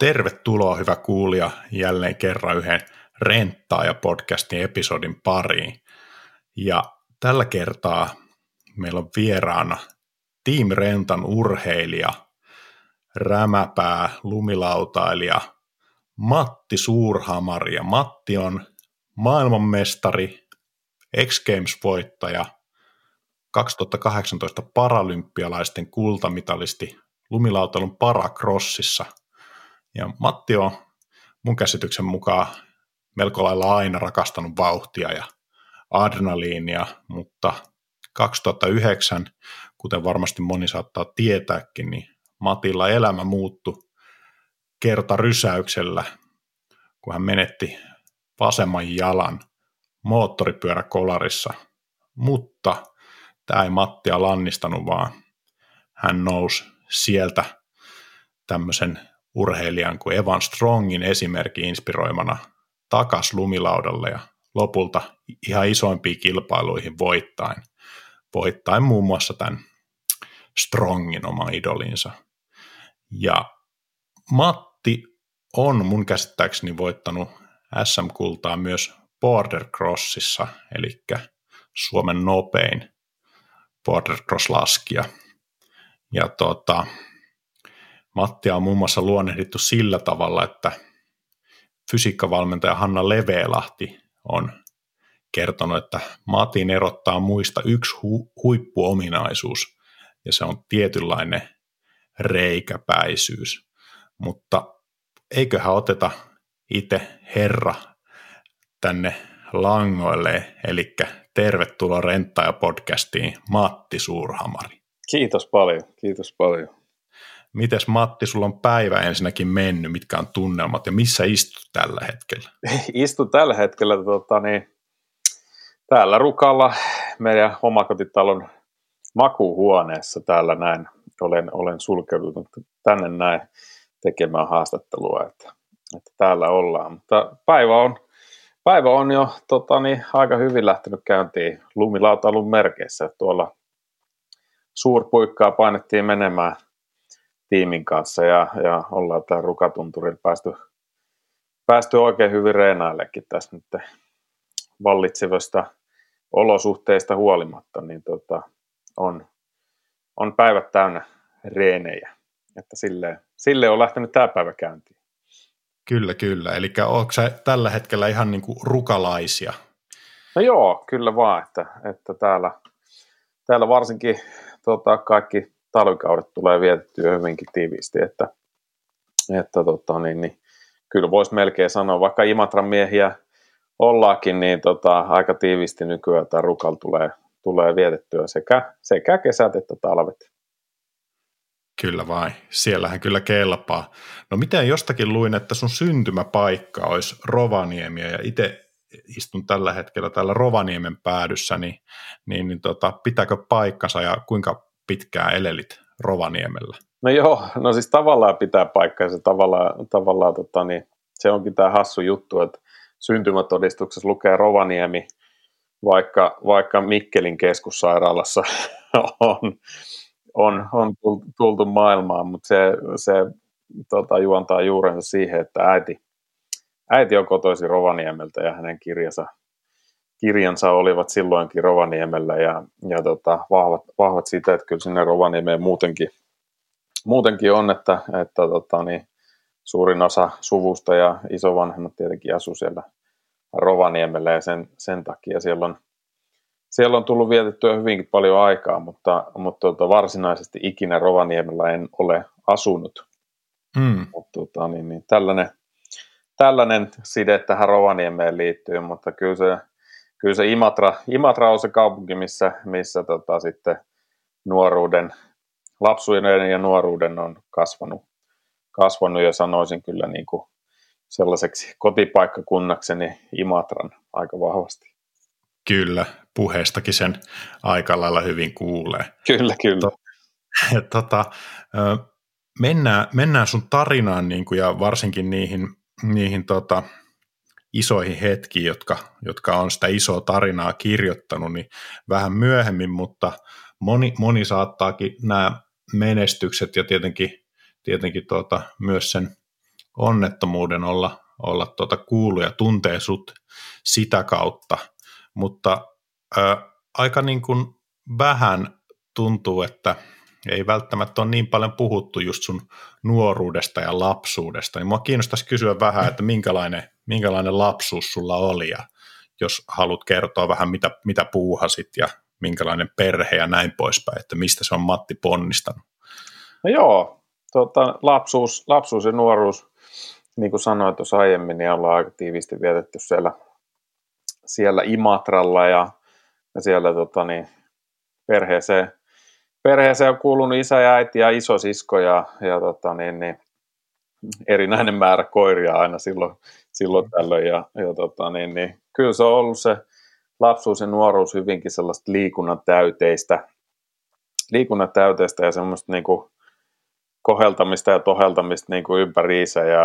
Tervetuloa hyvä kuulija jälleen kerran yhden Renttaaja-podcastin episodin pariin. Ja tällä kertaa meillä on vieraana Team Rentan urheilija, rämäpää, lumilautailija Matti Suurhamari. Ja Matti on maailmanmestari, X Games-voittaja, 2018 paralympialaisten kultamitalisti lumilautailun paracrossissa. Ja Matti on mun käsityksen mukaan melko lailla aina rakastanut vauhtia ja adrenaliinia, mutta 2009, kuten varmasti moni saattaa tietääkin, niin Matilla elämä muuttui kertarysäyksellä, kun hän menetti vasemman jalan moottoripyöräkolarissa. Mutta tämä ei Mattia lannistanut, vaan hän nousi sieltä tämmöisen urheilijan kuin Evan Strongin esimerkki inspiroimana takas lumilaudalle ja lopulta ihan isoimpiin kilpailuihin voittaen muun muassa tämän Strongin oman idolinsa. Ja Matti on mun käsittääkseni voittanut SM-kultaa myös Border Crossissa, eli Suomen nopein Border Cross-laskija. Ja Mattia on muun muassa luonnehdittu sillä tavalla, että fysiikkavalmentaja Hanna Leveälahti on kertonut, että Matin erottaa muista yksi huippuominaisuus, ja se on tietynlainen reikäpäisyys. Mutta eiköhän oteta itse herra tänne langoille, eli tervetuloa Renttaaja-podcastiin Matti Suurhamari. Kiitos paljon. Mites Matti, sulla on päivä ensinnäkin mennyt, mitkä on tunnelmat ja missä istut tällä hetkellä? Istun tällä hetkellä täällä Rukalla meidän omakotitalon makuuhuoneessa täällä näin. Olen sulkeutunut tänne näin tekemään haastattelua, että täällä ollaan. Mutta päivä on jo aika hyvin lähtenyt käyntiin lumilautailun merkeissä. Tuolla Suurpuikkaa painettiin menemään tiimin kanssa ja ollaan täällä Rukatunturilla päästy oikein hyvin reenaillekin tässä nyt vallitsevasta olosuhteista huolimatta, niin on päivät täynnä reenejä, että silleen on lähtenyt tämä päivä käyntiin. Kyllä. Eli onko sä tällä hetkellä ihan niin kuin rukalaisia? No joo, kyllä vaan, että täällä varsinkin kaikki talvikaudet tulee vietettyä hyvinkin tiiviisti, että kyllä voisi melkein sanoa, vaikka Imatran miehiä ollaakin, niin aika tiiviisti nykyään tämä Rukalla tulee vietettyä sekä kesät että talvet. Kyllä vain, siellähän kyllä kelpaa. No miten jostakin luin, että sun syntymäpaikka olisi Rovaniemi, ja itse istun tällä hetkellä täällä Rovaniemen päädyssä, niin pitääkö paikkansa ja kuinka pitkään elelit Rovaniemellä? No joo, no siis tavallaan pitää paikkansa, tavallaan se onkin tämä hassu juttu, että syntymätodistuksessa lukee Rovaniemi, vaikka Mikkelin keskussairaalassa on tultu maailmaan, mutta se juontaa juurensa siihen, että äiti on kotoisin Rovaniemeltä ja hänen kirjansa olivat silloinkin Rovaniemellä ja vahvat siitä, että kyllä sinne Rovaniemeen muutenkin on, että suurin osa suvusta ja isovanhemmat tietenkin asuu siellä Rovaniemellä ja sen takia siellä on tullut vietettyä hyvinkin paljon aikaa, mutta varsinaisesti ikinä Rovaniemellä en ole asunut. Mutta tällainen side tähän Rovaniemeen liittyy, mutta kyllä se Imatra on se kaupunki, missä sitten lapsuuden ja nuoruuden on kasvanut ja sanoisin kyllä niin kuin sellaiseksi kotipaikkakunnakseni Imatran aika vahvasti. Kyllä, puheestakin sen aika lailla hyvin kuulee. Kyllä. Mennään sun tarinaan niin kuin, ja varsinkin niihin isoihin hetkiin, jotka on sitä isoa tarinaa kirjoittanut, niin vähän myöhemmin, mutta moni saattaakin nämä menestykset ja tietenkin myös sen onnettomuuden olla kuullut ja tuntee sut sitä kautta, mutta aika niin kuin vähän tuntuu, että ei välttämättä ole niin paljon puhuttu just sun nuoruudesta ja lapsuudesta, niin mua kiinnostaisi kysyä vähän, että minkälainen lapsuus sulla oli, ja jos haluat kertoa vähän, mitä puuhasit ja minkälainen perhe ja näin poispäin, että mistä se on Matti ponnistanut. No joo, lapsuus ja nuoruus, niin kuin sanoin tuossa aiemmin, niin ollaan aika tiiviisti vietetty siellä Imatralla ja siellä perheeseen on kuulunut isä ja äiti ja isosisko ja erinäinen määrä koiria aina silloin tällöin ja kyllä se on ollut se lapsuus ja nuoruus hyvinkin sellaista liikunnan täyteistä ja semmoista niinku koheltamista ja toheltamista niinku ympäriinsä ja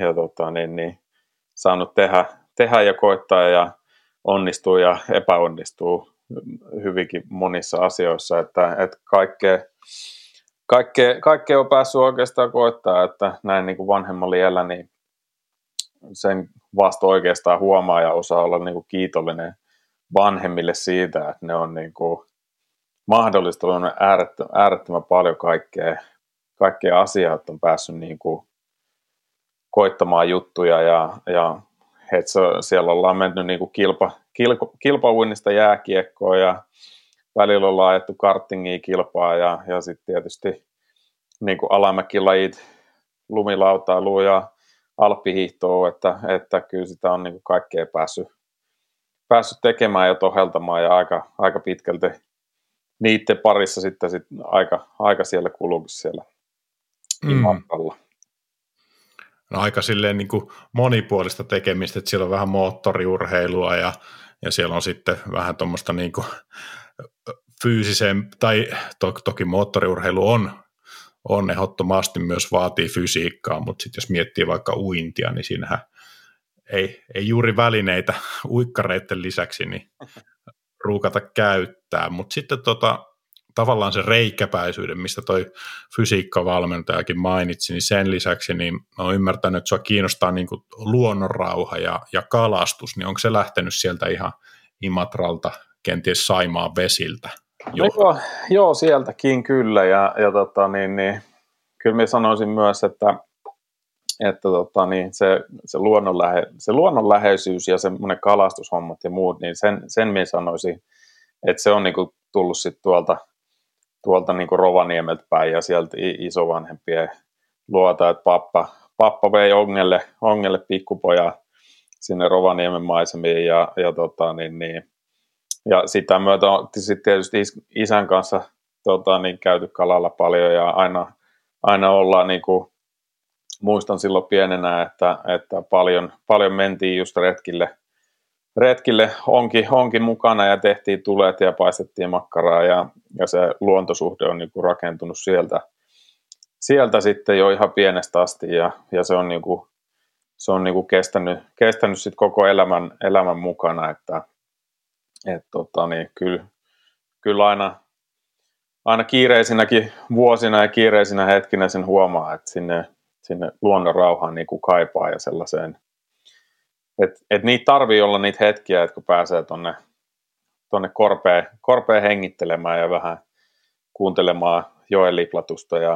saanut tehdä ja koittaa ja onnistuu ja epäonnistuu hyvinkin monissa asioissa, että kaikkea on päässyt oikeastaan koittaa, että näin niin kuin vanhemmalla iällä, niin sen vasta oikeastaan huomaa ja osaa olla niin kuin kiitollinen vanhemmille siitä, että ne on niin kuin mahdollistanut äärettömän paljon kaikkea asiaa, että on päässyt niin kuin koittamaan juttuja ja siellä ollaan mennyt niin kuin kilpauinnista jääkiekkoon ja välillä ollaan ajettu kartingia kilpaa ja sitten tietysti niin kuin alamäkilajit, lumilautailu ja alppihiihtoa, että kyllä sitä on niin kuin kaikkea päässyt tekemään ja toheltamaan ja aika pitkälti niiden parissa sitten aika siellä kuluksi siellä Imatralla. No aika silleen niin kuin monipuolista tekemistä, että siellä on vähän moottoriurheilua ja siellä on sitten vähän tuommoista niin kuin fyysiseen, tai toki moottoriurheilu on ehdottomasti myös vaatii fysiikkaa, mutta sitten jos miettii vaikka uintia, niin siinähän ei juuri välineitä uikkareiden lisäksi niin ruukata käyttää, mutta sitten tavallaan se reikäpäisyyden, mistä toi fysiikkavalmentajakin mainitsi, niin sen lisäksi niin olen ymmärtänyt, että sua kiinnostaa niin kuin luonnonrauha ja kalastus, niin onko se lähtenyt sieltä ihan Imatralta, kenties Saimaan vesiltä? Joo, sieltäkin kyllä, ja kyllä minä sanoisin myös, että se luonnonläheisyys ja semmoinen kalastushommat ja muut, niin sen minä sanoisin, että se on niinku tullut sitten tuolta niinku Rovaniemeltä päin ja sieltä isovanhempien luota, että pappa vei ongelle pikkupoja sinne Rovaniemen maisemiin ja sitä myötä on sitten tietysti isän kanssa käyty kalalla paljon ja aina ollaan niinku, muistan silloin pienenä, että paljon mentiin just retkille onkin mukana ja tehtiin tulet ja paistettiin makkaraa ja se luontosuhde on niinku rakentunut sieltä sitten jo ihan pienestä asti ja se on niinku kestänyt sit koko elämän mukana, että kyllä aina kiireisinäkin vuosina ja kiireisinä hetkinä sen huomaa, että sinne luonnon rauhaan niinku kaipaa ja sellaiseen, että niitä tarvii olla niitä hetkiä, että kun pääsee tonne korpeen hengittelemään ja vähän kuuntelemaan joen liplatusta ja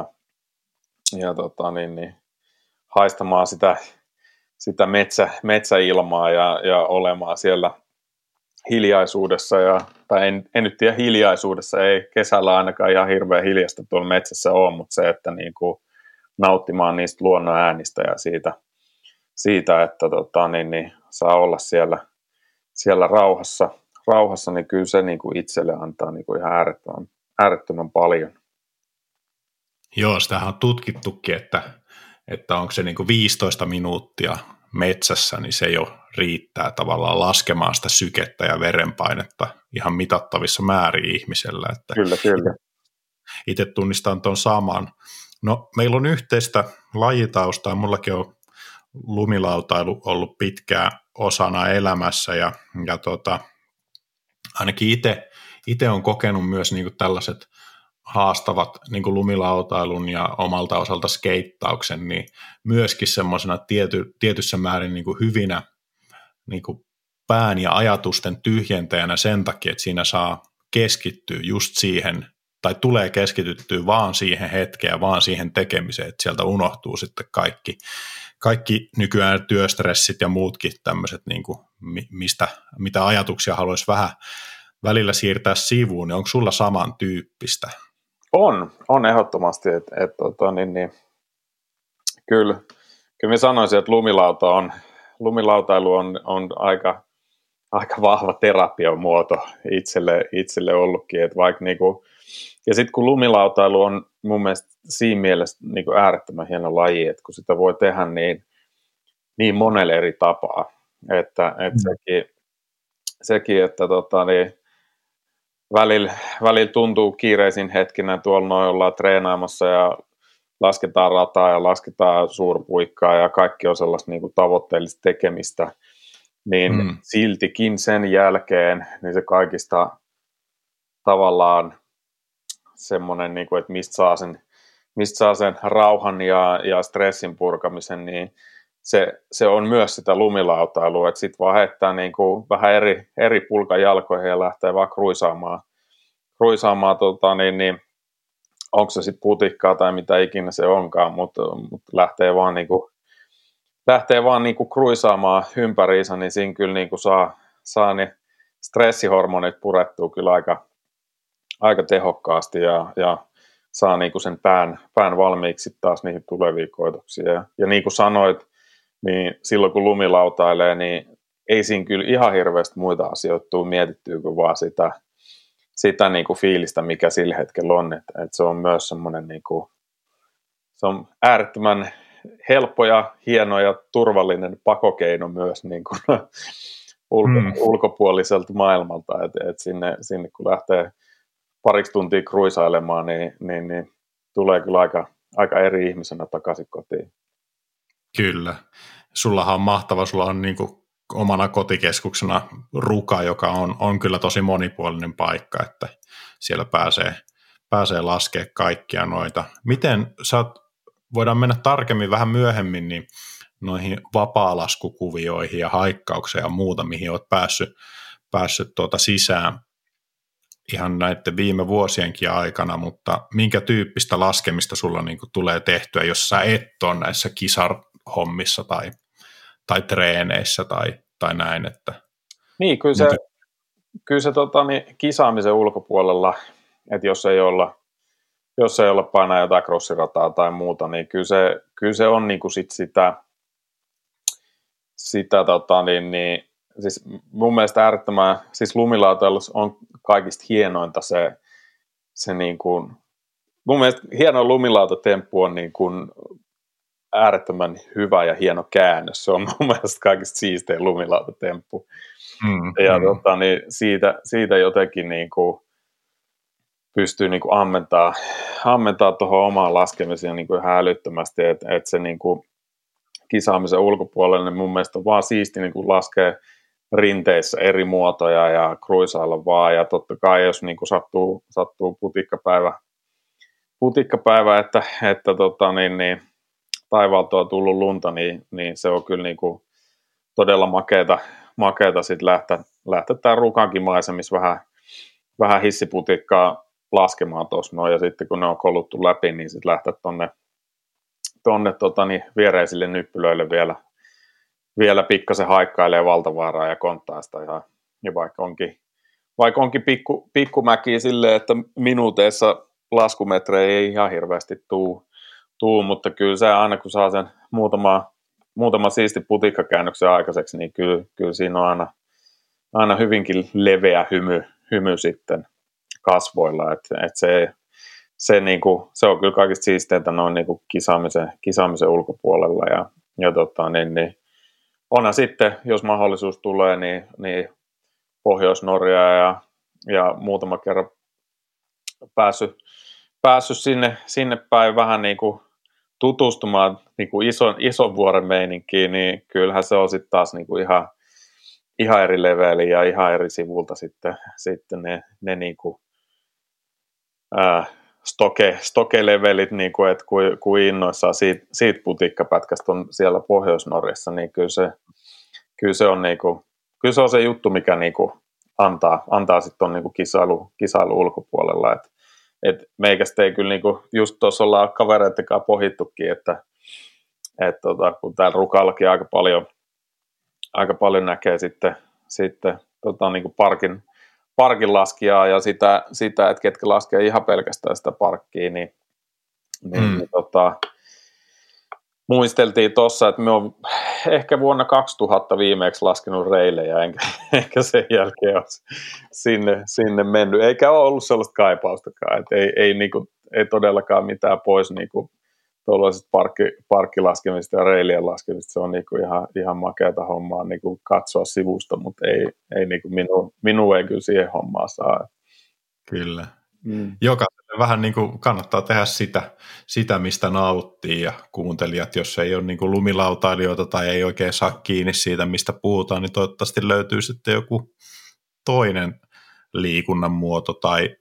haistamaan sitä metsäilmaa ja olemaan siellä hiljaisuudessa, tai en nyt tiedä hiljaisuudessa, ei kesällä ainakaan ihan hirveän hiljasta tuolla metsässä ole, mutta se, että niinku nauttimaan niistä luonnon äänistä ja siitä että saa olla siellä rauhassa, niin kyllä se niinku itselle antaa niinku ihan äärettömän paljon. Joo, sitähän on tutkittukin, että onko se niinku 15 minuuttia metsässä, niin se jo riittää tavallaan laskemaan sitä sykettä ja verenpainetta ihan mitattavissa määrin ihmisellä. Että Kyllä. Itse tunnistan tuon saman. No, meillä on yhteistä lajitaustaa, mullakin on lumilautailu ollut pitkään osana elämässä ja ainakin itse on kokenut myös niinku tällaiset haastavat niin kuin lumilautailun ja omalta osalta skeittauksen, niin myöskin semmoisena tietyssä määrin niin kuin hyvinä niin kuin pään ja ajatusten tyhjentäjänä sen takia, että siinä saa keskittyä just siihen, tai tulee keskityttyä vaan siihen hetkeen, vaan siihen tekemiseen, että sieltä unohtuu sitten kaikki nykyään työstressit ja muutkin tämmöiset, niin kuin, mitä ajatuksia haluaisi vähän välillä siirtää sivuun, niin onko sulla samantyyppistä? On ehdottomasti, että kyllä minä sanoisin, että lumilautailu on aika vahva terapian muoto itselle ollutkin, että vaikka niinku, ja sitten kun lumilautailu on mun mielestä siinä mielessä niinku äärettömän hieno laji, että kun sitä voi tehdä niin monella eri tapaa, että sekin, että välillä tuntuu kiireisin hetkinä, tuolla noin ollaan treenaamassa ja lasketaan rataa ja lasketaan suurpuikkaa ja kaikki on sellaista niin kuin tavoitteellista tekemistä, niin siltikin sen jälkeen niin se kaikista tavallaan semmoinen, niin kuin, että mistä saa sen rauhan ja stressin purkamisen, niin se on myös sitä lumilautailua, että sitten vaan heittää niin kuin vähän eri pulkan jalkoihin ja lähtee vaan kruisaamaan onko se sitten putikkaa tai mitä ikinä se onkaan, mutta lähtee vaan niinku kruisaamaan ympäriinsä, niin siinä kyllä niinku saa ne stressihormonit purettua kyllä aika tehokkaasti ja saa niinku sen pään valmiiksi taas niihin tuleviin koitoksiin. Ja niin kuin sanoit, niin silloin kun lumilautailee, niin ei siinä kyllä ihan hirveästi muita asioita tule mietittyä kuin vaan sitä niin kuin fiilistä, mikä sillä hetkellä on, että se on myös semmoinen niin kuin, se on äärettömän helppo ja hieno ja turvallinen pakokeino myös niin kuin ulkopuoliselta maailmalta, että sinne kun lähtee pariksi tuntia kruisailemaan, niin tulee kyllä aika eri ihmisenä takaisin kotiin. Kyllä. Sullahan on mahtava, sulla on niin kuin omana kotikeskuksena Ruka, joka on kyllä tosi monipuolinen paikka, että siellä pääsee laskemaan kaikkia noita. Miten voidaan mennä tarkemmin vähän myöhemmin niin noihin vapaalaskukuvioihin ja haikkaukseen ja muuta, mihin olet päässyt sisään ihan näiden viime vuosienkin aikana, mutta minkä tyyppistä laskemista sulla niin kuin tulee tehtyä, jos sä et ole näissä kisarhommissa tai treeneissä tai näin, että niin, kyllä se kisaamisen ulkopuolella, että jos ei olla painaa jotain crossirataa tai muuta, niin kyllä se on niin kuin sitä siis mun mielestä äärettömän, siis lumilautailussa on kaikista hienointa se niin kuin, mun mielestä hieno lumilautatemppu on niin kuin äärettömän hyvä ja hieno käännös. Se on mun mielestä kaikista siistein lumilautatemppu. Ja niin siitä jotenkin niin kuin pystyy niin kuin ammentaa tuohon omaan laskemiseen niin kuin ihan älyttömästi, että se niin kuin kisaamisen ulkopuolelle, niin mun mielestä on vaan siisti niin kuin laskee rinteissä eri muotoja ja kruisailla vaan, ja totta kai jos niin kuin sattuu putikkapäivä että niin taivaalta on tullut lunta, niin se on kyllä niin kuin todella makeata sitten lähteä tämän Rukankin maisemissa vähän hissiputikkaa laskemaan tuossa noin, ja sitten kun ne on koluttu läpi, niin sitten lähteä tonne viereisille nyppylöille vielä pikkasen haikkailee Valtavaaraa ja Konttaista ja vaikka onkin pikkumäkiä silleen, että minuuteissa laskumetrejä ei ihan hirveästi tuu, mutta kyllä se aina kun saa sen muutama siisti putikkakäännöksen aikaiseksi, niin kyllä siinä on aina hyvinkin leveä hymy sitten kasvoilla, että se niinku, se on kyllä kaikista siisteintä noin niinku kisaamisen ulkopuolella ja niin onhan sitten, jos mahdollisuus tulee, niin Pohjois-Norjaa ja muutama kerran päässyt sinne päin vähän niinku tutustumaan niinku ison vuoren meininkiin, niin kyllähän se on sitten taas niinku ihan eri leveli ja ihan eri sivulta sitten ne niinku stoke-levelit, niin kuin, että kuin innoissaan siitä putikkapätkästä on siellä Pohjois-Norjassa, niin kyllä se on niin kuin, kyllä se on se juttu, mikä niin kuin antaa sitten on niin kuin kisailu ulkopuolella, et meikästä ei kyllä niin kuin, just tuossa ollaan kavereiden kanssa pohittukin, että kun täällä Rukallakin aika paljon näkee sitten niin kuin parkin laskijaa ja sitä, että ketkä laskee ihan pelkästään sitä parkkia, niin muisteltiin tuossa, että me on ehkä vuonna 2000 viimeksi laskenut reilejä, enkä sen jälkeen ole sinne mennyt, eikä ole ollut sellaista kaipaustakaan, että ei todellakaan mitään pois niinku tuollaisesta parkkilaskemista ja reilien laskemista, se on niinku ihan makeata hommaa niinku katsoa sivusta, mutta ei niinku minua ei kyllä siihen hommaan saa. Kyllä. Jokaiselle vähän niin kuin kannattaa tehdä sitä, mistä nauttii, ja kuuntelijat, jos ei ole niin kuin lumilautailijoita tai ei oikein saa kiinni siitä, mistä puhutaan, niin toivottavasti löytyy sitten joku toinen liikunnan muoto tai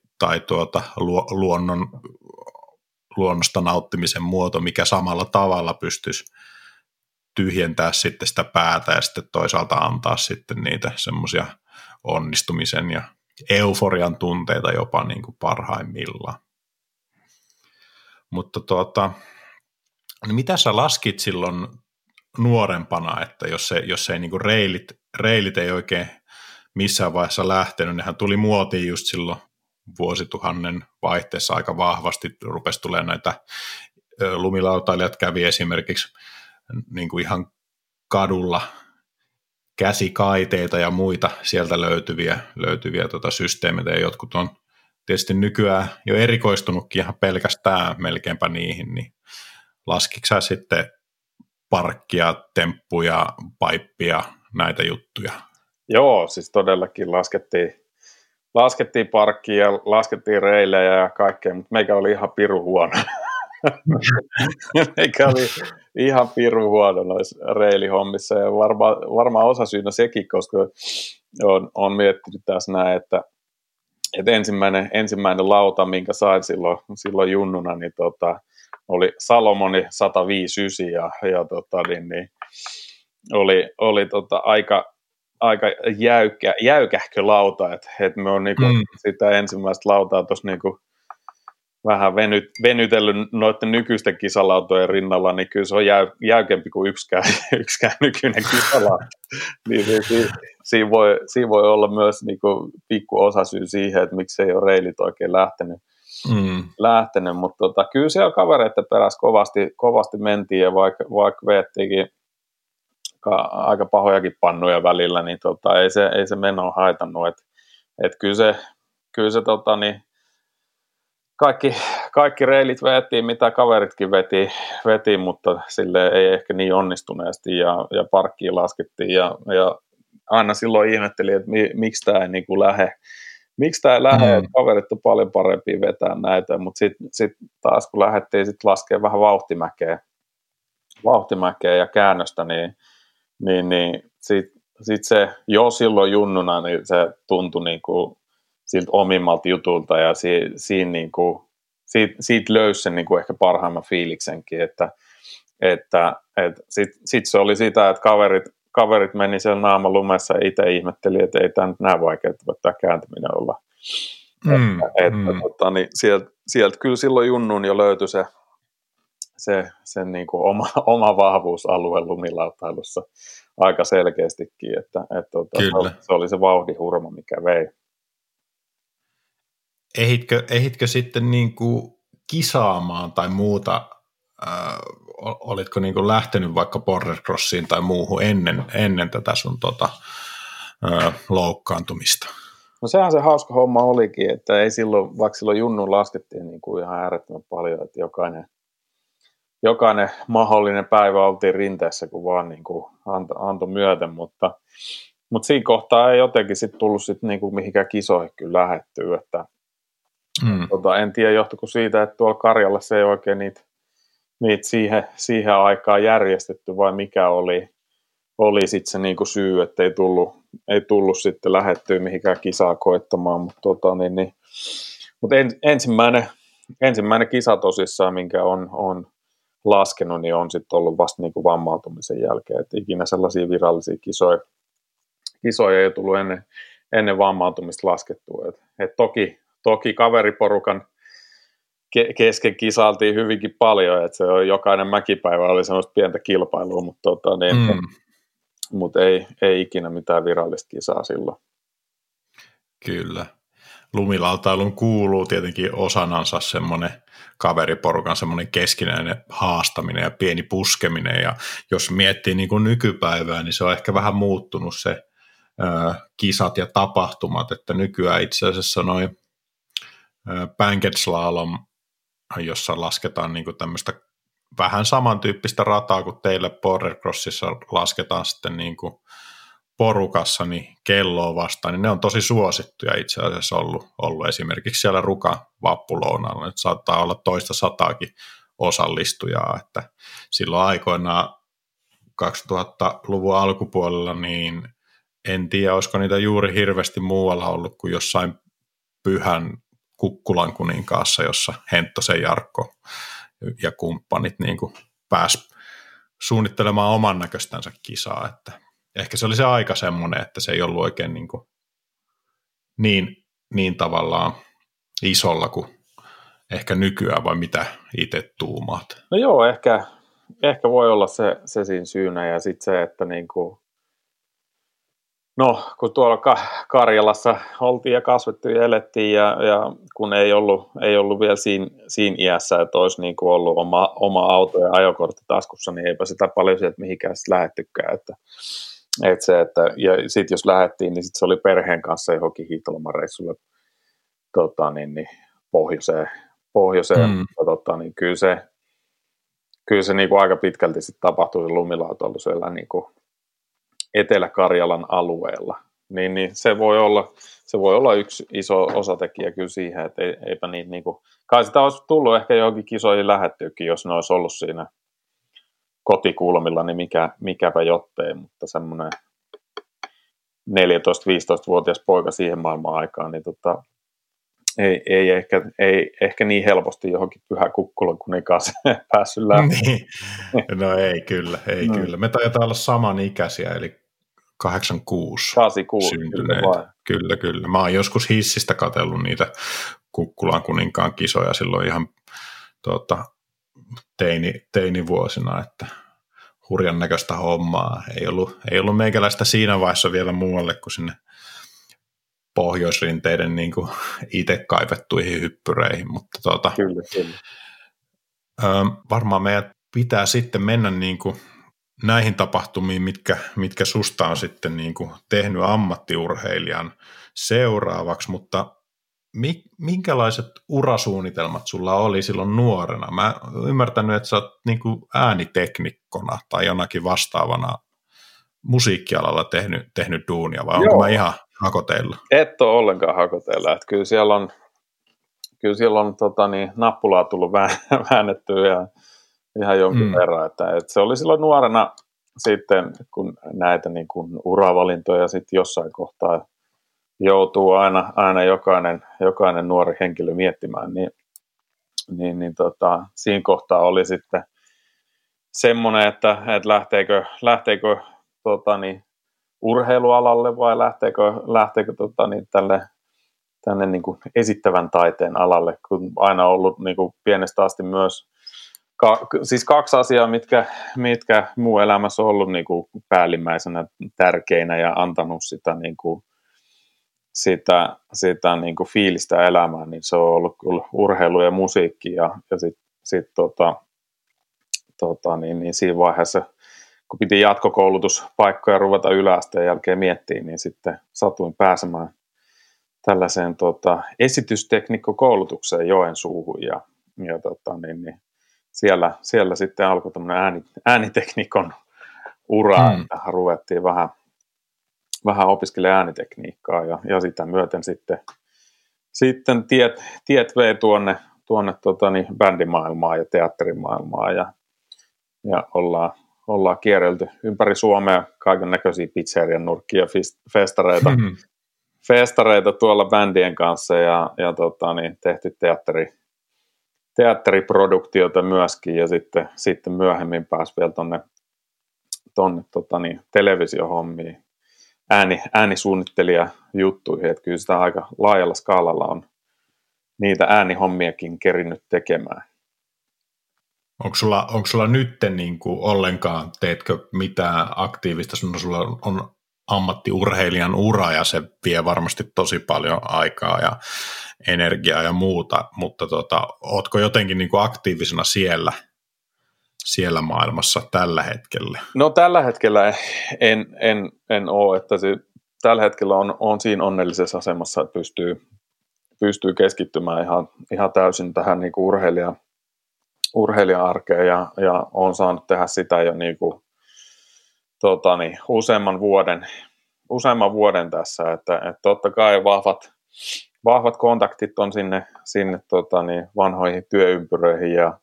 luonnosta nauttimisen muoto, mikä samalla tavalla pystyisi tyhjentää sitten sitä päätä ja sitten toisaalta antaa sitten niitä semmoisia onnistumisen ja euforian tunteita jopa niin kuin parhaimmillaan. Mutta niin mitä sä laskit silloin nuorempana, että jos ei niin kuin reilit ei oikein missään vaiheessa lähtenyt, nehän tuli muotiin just silloin vuosituhannen vaihteessa aika vahvasti, rupesi tulemaan näitä lumilautailijat kävi esimerkiksi niin kuin ihan kadulla käsikaiteita ja muita sieltä löytyviä systeemeitä, ja jotkut on tietysti nykyään jo erikoistunutkin ihan pelkästään melkeinpä niihin, niin laskitko sä sitten parkkia, temppuja, paippia, näitä juttuja? Joo, siis todellakin laskettiin parkkia ja laskettiin reilejä ja kaikkea, mutta meikä oli ihan pirun huono. Meikä oli ihan pirun huono noissa reilihommissa, ja varmaan osasyynä sekin, koska on miettinyt tässä näin, että ensimmäinen lauta, minkä sain silloin junnuna, niin oli Salomoni 159 ja oli aika jäykähkö lauta, että me on niinku sitä ensimmäistä lautaa tuossa niinku vähän venytellyt noiden nykyisten kisalautojen rinnalla, niin kyllä se on jäykempi kuin yksikään nykyinen kisalauta. niin siinä voi olla myös niinku pikku osasyy siihen, että miksi ei ole reilit oikein lähtenyt, mutta kyllä siellä kavereiden perässä kovasti mentiin, ja vaikka veettiinkin aika pahojakin pannuja välillä, niin ei se meno haitannut, että kyllä se kaikki reilit veettiin, mitä kaveritkin veti, mutta sille ei ehkä niin onnistuneesti, ja parkkiin laskettiin, ja aina silloin ihmettelin, että miksi tämä ei niin lähde. Miksi tämä ei lähde, että kaverit on paljon parempia vetää näitä, mutta sitten taas kun lähdettiin laskemaan vähän vauhtimäkeä ja käännöstä, niin sit se jo silloin junnuna, niin se tuntui niin kuin siltä omimmalta jutulta, ja siitä löysi sen niin kuin ehkä parhaimman fiiliksenkin, että sit se oli sitä, että kaverit meni siellä naaman lumessa ja itse ihmetteli, että ei tämä nyt näin vaikea, että voi tämä kääntäminen olla. Niin sieltä kyllä silloin junnun jo löytyi se niin kuin oma vahvuusalue lumilautailussa aika selkeästikin, että se oli se vauhdihurma, mikä vei. Ehitkö sitten niin kuin kisaamaan tai muuta, olitko niin kuin lähtenyt vaikka bordercrossiin tai muuhun ennen tätä sun loukkaantumista? No sehän se hauska homma olikin, että ei silloin, vaikka silloin junnun laskettiin niin kuin ihan äärettömän paljon, että jokainen mahdollinen päivä oltiin rinteessä, kun vaan niin kuin antoi myöten, mutta siinä kohtaa ei jotenkin sit tullut sit niin kuin mihinkään kisoihin kyllä lähettyä, että en tiedä johtuiko siitä, että tuolla Karjalassa ei oikein niitä siihen aikaan järjestetty, vai mikä oli sitten se niinku syy, että ei tullut sitten lähettyä mihinkään kisaa koittamaan, mutta ensimmäinen ensimmäinen kisa tosissaan, minkä on laskenut, niin on sitten ollut vasta niin kuin vammautumisen jälkeen. Et ikinä sellaisia virallisia kisoja ei tullut ennen vammautumista laskettua. Et toki kaveriporukan kesken kisailtiin hyvinkin paljon, että se on jokainen mäkipäivä oli semmoista pientä kilpailua, mutta mut ei ikinä mitään virallista kisaa silloin. Kyllä. Lumilautailun kuuluu tietenkin osanansa semmoinen kaveriporukan semmoinen keskinäinen haastaminen ja pieni puskeminen, ja jos miettii niin kuin nykypäivää, niin se on ehkä vähän muuttunut se kisat ja tapahtumat, että nykyään itse asiassa noin banked slalom, jossa lasketaan niin kuin tämmöistä vähän samantyyppistä rataa kuin teille bordercrossissa lasketaan sitten niin kuin porukassa niin kelloa vastaan, niin ne on tosi suosittuja itse asiassa ollut esimerkiksi siellä Rukan vappulounalla. Nyt saattaa olla toista sataakin osallistujaa, että silloin aikoinaan 2000-luvun alkupuolella, niin en tiedä, olisiko niitä juuri hirveästi muualla ollut kuin jossain Pyhän Kukkulan kuninkaassa, jossa Henttosen Jarkko ja kumppanit niin kuin pääsi suunnittelemaan oman näköistänsä kisaa, että ehkä se oli se aika semmoinen, että se ei ollut oikein niin tavallaan isolla kuin ehkä nykyään, vai mitä itse tuumaat? No joo, ehkä voi olla se siinä syynä, ja sitten se, että niinku, no kun tuolla Karjalassa oltiin ja kasvettiin ja elettiin, ja kun ei ollut vielä siinä iässä, että olisi niinku ollut oma auto ja ajokortti taskussa, niin eipä sitä paljon sieltä mihinkään sitten lähettykään, ja sitten jos lähdettiin, niin sit se oli perheen kanssa johonkin hiihtolomareissulle niin pohjoiseen. Niin kyllä se niin kuin aika pitkälti sit tapahtui se lumilautailu siellä niin kuin Etelä-Karjalan alueella. Niin se voi olla yksi iso osatekijä kyllä siihen, että eipä niitä niin kuin, kai sitä olisi tullut ehkä johonkin kisoihin lähettyäkin, jos ne olisi ollut siinä kotikulmilla, niin mikäpä jottei, mutta semmoinen 14-15-vuotias poika siihen maailman aikaan, niin ei ehkä niin helposti johonkin Pyhä Kukkulan kuninkaaseen päässyt läpi. Niin. No ei kyllä. Me taitaa olla samanikäisiä, eli 86 syntyneitä. Kyllä. Mä oon joskus hissistä katsellut niitä Kukkulan kuninkaan kisoja silloin ihan teinivuosina, että hurjan näköistä hommaa. Ei ollut meikäläistä siinä vaiheessa vielä muualle kuin sinne pohjoisrinteiden niin kuin itse kaivettuihin hyppyreihin, mutta Kyllä. Varmaan meidän pitää sitten mennä niin kuin näihin tapahtumiin, mitkä susta on sitten niin kuin tehnyt ammattiurheilijan seuraavaksi, mutta minkälaiset urasuunnitelmat sulla oli silloin nuorena? Mä oon ymmärtänyt, että sä oot niin kuin ääniteknikkona tai jonakin vastaavana musiikkialalla tehnyt duunia, vai onko mä ihan hakoteilla? Et ole ollenkaan hakoteilla. Että kyllä siellä on nappulaa tullut väännettyä ja ihan jonkin verran. Että se oli silloin nuorena sitten, kun näitä niin kuin uravalintoja sitten jossain kohtaa joutuu aina jokainen nuori henkilö miettimään, niin siinä kohtaa oli sitten semmoinen, että lähteekö urheilualalle vai lähteekö tänne niin kuin esittävän taiteen alalle, kun aina ollut niin kuin pienestä asti myös siis kaksi asiaa, mitkä muu elämässä on ollut niin kuin päällimmäisenä tärkeinä ja antanut sitä niin kuin sitä niin kuin fiilistä elämään, niin se on ollut urheilu ja musiikki, ja sitten niin siinä vaiheessa, kun piti jatkokoulutuspaikkoja ruveta yläasteen jälkeen miettimään, niin sitten satuin pääsemään tällaiseen esitysteknikkokoulutukseen Joensuuhun, ja niin siellä sitten alkoi tämmöinen ääniteknikon ura, että ruvettiin vähän opiskelemaan äänitekniikkaa, ja sitä myöten sitten tiet vei tuonne bändimaailmaan ja teatterimaailmaan, ja ollaan kierrelty ympäri Suomea kaiken näköisiä pizzerian nurkkia, festareita tuolla bändien kanssa, ja tehty teatteriproduktiota myöskin, ja sitten myöhemmin pääsi vielä tuonne televisiohommiin, äänisuunnittelijajuttuihin, että kyllä sitä aika laajalla skaalalla on niitä äänihommiakin kerinyt tekemään. Onko sulla nyt niin kuin ollenkaan, teetkö mitään aktiivista, sulla on ammattiurheilijan ura ja se vie varmasti tosi paljon aikaa ja energiaa ja muuta, mutta ootko jotenkin niin kuin aktiivisena siellä maailmassa tällä hetkellä? No tällä hetkellä en ole, että tällä hetkellä on siinä onnellisessa asemassa, että pystyy keskittymään ihan täysin tähän niin kuin urheilija-arkeen ja on saanut tehdä sitä jo niin kuin, useamman vuoden tässä, että totta kai vahvat kontaktit on sinne vanhoihin työympyröihin ja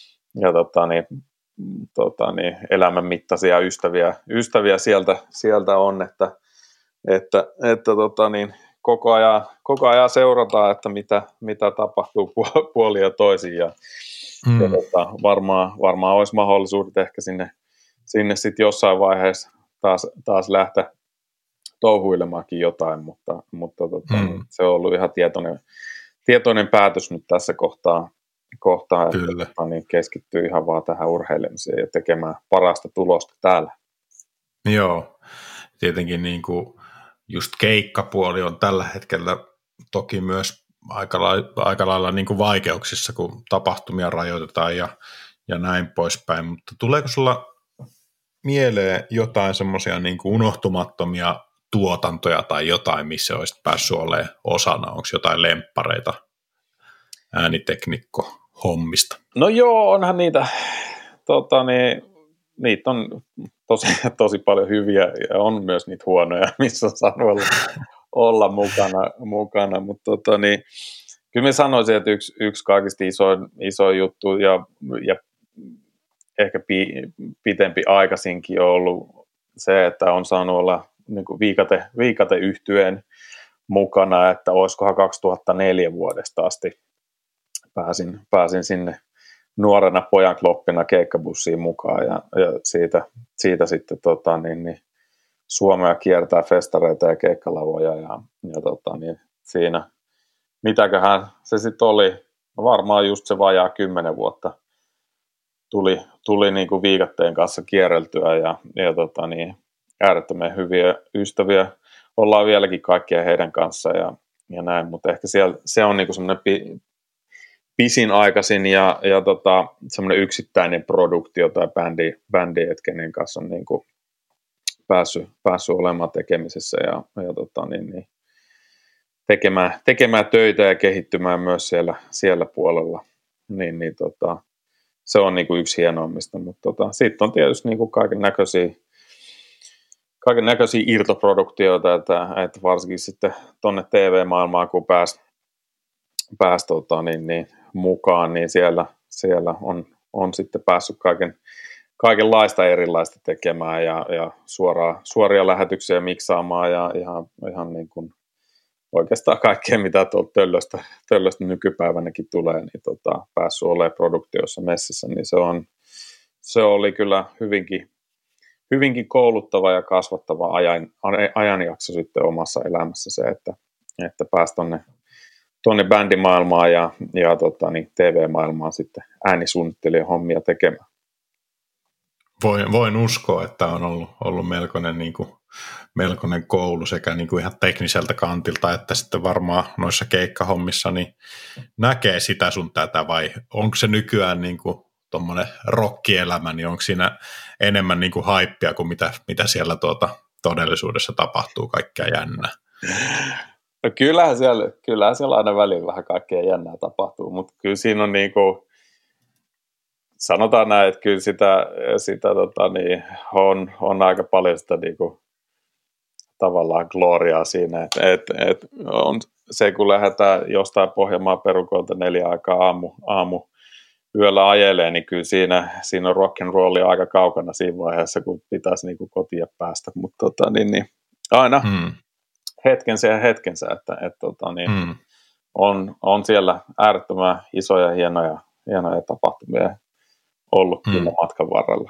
elämänmittaisia ystäviä sieltä on, että koko ajan seurataan, että mitä tapahtuu puolin ja toisin ja varmaan olisi mahdollisuudet ehkä sinne sitten jossain vaiheessa taas lähteä touhuilemaankin jotain, mutta se on ollut ihan tietoinen päätös nyt tässä kohtaa että keskittyy ihan vaan tähän urheilemiseen ja tekemään parasta tulosta täällä. Joo, tietenkin niin kuin just keikkapuoli on tällä hetkellä toki myös aika lailla niin kuin vaikeuksissa, kun tapahtumia rajoitetaan ja näin poispäin, mutta tuleeko sulla mieleen jotain semmoisia niin kuin unohtumattomia tuotantoja tai jotain, missä olisit päässyt olemaan osana? Onko jotain lemppareita ääniteknikko-hommista? No joo, onhan niitä, niitä on tosi paljon hyviä ja on myös niitä huonoja, missä on saanut olla mukana. Mutta kyllä mä sanoisin, että yksi kaikista isoin juttu ja ehkä pitempi aikaisinkin on ollut se, että on saanut olla niin kuin viikateyhtyeen mukana, että olisikohan 2004 vuodesta asti pääsin sinne nuorena pojankloppina keikkabussiin mukaan ja siitä sitten Suomea kiertää festareita ja keikkalavoja ja siinä mitäköhän se sitten oli, varmaan just se vajaa 10 vuotta tuli niin kuin viikatteen kanssa kierreltyä ja äärettömän hyviä ystäviä ollaan vieläkin kaikkia heidän kanssa ja näin, mutta ehkä se on niin kuin semmoinen pisin aikaisin ja semmoinen yksittäinen produktio tai bändi kenen kanssa on niin kuin päässyt olemaan tekemisessä ja tekemään töitä ja kehittymään myös siellä puolella, se on niin kuin yksi hienoimmista, mutta sitten on tietysti niin kuin kaiken näköisiä irtoproduktioita, että varsinkin sitten tuonne TV-maailmaan, kun pääsi mukaan, niin siellä on sitten päässyt kaikenlaista erilaista tekemään ja suoria lähetyksiä miksaamaan ja ihan niin kuin oikeastaan kaikkea, mitä tuolta töllöstä nykypäivänäkin tulee, niin päässyt olemaan produktioissa messissä, niin se oli kyllä hyvinkin kouluttava ja kasvattava ajanjakso sitten omassa elämässä se, että pääsi tuonne bändimaailmaan ja TV-maailmaan sitten äänisuunnittelijan hommia tekemään. Voin uskoa, että on ollut melkoinen koulu sekä niin kuin ihan tekniseltä kantilta, että sitten varmaan noissa keikkahommissa niin näkee sitä sun tätä, vai onko se nykyään niin kuin tuommoinen rockielämä, niin onko siinä enemmän niin kuin haippia kuin mitä siellä todellisuudessa tapahtuu kaikkea jännää? No kyllähän siellä aina välillä vähän kaikkea jännää tapahtuu, mutta kyllä siinä on niin kuin, sanotaan näin, että kyllä sitä on aika paljon sitä niin kuin, tavallaan gloriaa siinä, että on se, kun lähdetään jostain Pohjanmaan perukolta 4 aikaa aamu yöllä ajelee, niin kyllä siinä on rock'n'rollia aika kaukana siinä vaiheessa, kun pitäisi niin kuin kotiin päästä, mutta aina hetkensä, että on siellä äärettömän isoja, hienoja hienoja tapahtumia ollut kyllä matkan varrella.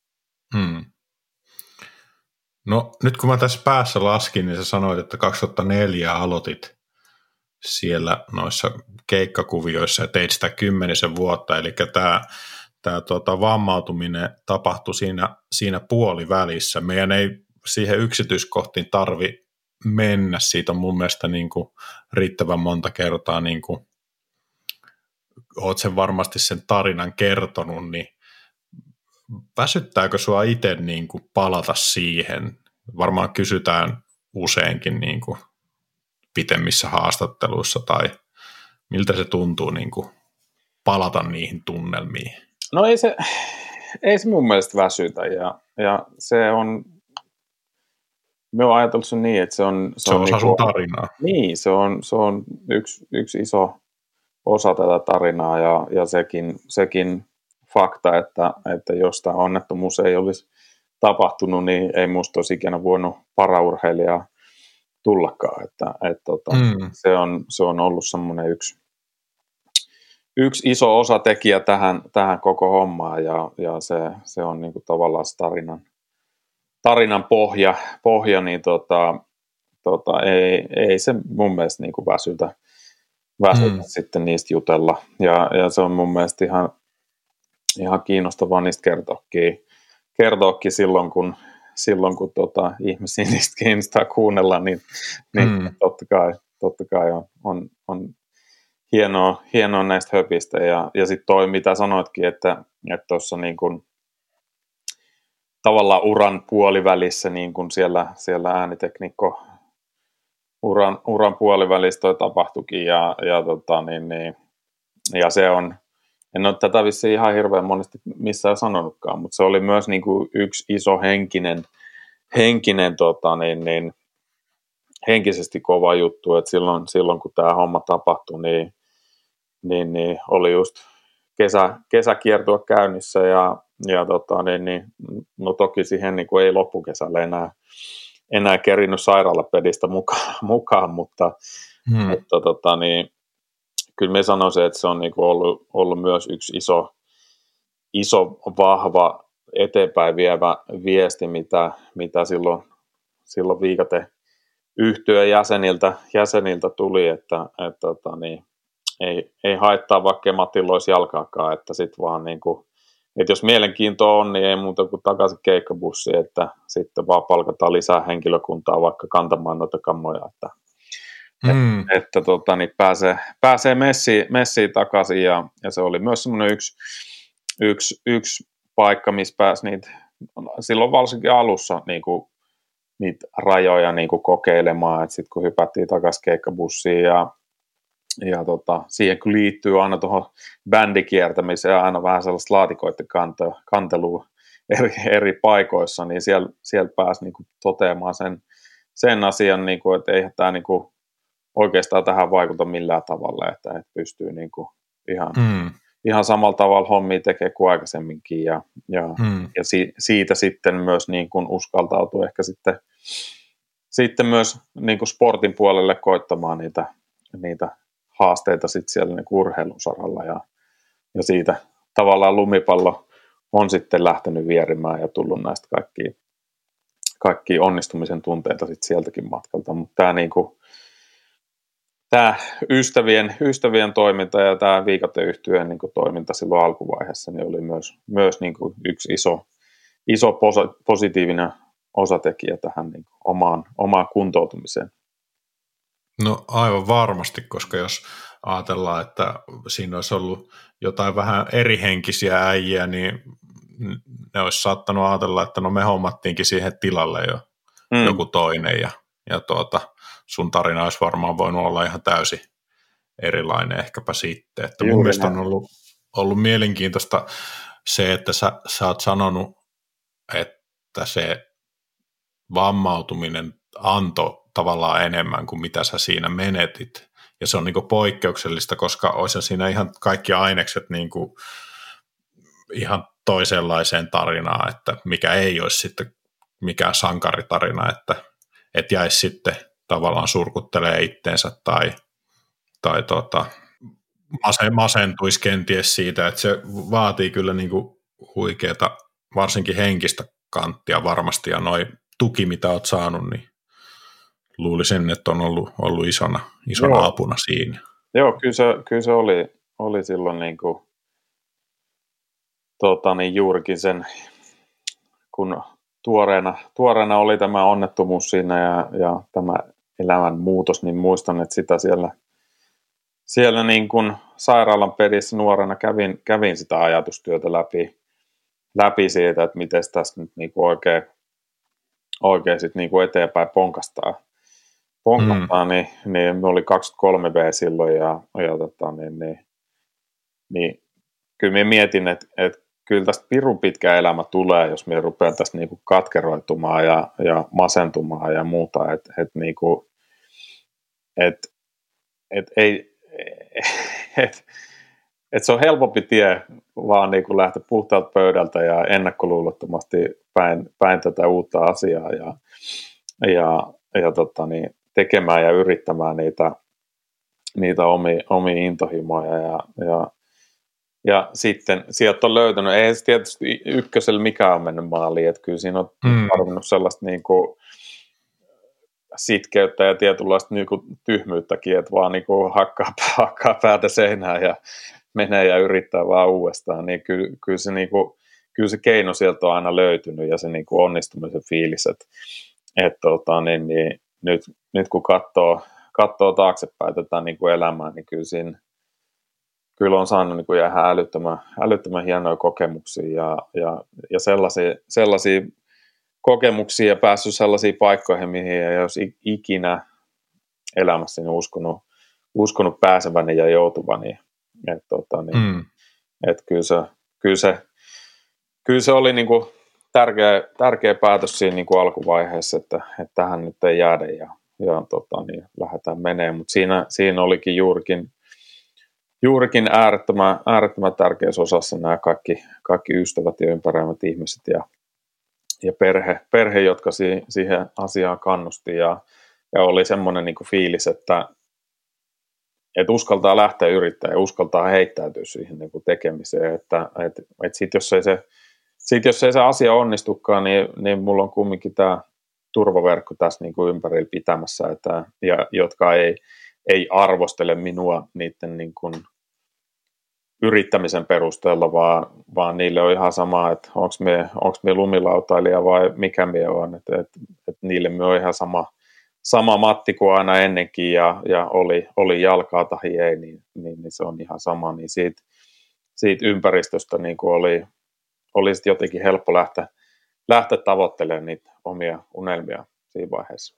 No nyt kun mä tässä päässä laskin, niin sä sanoit, että 2004 aloitit siellä noissa keikkakuvioissa ja teit sitä 10 vuotta, eli tämä vammautuminen tapahtui siinä puolivälissä. Meidän ei siihen yksityiskohtiin tarvi mennä, siitä on mun mielestä niin kuin riittävän monta kertaa, niin kuin oot sen varmasti sen tarinan kertonut, niin väsyttääkö sua itse niin kuin palata siihen? Varmaan kysytään useinkin niin kuin pitemmissä haastatteluissa, tai miltä se tuntuu niin kuin palata niihin tunnelmiin? No ei se mun mielestä väsytä, ja se on, me on ajatellut sen niin, että se on osa niin sun tarinaa. Niin, se on yksi iso osa tätä tarinaa, ja sekin fakta, että jos tämä onnettomuus ei olisi tapahtunut, niin ei musta olisi ikinä voinut paraurheilijaa tullakaan, se on ollut semmoinen yksi iso osatekijä tähän koko hommaan, ja se on niinku tavallaan tarinan pohja niin ei se mun mielestä niinku väsytä sitten niistä jutella, ja se on mun mielestä ihan kiinnostavaa niistä kertoakin silloin, kun ihmisiä niistä kiinnostaa kuunnella, niin totta kai on hienoa näistä höpistä, ja sitten toi, mitä sanoitkin, että tuossa niin kun tavallaan uran puolivälissä, niin kun siellä äänitekniikko uran puolivälissä toi tapahtuikin, ja se on, en ole tätä vissiin ihan hirveän monesti missään sanonutkaan, mutta se oli myös niin kuin yksi iso henkisesti kova juttu, että silloin kun tämä homma tapahtui, niin oli just kesäkiertue käynnissä, no toki siihen niin kuin ei loppukesällä enää kerinyt sairaalapedistä mukaan, mutta kyllä me sanoisin, että se on niin kuin ollut myös yksi iso vahva eteenpäin vievä viesti, mitä silloin Viikate yhtyön jäseniltä tuli, että ei haittaa, vaikka Matilla olisi jalkaakaan, että sit vaan niin kuin, että jos mielenkiintoa on, niin ei muuta kuin takaisin keikkabussiin, että sitten vaan palkataan lisää henkilökuntaa vaikka kantamaan noita kammoja, että pääsee messiin takaisin, ja se oli myös semmoinen yksi paikka, missä pääsi silloin varsinkin alussa niitä rajoja kokeilemaan, että sitten kun hypättiin takaisin keikkabussiin, ja siihen kun liittyy aina tuohon bändikiertämiseen aina vähän sellaista laatikoiden kantelua eri paikoissa, niin siellä pääsi toteamaan sen asian, että eihän tämä oikeastaan tähän vaikuta millään tavalla, että pystyy ihan samalla tavalla hommia tekee kuin aikaisemminkin, ja siitä sitten myös uskaltautuu ehkä sitten myös sportin puolelle koittamaan niitä haasteita sitten siellä urheilun saralla, ja siitä tavallaan lumipallo on sitten lähtenyt vierimään ja tullut näistä kaikkia onnistumisen tunteita sitten sieltäkin matkalta, mutta tämä ystävien toiminta ja tämä Viikate-yhtyeen toiminta silloin alkuvaiheessa niin oli myös yksi iso positiivinen osatekijä tähän omaan kuntoutumiseen. No aivan varmasti, koska jos ajatellaan, että siinä olisi ollut jotain vähän erihenkisiä äijiä, niin ne olisi saattanut ajatella, että no me hommattiinkin siihen tilalle jo joku toinen, ja sun tarina olisi varmaan voinut olla ihan täysin erilainen ehkäpä sitten. Että mun mielestä on ollut mielenkiintoista se, että sä oot sanonut, että se vammautuminen antoi tavallaan enemmän kuin mitä sä siinä menetit. Ja se on niin kuin poikkeuksellista, koska olisi siinä ihan kaikki ainekset niin kuin ihan toisenlaiseen tarinaan, että mikä ei olisi sitten mikään sankaritarina, että jäisi sitten tavallaan surkuttelee itteensä tai masentuisi kenties siitä, että se vaatii kyllä niin kuin huikeata, varsinkin henkistä kanttia varmasti, ja noi tuki, mitä olet saanut, niin luulisin, että on ollut isona Joo. apuna siinä. Joo, kyllä se oli silloin niin kuin, niin juurikin sen, kun tuoreena oli tämä onnettomuus siinä ja tämä elämän muutos, niin muistan, että sitä siellä niin kuin sairaalan pedissä nuorena kävin sitä ajatustyötä läpi siitä, että miten tässä nyt niin kuin oikein sit niin kuin eteenpäin ponkastaa, niin me oli 23V silloin ja niin kyllä minä mietin, että kyllä tästä pirun pitkä elämä tulee, jos minä rupean tästä niinku katkeroitumaan ja masentumaan ja muuta, että se on helpompi tie vaan niinku lähteä puhtaalta pöydältä ja ennakkoluulottomasti päin tätä uutta asiaa ja tekemään ja yrittämään niitä omia intohimoja ja sitten sieltä on löytänyt, ei se tietysti ykkösellä mikään on mennyt maaliin, että kyllä siinä on tarvinnut sellaista niin kuin sitkeyttä ja tietynlaista niin kuin tyhmyyttäkin, että vaan niin kuin hakkaa päätä seinään ja menee ja yrittää vaan uudestaan, niin kyllä se keino sieltä on aina löytynyt ja se niin kuin onnistumisen fiilis, että nyt kun katsoo taaksepäin tätä niin kuin elämää, niin kyllä on saanut niin kuin ihan älyttömän hienoja kokemuksia ja sellaisia kokemuksia ja päässyt sellaisiin paikkoihin, mihin ei olisi ikinä elämässäni uskonut pääseväni ja joutuvani. Kyllä se oli niin kuin tärkeä päätös siinä niin kuin alkuvaiheessa, että tähän nyt ei jäädä ja lähdetään meneen, mutta siinä olikin juurikin äärettömän tärkeässä osassa nämä kaikki ystävät ja ympäröimät ihmiset ja perhe jotka siihen asiaan kannusti ja oli semmoinen niin kuin fiilis, että uskaltaa lähteä yrittämään ja uskaltaa heittäytyä siihen niin kuin tekemiseen, että jos ei se asia onnistukaan, niin mulla on kumminkin tämä turvaverkko tässä niin kuin ympärillä pitämässä, jotka ei arvostele minua niiden niin kuin yrittämisen perusteella, vaan niille on ihan sama, että onko me lumilautailija vai mikä me on, että niille me on ihan sama matti kuin aina ennenkin ja oli jalkaa tai ei, niin se on ihan sama, niin siitä ympäristöstä niin kuin oli sitten jotenkin helppo lähteä tavoittelemaan niitä omia unelmia siinä vaiheessa.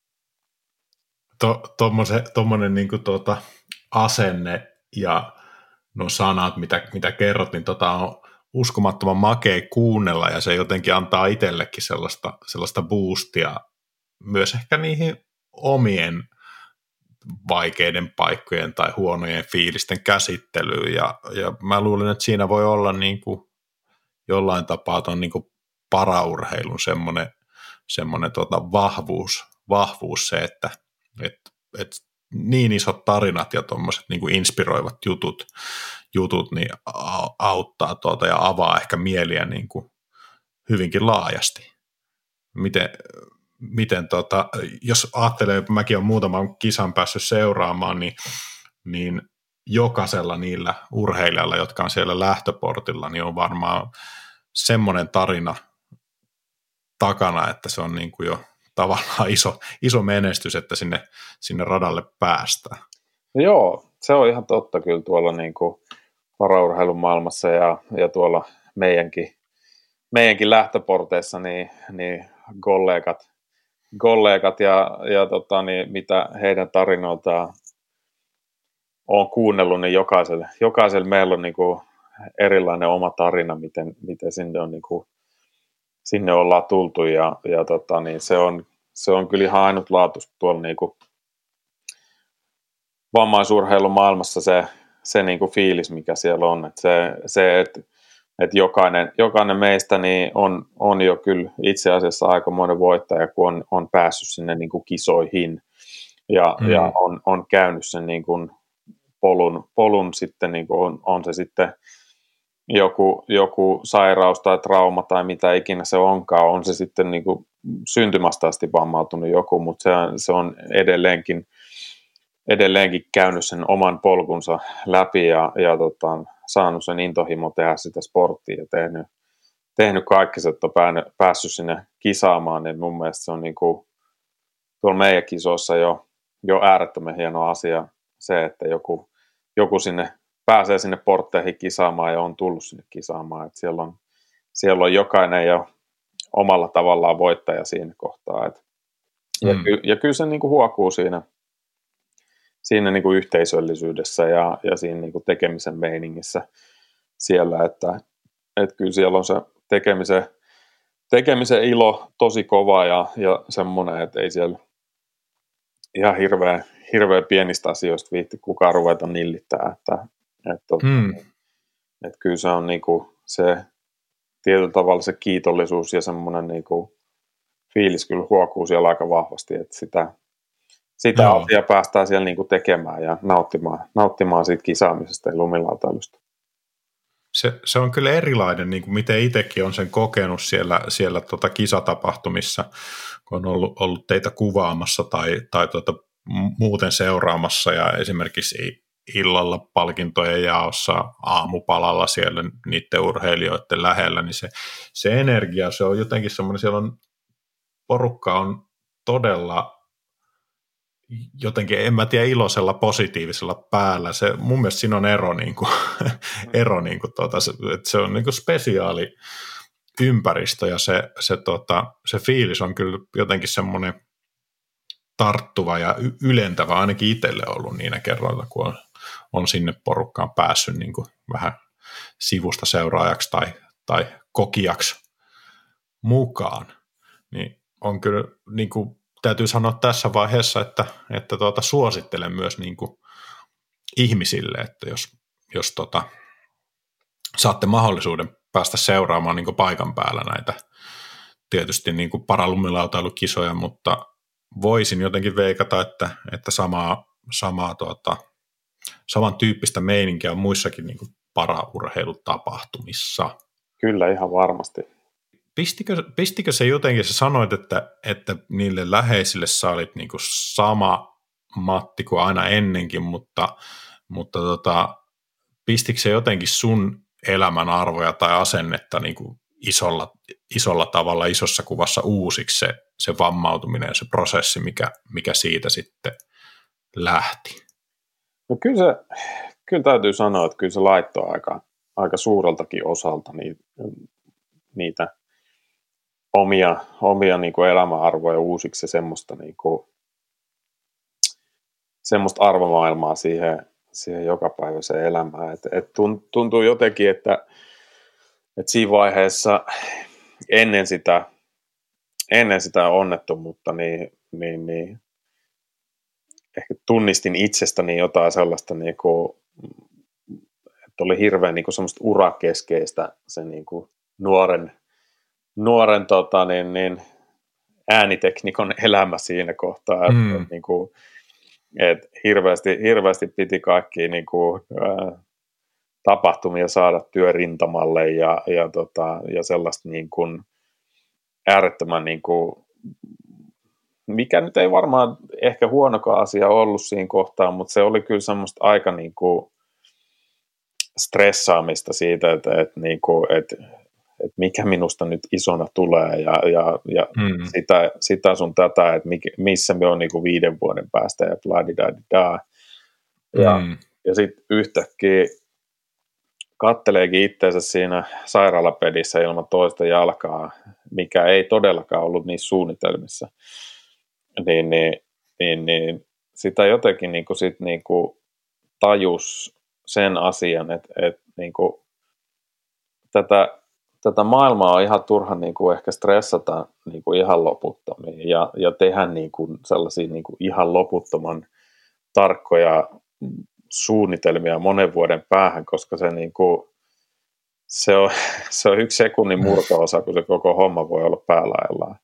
Tuommoinen niin kuin asenne ja nuo sanat, mitä kerrot, niin on uskomattoman makea kuunnella ja se jotenkin antaa itsellekin sellaista boostia myös ehkä niihin omien vaikeiden paikkojen tai huonojen fiilisten käsittelyyn ja mä luulen, että siinä voi olla niin kuin jollain tapaa tuon niin kuin paraurheilun semmoinen vahvuus se, että niin isot tarinat ja tuommoiset niin kuin inspiroivat jutut niin auttaa ja avaa ehkä mieliä niin kuin hyvinkin laajasti. Miten jos ajattelee, että mäkin olen muutaman kisan päässyt seuraamaan, niin jokaisella niillä urheilijalla, jotka on siellä lähtöportilla, niin on varmaan semmoinen tarina takana, että se on niin kuin jo tavallaan iso menestys, että sinne radalle päästään. Joo, se on ihan totta kyllä tuolla niin kuin paraurheilun maailmassa ja tuolla meidänkin lähtöporteissa niin kollegat ja mitä heidän tarinoiltaan olen kuunnellut, niin jokaisella meillä on niin kuin erilainen oma tarina, miten sinne on niin kuin, sinne ollaan tultu ja se on kyllä ihan ainutlaatuista tuolla niin kuin vammaisurheilun maailmassa se niin kuin fiilis, mikä siellä on, että jokainen meistä niin on jo kyllä itse asiassa aikamoinen voittaja, kun on päässyt sinne niin kuin kisoihin ja on käynyt sen niin kuin polun sitten niin kuin on se sitten joku sairaus tai trauma tai mitä ikinä se onkaan, on se sitten niin kuin syntymästä asti vammautunut joku, mutta se on edelleenkin käynyt sen oman polkunsa läpi ja saanut sen intohimo tehdä sitä sporttia ja tehnyt kaikkensa, että on päässyt sinne kisaamaan, niin mun mielestä se on niin kuin tuolla meidän kisoissa jo äärettömän hieno asia se, että joku pääsee sinne portteihin kisaamaan ja on tullut sinne kisaamaan, että siellä on jokainen jo omalla tavallaan voittaja siinä kohtaa, ja kyllä se niin kuin huokuu siinä niin kuin yhteisöllisyydessä ja siinä niin kuin tekemisen meiningissä siellä, että kyllä siellä on se tekemisen ilo tosi kova ja semmoinen, että ei siellä ihan hirveän pienistä asioista viitti kukaan ruveta nillittää, että kyllä se on niin kuin se tietyllä tavalla se kiitollisuus ja semmoinen niin kuin fiilis kyllä huokuu siellä aika vahvasti, että sitä asiaa päästään siellä niin kuin tekemään ja nauttimaan siitä kisaamisesta ja lumilautailusta. Se on kyllä erilainen, niin kuin miten itsekin on sen kokenut siellä kisatapahtumissa, kun on ollut teitä kuvaamassa tai muuten seuraamassa ja esimerkiksi illalla palkintojen jaossa aamupalalla siellä niiden urheilijoiden lähellä, niin se energia, se on jotenkin semmoinen, siellä on porukka on todella jotenkin, en mä tiedä, iloisella, positiivisella päällä. Mun mielestä siinä on ero, että se on niin kuin spesiaali ympäristö ja se fiilis on kyllä jotenkin semmoinen tarttuva ja ylentävä ainakin itselle ollut niinä kerroilla, kun on sinne porukkaan päässyt niin kuin vähän sivusta seuraajaksi tai kokijaksi mukaan. Niin on kyllä niin kuin täytyy sanoa tässä vaiheessa, että suosittelen myös niin kuin ihmisille, että jos saatte mahdollisuuden päästä seuraamaan niin kuin paikan päällä näitä tietysti niin kuin paralumilautailukisoja, mutta voisin jotenkin veikata, että samantyyppistä meininkiä on muissakin niin kuin paraurheilutapahtumissa. Kyllä, ihan varmasti. Pistikö se jotenkin, sä sanoit, että niille läheisille sä olit niin kuin sama Matti kuin aina ennenkin, mutta pistikö se jotenkin sun elämän arvoja tai asennetta niin kuin isolla tavalla, isossa kuvassa uusiksi se vammautuminen ja se prosessi, mikä siitä sitten lähti? No kyllä täytyy sanoa, että kyllä se laittoi aika suureltakin osalta niitä omia niin kuin elämänarvoja uusiksi ja semmoista arvomaailmaa siihen jokapäiväiseen elämään. Et tuntuu jotenkin, että siinä vaiheessa ennen sitä onnettomuutta niin ehkä tunnistin itsestäni jotain sellaista, niin kuin, että oli hirveän niin kuin semmoista urakeskeistä se niin kuin nuoren ääniteknikon elämä siinä kohtaa, että hirveästi piti kaikkia niin kuin, tapahtumia saada työrintamalle ja sellaista niin kuin, äärettömän niin kuin, mikä nyt ei varmaan ehkä huonokaan asia ollut siinä kohtaa, mutta se oli kyllä semmoista aika niin kuin stressaamista siitä, että mikä minusta nyt isona tulee ja sitä sun tätä, että missä me on niin kuin 5 vuoden päästä ja bladidadida. Ja sitten yhtäkkiä katteleekin itseensä siinä sairaalapedissä ilman toista jalkaa, mikä ei todellakaan ollut niissä suunnitelmissa. Niin sitä jotenkin niinku tajus sen asian, että niinku tätä maailmaa on ihan turha niinku ehkä stressata niinku ihan loputtomiin ja tehdä niinku sellaisia niinku ihan loputtoman tarkkoja suunnitelmia monen vuoden päähän, koska se on 1 sekunnin murto-osa, kun se koko homma voi olla päälaillaan.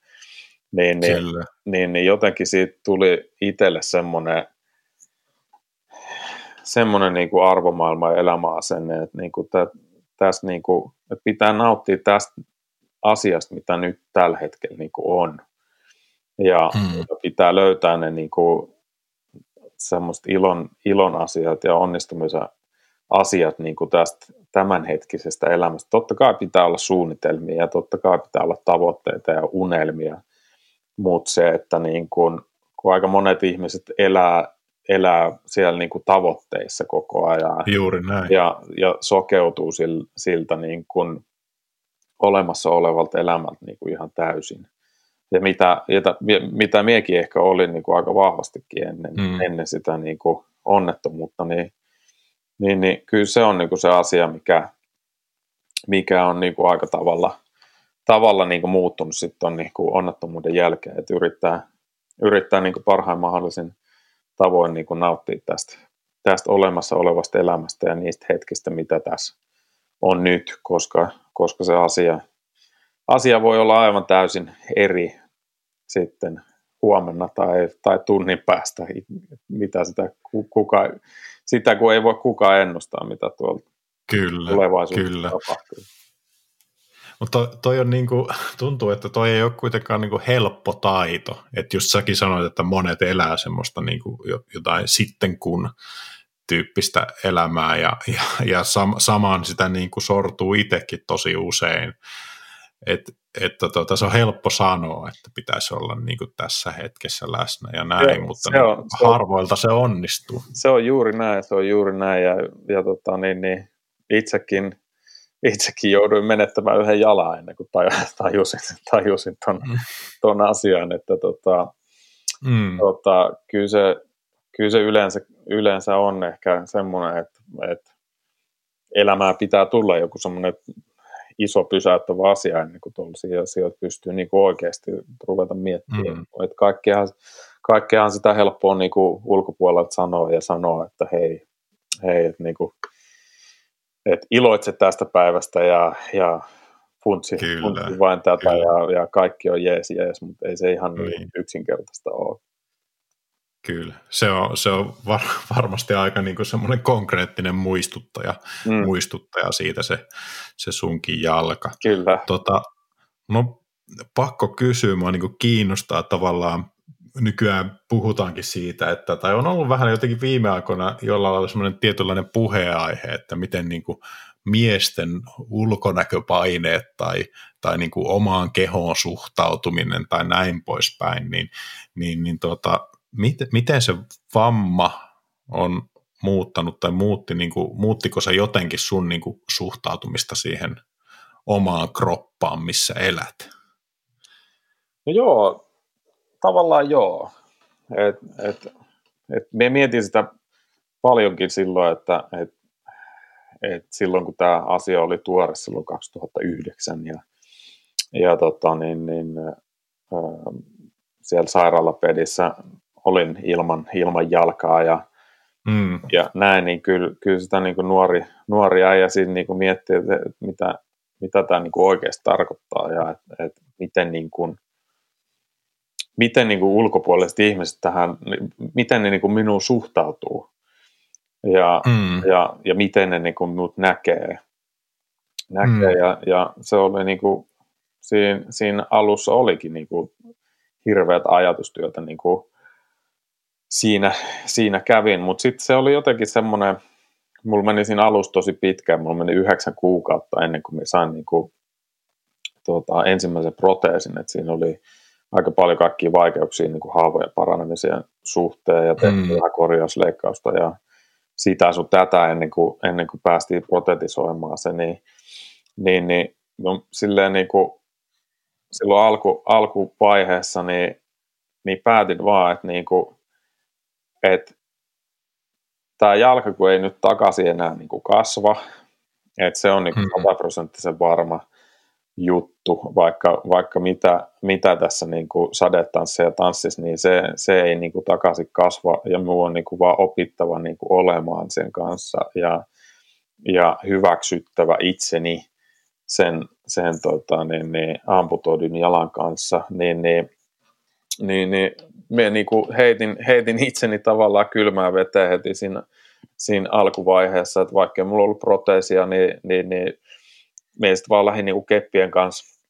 Niin jotenkin siitä tuli itselle semmoinen semmoinen niin kuin arvomaailma ja elämäasenne, että niin kuin tässä niin kuin, että pitää nauttia tästä asiasta, mitä nyt tällä hetkellä niin kuin on. Ja pitää löytää ne niin kuin semmoiset ilon asiat ja onnistumisen asiat niin kuin tästä tämänhetkisestä elämästä. Totta kai pitää olla suunnitelmia ja totta kai pitää olla tavoitteita ja unelmia, mutta se, että niin kun aika monet ihmiset elää siellä niin kuin tavoitteissa koko ajan. Juuri näin. Ja sokeutuu siltä niin kuin olemassa olevalta elämältä niin kuin ihan täysin. Ja mitä miekin ehkä olin niin kuin aika vahvastikin ennen sitä niin kuin onnettomuutta, niin kyllä se on niin kuin se asia, mikä on niin kuin aika tavalla niin kuin muuttunut sitten niin kuin onnettomuuden jälkeen, että yrittää niin kuin parhaan mahdollisen tavoin niin kuin nauttia tästä olemassa olevasta elämästä ja niistä hetkistä, mitä tässä on nyt, koska se asia voi olla aivan täysin eri sitten huomenna tai tunnin päästä, mitä sitä kun ei voi kukaan ennustaa, mitä tuolla tulevaisuudessa tapahtuu. Mutta toi on niinku, tuntuu, että toi ei ole kuitenkaan niinku helppo taito. Että just säkin sanoit, että monet elää semmoista niinku jotain sitten kun tyyppistä elämää ja samaan sitä niinku sortuu itsekin tosi usein. Että se on helppo sanoa, että pitäisi olla niinku tässä hetkessä läsnä ja näin, mutta harvoilta se onnistuu. Se on juuri näin ja itsekin jouduin menettämään yhden jalan ennen kuin tajusin ton asian, että kyllä se yleensä on ehkä semmoinen, että elämään pitää tulla joku semmoinen iso pysäyttävä asia ennen kuin tuollaisia asioita pystyy niin kuin oikeasti ruveta miettimään. Että kaikkeahan sitä helppoa niin kuin ulkopuolelta sanoa, että hei että niin kuin että iloitse tästä päivästä ja funtsi vain tätä ja kaikki on jees, mutta ei se ihan niin yksinkertaista ole. Kyllä, se on varmasti aika niin kuin semmoinen konkreettinen muistuttaja siitä se sunkin jalka. Kyllä. No pakko kysyä, mua niin kuin kiinnostaa tavallaan, nykyään puhutaankin siitä, tai on ollut vähän jotenkin viime aikoina jollain lailla semmoinen tietynlainen puheenaihe, että miten niin kuin miesten ulkonäköpaineet tai niin kuin omaan kehoon suhtautuminen tai näin poispäin, miten se vamma on muuttanut tai muuttiko se jotenkin sun niin kuin suhtautumista siihen omaan kroppaan, missä elät? No joo, tavallaan joo. Me mietin sitä paljonkin silloin, että silloin kun tämä asia oli tuore silloin 2009 ja siellä sairaalapedissä olin ilman jalkaa ja näin, niin kyllä sitä niin kuin nuori äijä siinä niin kuin miettii, että mitä tämä niin kuin oikeasti tarkoittaa ja että miten niin kuin ulkopuoliset ihmiset tähän, miten ne niin kuin minuun suhtautuu ja miten ne niin kuin minut näkee ja se oli niin kuin, siinä alussa olikin niin kuin hirveät ajatustyötä niin kuin siinä kävin, mutta sitten se oli jotenkin semmoinen, mulla meni siinä alussa tosi pitkään, mulla meni 9 kuukautta ennen kuin mä sain niin kuin, ensimmäisen proteesin, että siinä oli aika paljon kaikkia vaikeuksia niin kuin haavojen paranemisen suhteen ja tehtiin vähän korjausleikkausta ja sitä sun tätä ennen kuin päästiin protetisoimaan se, niin silleen niin kuin silloin alkuvaiheessa niin päätin vaan, että niin kuin, että tämä jalka kun ei nyt takaisin enää niin kuin kasva, että se on niin kuin 100% varma juttu, vaikka mitä tässä niin kuin sadetanssia ja tanssissa, niin se ei niin kuin takaisin kasva ja minun on niin kuin vaan opittava niin kuin olemaan sen kanssa ja hyväksyttävä itseni sen amputoidun jalan kanssa, niin me niin kuin heitin itseni tavallaan kylmään veteen heti siinä alkuvaiheessa, että vaikka ei mulla ollut proteesia, niin meistä vaan lähdin niin kuin keppien kanssa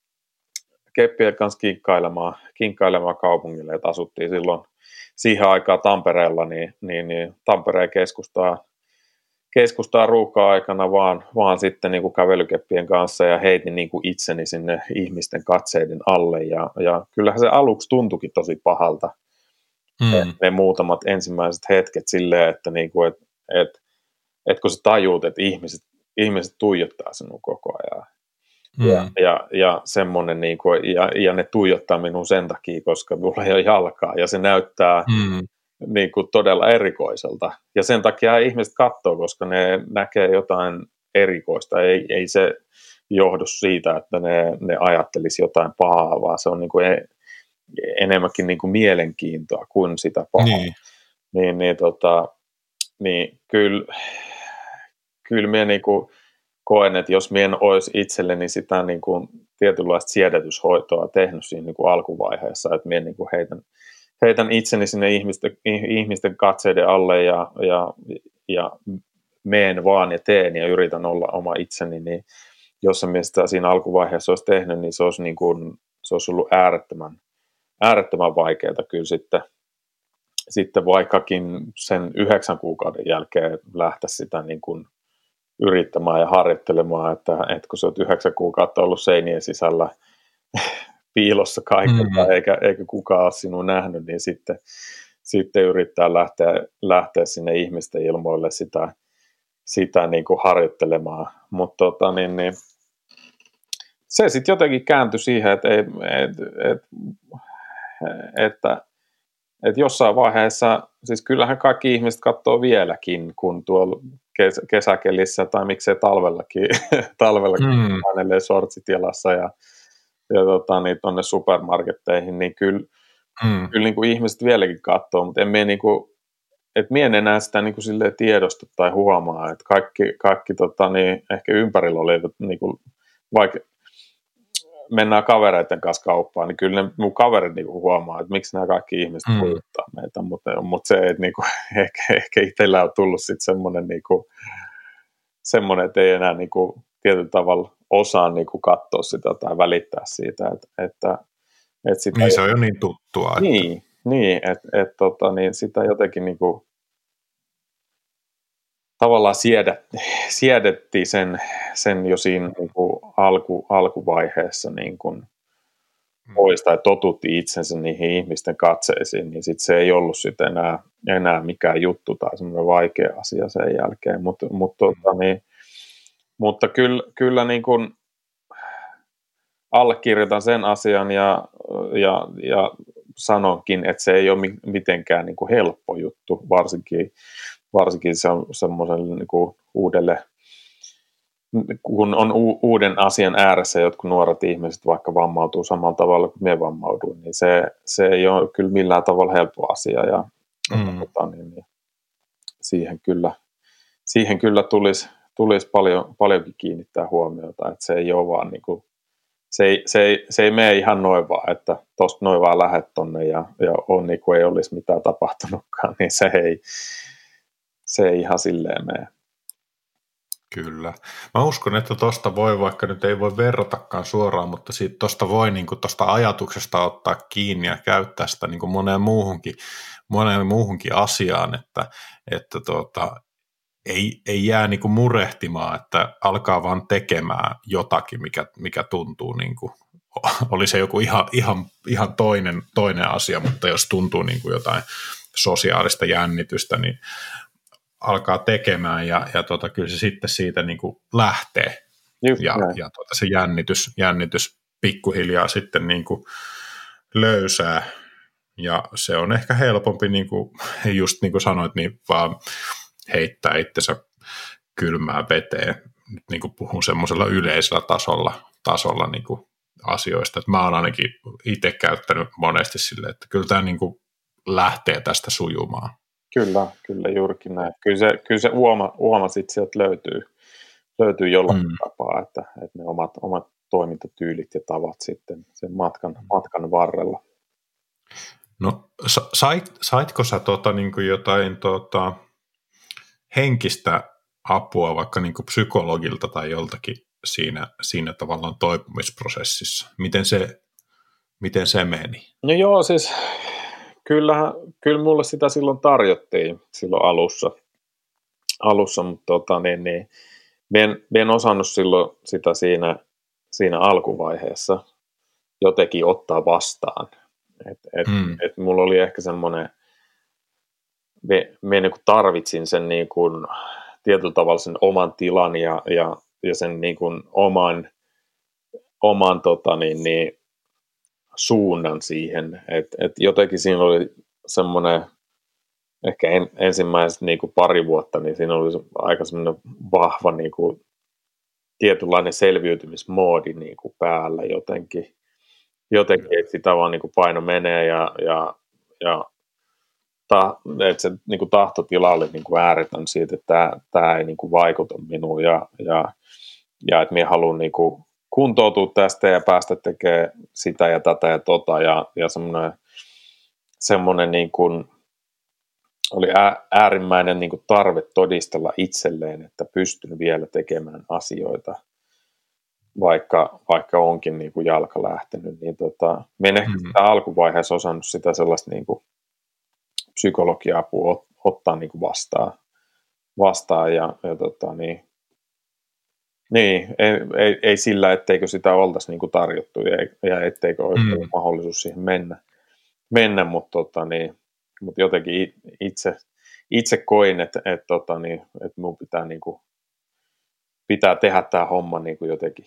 kinkkailemaan kaupungille, että asuttiin silloin siihen aikaan Tampereella, niin Tampereen keskustaa ruuhka-aikana vaan sitten niin kuin kävelykeppien kanssa ja heitin niin kuin itseni sinne ihmisten katseiden alle ja kyllähän se aluksi tuntuikin tosi pahalta ne muutamat ensimmäiset hetket silleen, että niin kuin, et kun sä tajuut, että ihmiset tuijottaa sinua koko ajan. Ja semmoinen, niin kuin, ja ne tuijottaa minua sen takia, koska mulla ei ole jalkaa, ja se näyttää niin kuin todella erikoiselta. Ja sen takia ihmiset katsoo, koska ne näkee jotain erikoista. Ei se johdu siitä, että ne ajattelisi jotain pahaa, vaan se on niin kuin enemmänkin niin kuin mielenkiintoa kuin sitä pahaa. Niin kyllä minä niin kuin koen, että jos minä en olisi itselleni sitä niin kuin tietynlaista siedätyshoitoa tehnyt siinä niin kuin alkuvaiheessa, että minä niin kuin heitän itseni sinne ihmisten katseiden alle ja meen vaan ja teen ja yritän olla oma itseni, niin jos minä sitä siinä alkuvaiheessa olisi tehnyt, niin se olisi ollut äärettömän vaikeaa kyllä sitten vaikkakin sen 9 kuukauden jälkeen lähteä sitä niin kuin yrittämään ja harjoittelemaan, että kun sä oot 9 kuukautta ollut seinien sisällä piilossa kaikilta, eikä kukaan ole sinua nähnyt, niin sitten yrittää lähteä sinne ihmisten ilmoille sitä niin kuin harjoittelemaan. Mutta niin, se sitten jotenkin kääntyi siihen, että jossain vaiheessa, siis kyllähän kaikki ihmiset katsoo vieläkin, kun tuolla kesäkelissä tai miksei talvellakin hänelle sortsit jalassa ja tuonne supermarketteihin, niin kyllä niin kuin ihmiset vieläkin katsoo, mutta minä en enää sitä niin kuin silleen tiedosta tai huomaa, että kaikki ehkä ympärillä olivat, niin kuin, vaikka mennään kavereiden kanssa kauppaan, niin kyllä ne mun kaverit niin kuin huomaa, että miksi nämä kaikki ihmiset puhuttaa meitä, mutta se, että niin kuin, ehkä itsellä on tullut sitten semmoinen, että ei enää niin kuin, tietyllä tavalla osaa niin kuin katsoa sitä tai välittää siitä, että sitä niin se on jo niin tuttua. Niin, niin sitä jotenkin niin kuin, tavallaan siedettiin sen jo siinä niin kuin alkuvaiheessa niin kuin pois tai totutti itsensä niihin ihmisten katseisiin, niin sitten se ei ollut sit enää mikään juttu tai semmoinen vaikea asia sen jälkeen, mutta kyllä niin kuin allekirjoitan sen asian ja sanonkin, että se ei ole mitenkään niin kuin helppo juttu, varsinkin se on semmoisen niin kuin kun on uuden asian ääressä jotkut nuoret ihmiset vaikka vammautuu samalla tavalla kuin minä vammauduin, niin se ei ole kyllä millään tavalla helppo asia ja niin siihen kyllä tulisi paljonkin kiinnittää huomiota, että se ei ole vaan niin kuin, se ei mene ihan noin vaan, että tosta noin vaan lähdet tonne ja on niin kuin ei olisi mitään tapahtunutkaan, niin se ei ihan silleen mene. Kyllä. Mä uskon, että tuosta voi, vaikka nyt ei voi verratakaan suoraan, mutta tuosta voi niin tuosta ajatuksesta ottaa kiinni ja käyttää sitä niin kuin moneen muuhunkin asiaan, että ei jää niin kuin murehtimaan, että alkaa vaan tekemään jotakin, mikä tuntuu niin kuin, oli se joku ihan toinen asia, mutta jos tuntuu niin kuin jotain sosiaalista jännitystä, niin alkaa tekemään ja kyllä se sitten siitä niin kuin lähtee. Ja se jännitys pikkuhiljaa sitten niin kuin löysää ja se on ehkä helpompi, niin kuin, just niin kuin sanoit, niin vaan heittää itsensä kylmään veteen. Nyt niin kuin puhun semmoisella yleisellä tasolla niin kuin asioista, että mä oon ainakin itse käyttänyt monesti silleen, että kyllä tämä niin kuin lähtee tästä sujumaan. Kyllä juurikin näin. Kyllä se uoma sitten sieltä löytyy jollain tapaa, että ne omat toimintatyylit ja tavat sitten sen matkan varrella. No saitko sä niin kuin jotain henkistä apua vaikka niin kuin psykologilta tai joltakin siinä tavallaan toipumisprosessissa? Miten se meni? No joo, siis kyllä mulle sitä silloin tarjottiin silloin alussa mutta en osannut silloin sitä siinä alkuvaiheessa jotenkin ottaa vastaan. Et mulla oli ehkä semmoinen, me niin kuin tarvitsin sen niin kuin tietyllä tavalla sen oman tilan ja sen niin kuin oman suunnan siihen. Et jotenkin siinä oli semmoinen, ehkä ensimmäiset niin kuin pari vuotta, niin siinä oli aika semmoinen vahva niin kuin tietynlainen selviytymismoodi niin kuin päällä jotenkin, että sitä vaan niin kuin paino menee ja että se niin kuin tahtotila oli niin kuin ääretön siitä, että tämä ei niin kuin vaikuta minuun ja että minä haluan niin kuin kuntoutua tästä ja päästä tekemään sitä ja tätä ja tota ja semmoinen niin kuin oli äärimmäinen niin kuin tarve todistella itselleen, että pystyn vielä tekemään asioita, vaikka onkin niin kuin jalka lähtenyt. Niin en ehkä sitä alkuvaiheessa osannut sitä sellaista niin kuin psykologia-apua ottaa niin kuin vastaan ei sillä, etteikö sitä oltaisi niin kuin tarjottu ja etteikö olisi ollut mahdollisuus siihen mennä mutta jotenkin itse koin, että minun pitää niin kuin pitää tehdä tämä homma niin kuin jotenkin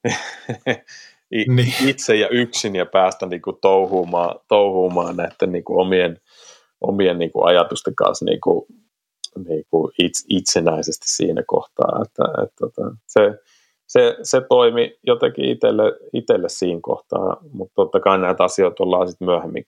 itse ja yksin ja päästä niin kuin touhuumaan näiden niin kuin omien niin kuin ajatusten kanssa niin kuin itsenäisesti siinä kohtaa, että se toimi jotenkin itselle siinä kohtaa, mutta totta kai näitä asioita ollaan sitten myöhemmin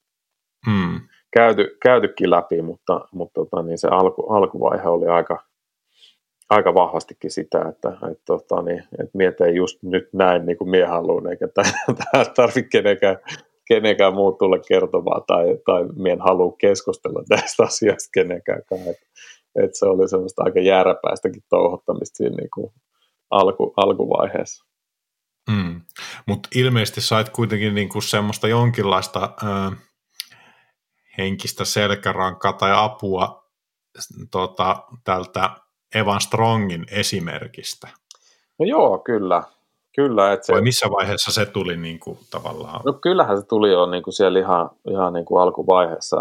käytykin läpi, mutta se alkuvaihe oli aika vahvastikin sitä, että mietin just nyt näin niin kuin minä haluan, eikä tarvitse kenenkään muu tulla kertomaan tai minä en halua keskustella näistä asioista kenenkään. Että se oli semmoista aika jääräpäistäkin touhottamista siinä niin kuin alkuvaiheessa. Mutta ilmeisesti sait kuitenkin niinku semmoista jonkinlaista henkistä selkärankaa tai apua tältä Evan Strongin esimerkistä. No joo, kyllä. Vai missä vaiheessa se tuli niinku tavallaan? No kyllähän se tuli jo niinku siellä ihan niinku alkuvaiheessa,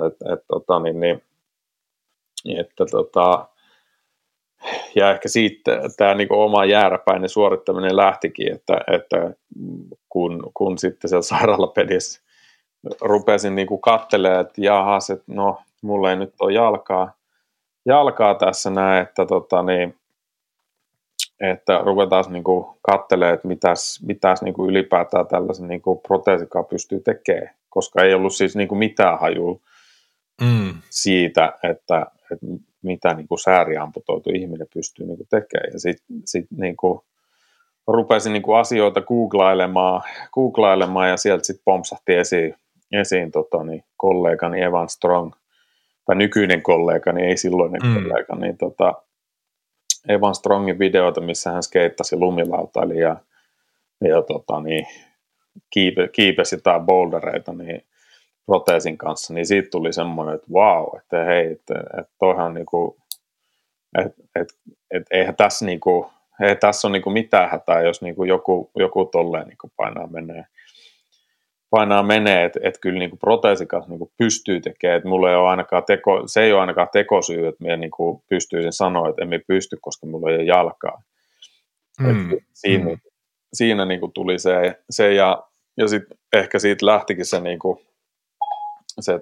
ja ehkä siitä tämä niinku oma jääräpäinen suorittaminen lähtikin, että kun sitten siellä sairaalapedissä rupesin niinku katselemaan, että jahas, että no mulla ei nyt ole jalkaa tässä näin, että ruvetaan niinku katselemaan, että mitäs niinku ylipäätään tällaisen niinku proteesikaan pystyy tekemään, koska ei ollut siis niinku mitään hajua siitä, että mitä niinku sääriamputoitu ihminen pystyy niinku tekemään. Ja sit niinku rupesin niinku asioita googlailemaan ja sieltä sitten pompsahti esiin kollegani Evan Strong, tai nykyinen kollegani, ei silloinen kollega, niin Evan Strongin videota, missä hän skeittasi lumilautaili ja kiipesi jotain bouldereita niin proteesin kanssa, niin siitä tuli semmoinen, että vau, että hei, että toihan niinku, että eihän tässä niinku, ei tässä ole niinku mitään hätää, jos niinku joku tolleen niinku painaa menee, että kyllä niinku proteesin kanssa niinku pystyy tekemään, että mulla ei ole ainakaan se ei ole ainakaan tekosyy, että minä niinku pystyisin sanoa, että emme pysty, koska mulla ei ole jalkaa. Siinä niinku tuli se ja sitten ehkä siitä lähtikin se niinku se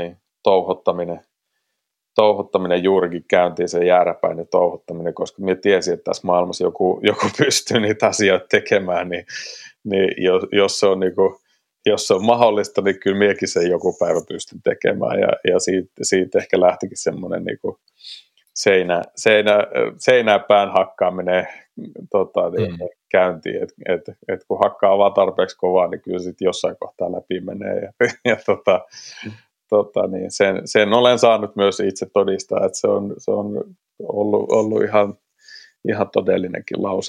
touhottaminen juurikin käyntiin, se jääräpäinen touhottaminen, koska minä tiesin, että tässä maailmassa joku pystyy niitä asioita tekemään, niin jos se on mahdollista, niin kyllä minäkin sen joku päivä pystyn tekemään, ja siitä ehkä lähtikin semmoinen niin seinää pään hakkaaminen käyntiin, että kun hakkaa vaan tarpeeksi kovaa, niin kyllä sitten jossain kohtaa läpi menee, niin sen olen saanut myös itse todistaa, että se on ollut ihan todellinenkin lause.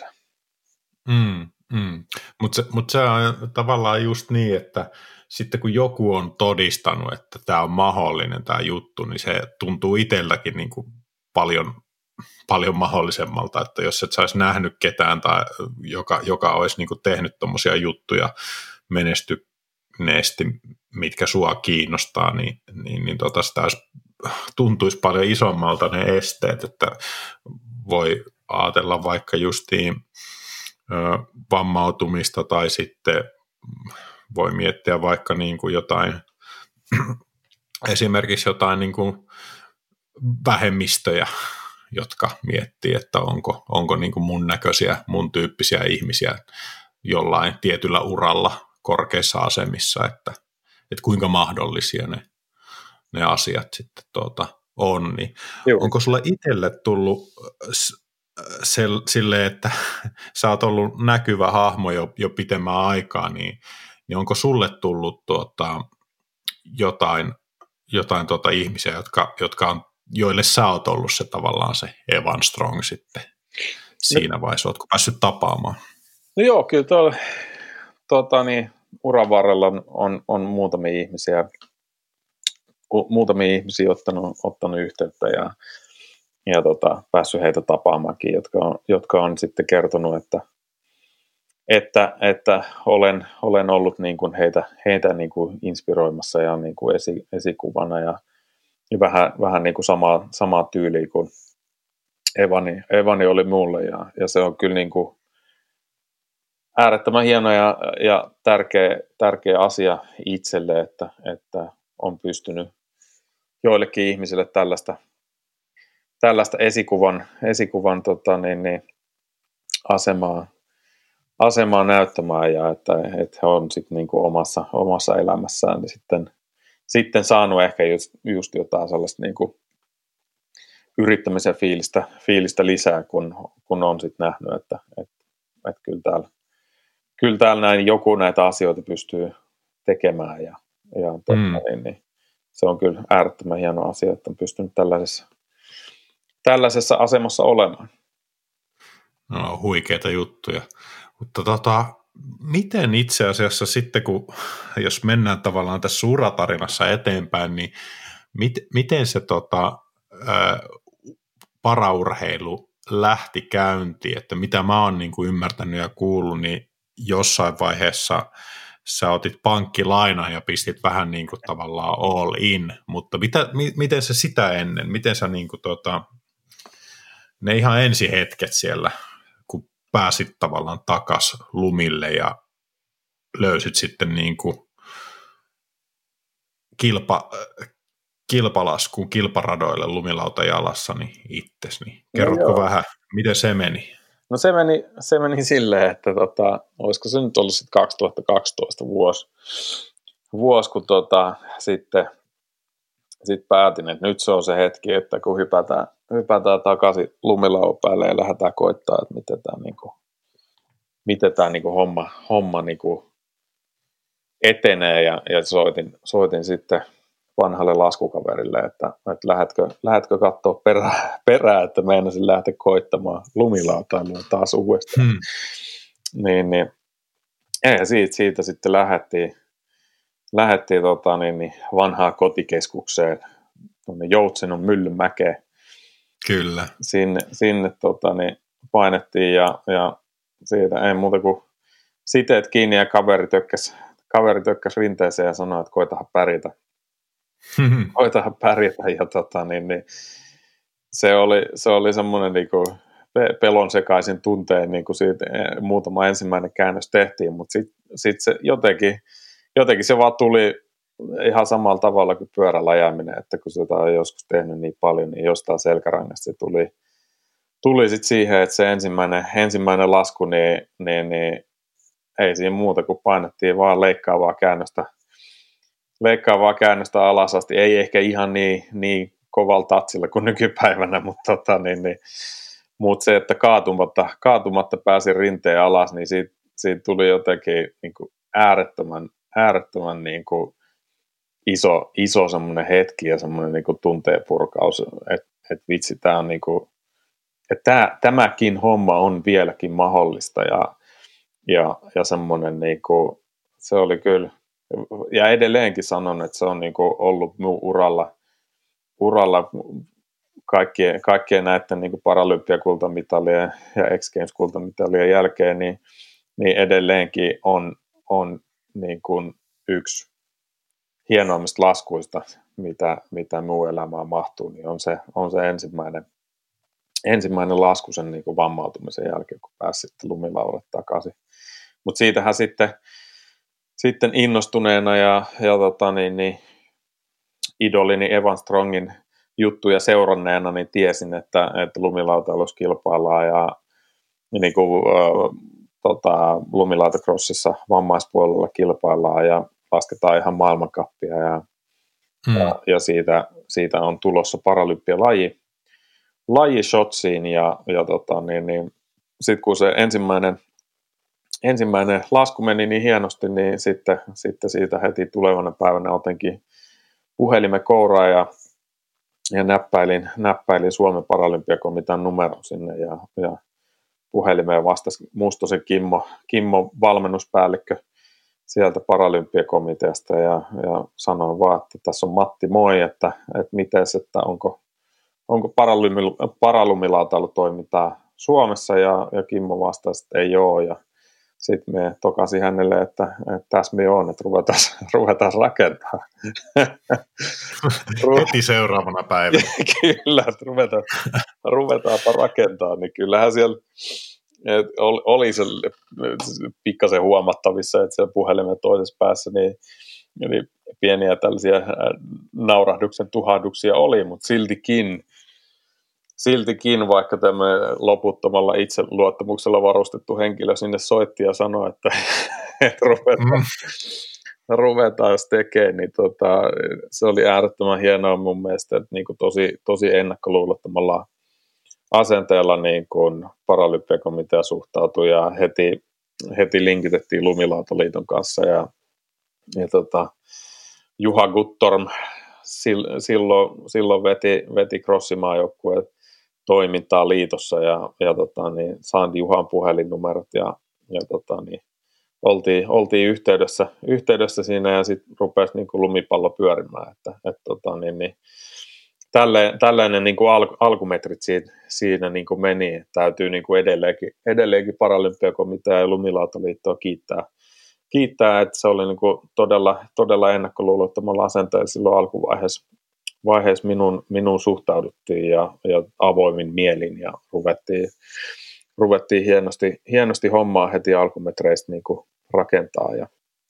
Mutta se on tavallaan just niin, että sitten kun joku on todistanut, että tämä on mahdollinen tämä juttu, niin se tuntuu itselläkin niin kuin paljon mahdollisemmalta, että jos et sä olisi nähnyt ketään tai joka olisi niin kuin tehnyt tuommoisia juttuja menestyneesti, mitkä sua kiinnostaa, niin sitä tuntuisi paljon isommalta ne esteet, että voi ajatella vaikka justiin vammautumista tai sitten voi miettiä vaikka niin kuin jotain, esimerkiksi jotain niin kuin vähemmistöjä, jotka miettii, että onko niin kuin mun näköisiä, mun tyyppisiä ihmisiä jollain tietyllä uralla korkeissa asemissa, että kuinka mahdollisia ne asiat sitten on. Niin onko sulle itselle tullut silleen, että sä oot ollut näkyvä hahmo jo pitemmän aikaa, niin onko sulle tullut jotain ihmisiä, jotka on, joille sä oot ollut se tavallaan se Evan Strong sitten siinä vaiheessa, ootko päässyt tapaamaan? No joo, kyllä uran varrella on muutamia ihmisiä ottanut yhteyttä ja päässyt heitä tapaamaankin, jotka on sitten kertonut, että olen ollut niin kuin heitä niin kuin inspiroimassa ja niin kuin esikuvana ja vähän niin kuin samaa tyyliä kuin Evani oli mulle ja se on kyllä niin kuin äärettömän hieno ja tärkeä asia itselle, että on pystynyt joillekin ihmisille tällaista esikuvan asemaa näyttämään ja että he on sitten niin kuin omassa elämässään niin sitten saanut ehkä just jotain sellaista niin kuin yrittämisen fiilistä lisää, kun on sitten nähnyt, että kyllä täällä näin joku näitä asioita pystyy tekemään ja niin se on kyllä äärettömän hieno asia, että on pystynyt tällaisessa asemassa olemaan. No, huikeita juttuja. Mutta miten itse asiassa sitten, jos mennään tavallaan tässä uratarinassa eteenpäin, niin miten se paraurheilu lähti käyntiin, että mitä mä oon niin kuin ymmärtänyt ja kuullut, niin jossain vaiheessa sä otit pankkilainan ja pistit vähän niin kuin tavallaan all in, mutta miten se sitä ennen, miten sä niin kuin ne ihan ensihetket siellä, kun pääsit tavallaan takas lumille ja löysit sitten niin kuin kilpalaskuun, kilparadoille lumilauta jalassa niin itsesi, niin kerrotko vähän, miten se meni? No se meni silleen, että olisiko se nyt ollut sitten 2012 vuosi kun sitten päätin, että nyt se on se hetki, että kun hypätään takaisin lumilauvan päälle ja lähdetään koittaa, että miten tämä niinku homma niinku etenee ja soitin sitten vanhalle laskukaverille, että lähdetkö katsoa perää, että meinasin lähteä koittamaan lumilautailua taas uudestaan. Niin, siitä sitten lähdettiin vanhaan kotikeskukseen tuonne Joutsenon Myllynmäkeen. Kyllä. Sinne painettiin ja siitä ei muuta kuin siteet kiinni ja kaveri tökkäs rinteeseen ja sanoi, että koitahan pärjätä. Koitahan pärjätä ja se oli semmoinen niinku pelon sekaisin tunteen, niin kuin siitä muutama ensimmäinen käännös tehtiin, mutta sit se jotenkin se vaan tuli ihan samalla tavalla kuin pyörällä ajaminen, että kun sitä on joskus tehnyt niin paljon, niin jostain selkärangasta se tuli sitten siihen, että se ensimmäinen lasku, niin ei siinä muuta kuin painettiin vaan leikkaavaa käännöstä alas asti, ei ehkä ihan niin kovalla tatsilla kuin nykypäivänä, mutta mutta se, että kaatumatta pääsi rinteen alas, niin siitä tuli jotenkin niin kuin äärettömän niin kuin iso semmoinen hetki ja semmoinen niin kuin tunteen purkaus, että vitsi, tämä on niin kuin, että tämäkin homma on vieläkin mahdollista ja semmoinen niin kuin, se oli kyllä, ja edelleenkin sanon, että se on niin kuin ollut minun uralla kaikkien näiden niin kuin Paralympiakultamitalien ja X Games kultamitalien jälkeen, niin edelleenkin on niin kuin yksi hienoimmista laskuista, mitä minun elämään mahtuu, niin on se ensimmäinen lasku sen niin kuin vammautumisen jälkeen, kun pääsi sitten lumilaudalle takaisin. Mutta siitähän sitten innostuneena ja idolini Evan Strongin juttuja seuranneena, niin tiesin, että lumilautailussa kilpaillaan ja niin kuin, lumilautakrossissa vammaispuolella kilpaillaan ja lasketaan ihan maailmankappia ja siitä on tulossa paralympialaji shotsiin ja sitten kun se ensimmäinen lasku meni niin hienosti, niin sitten siitä heti tulevana päivänä otinkin puhelimen kouraan ja näppäilin Suomen Paralympiakomitean numeron sinne ja puhelimeen vastasi Mustosen Kimmo valmennuspäällikkö sieltä Paralympiakomiteasta ja sanoin vaan, että tässä on Matti, moi, että mites, että onko paralumilautailutoimintaa Suomessa ja Kimmo vastasi, että ei ole ja sitten me tokasin hänelle, että tässä me on, että ruvetaan rakentaa. Heti seuraavana päivänä. Kyllä, että ruvetaanpa rakentaa, niin kyllähän siellä oli se pikkasen huomattavissa, että siellä puhelimen toisessa päässä niin pieniä tällaisia naurahduksen tuhahduksia oli, mutta siltikin vaikka tämmöinen loputtomalla itseluottamuksella varustettu henkilö sinne soitti ja sanoi, että ruvetaan tekemään, niin se oli äärettömän hienoa mun mielestä, että niin kuin tosi ennakkoluulottomalla asenteella niin kuin Paralympiakomitea suhtautui ja heti linkitettiin Lumilautaliiton kanssa ja Juha Guttorm silloin veti crossimaajoukkueen toimintaa liitossa ja sain Juhan puhelinnumerot ja oltiin yhteydessä siinä ja sitten rupesi niin kuin lumipallo pyörimään, tällainen niin kuin alkumetrit siinä niin kuin meni, että täytyy niin kuin edelleenkin Paralympiakomitea ja Lumilautaliittoa kiittää, että se oli niin kuin todella ennakkoluulottomalla asenteella silloin alkuvaiheessa minun suhtauduttiin ja avoimin mielin ja ruvettiin hienosti hommaa heti alkumetreistä niin kuin rakentaa ja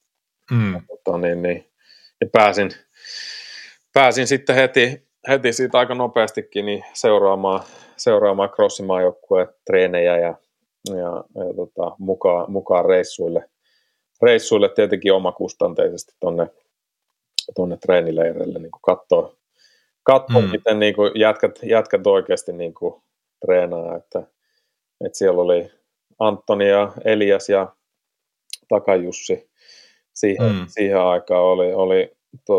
pääsin sitten heti siitä aika nopeastikin niin seuraamaan crossimaajoukkueen treenejä ja mukaan reissuille tietenkin omakustanteisesti tonne treenileireille niin katsoo miten niin kuin jätkät oikeasti niin kuin treenaa, että siellä oli Antoni ja Elias ja Takajussi siihen aikaan oli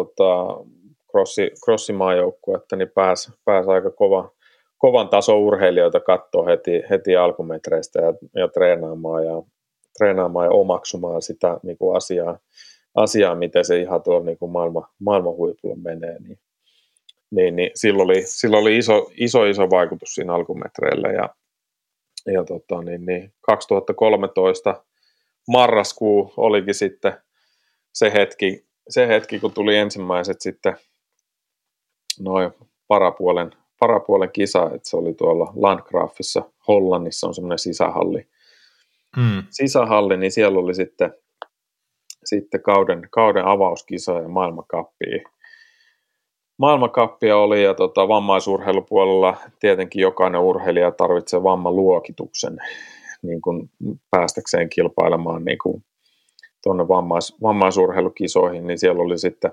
crossimaajoukkue, että niin pääsi aika kovan tason urheilijoita katsoa heti alkumetreistä ja treenaamaan ja omaksumaan sitä niin kuin asiaa, miten se ihan tuolla niin kuin maailman huipulla menee, niin silloin oli iso vaikutus siinä alkumetreillä ja 2013 marraskuu olikin sitten se hetki, kun tuli ensimmäiset sitten noin parapuolen kisa, että se oli tuolla Landgrafissa Hollannissa on semmoinen sisähalli, niin siellä oli sitten kauden avauskisa ja maailmankappia oli ja vammaisurheilupuolella tietenkin jokainen urheilija tarvitsee vammaluokituksen niin kuin päästäkseen kilpailemaan niin kuin tuonne vammaisurheilukisoihin, niin siellä oli sitten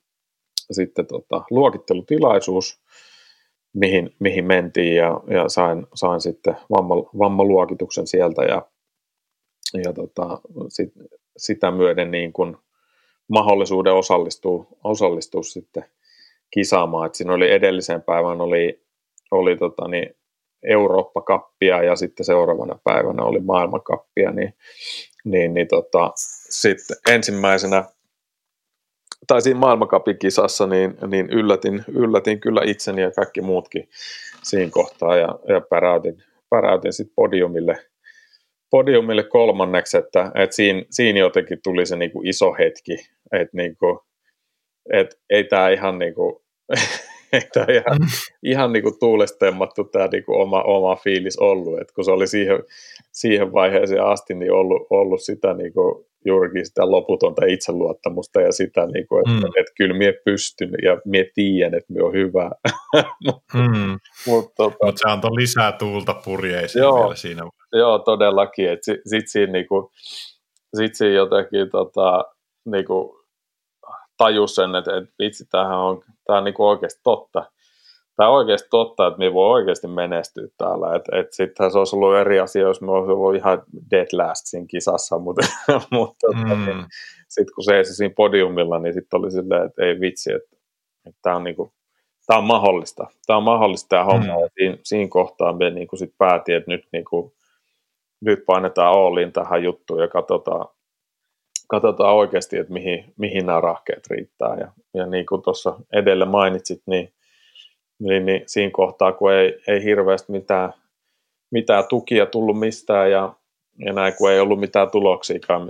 luokittelutilaisuus, mihin mentiin ja sain sitten vammaluokituksen sieltä ja sitä myöden niin kuin mahdollisuuden osallistua sitten kisaamaan. Et siinä oli edellisen päivän oli Eurooppa-kappia ja sitten seuraavana päivänä oli maailmankappia, niin sitten ensimmäisenä tai siinä maailmankapin kisassa niin yllätin kyllä itseni ja kaikki muutkin siinä kohtaa ja päräytin sitten podiumille kolmanneksi, että siinä jotenkin tuli se niinku iso hetki, että niinku, ei tämä ihan niinku ei tämä ihan niinku tuulestemmattu tämä niinku oma fiilis ollut, että kun se oli siihen vaiheeseen asti niin ollut sitä niinku juurikin sitä loputonta itseluottamusta ja sitä niinku, että kyllä mie pystyn ja mie tiedän, että mie on hyvä. Mutta se antoi lisää tuulta purjeisiin vielä siinä. Joo, todellakin. Sitten siinä jotenkin niinku tajus sen, että vitsi, tämä on niinku oikeasti totta. Tämä on oikeasti totta, että me voi oikeasti menestyä täällä. Sittenhän se olisi ollut eri asia, jos me olisi ollut ihan dead last siinä kisassa, mutta sitten kun seisi siinä podiumilla, niin sitten oli silleen, että ei vitsi, että tämä on niinku, tämä on mahdollista. Tämä on mahdollista tämä homma. Ja siinä kohtaa me niinku sit päätin, että nyt painetaan Ooliin tähän juttuun ja katsotaan oikeasti, että mihin nämä rahkeet riittää. Ja niin kuin tuossa edellä mainitsit, niin siinä kohtaa, kun ei hirveästi mitään tukia tullut mistään ja näin, kun ei ollut mitään tuloksiakaan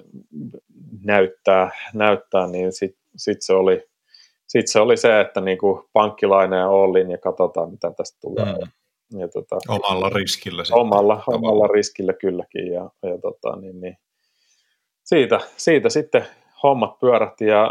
näyttää niin sit se oli se, että niinku pankkilaina ja Ooliin ja katsotaan, mitä tästä tulee. Ja omalla riskillä. Omalla riskillä kylläkin. Ja niin siitä sitten hommat pyörähti ja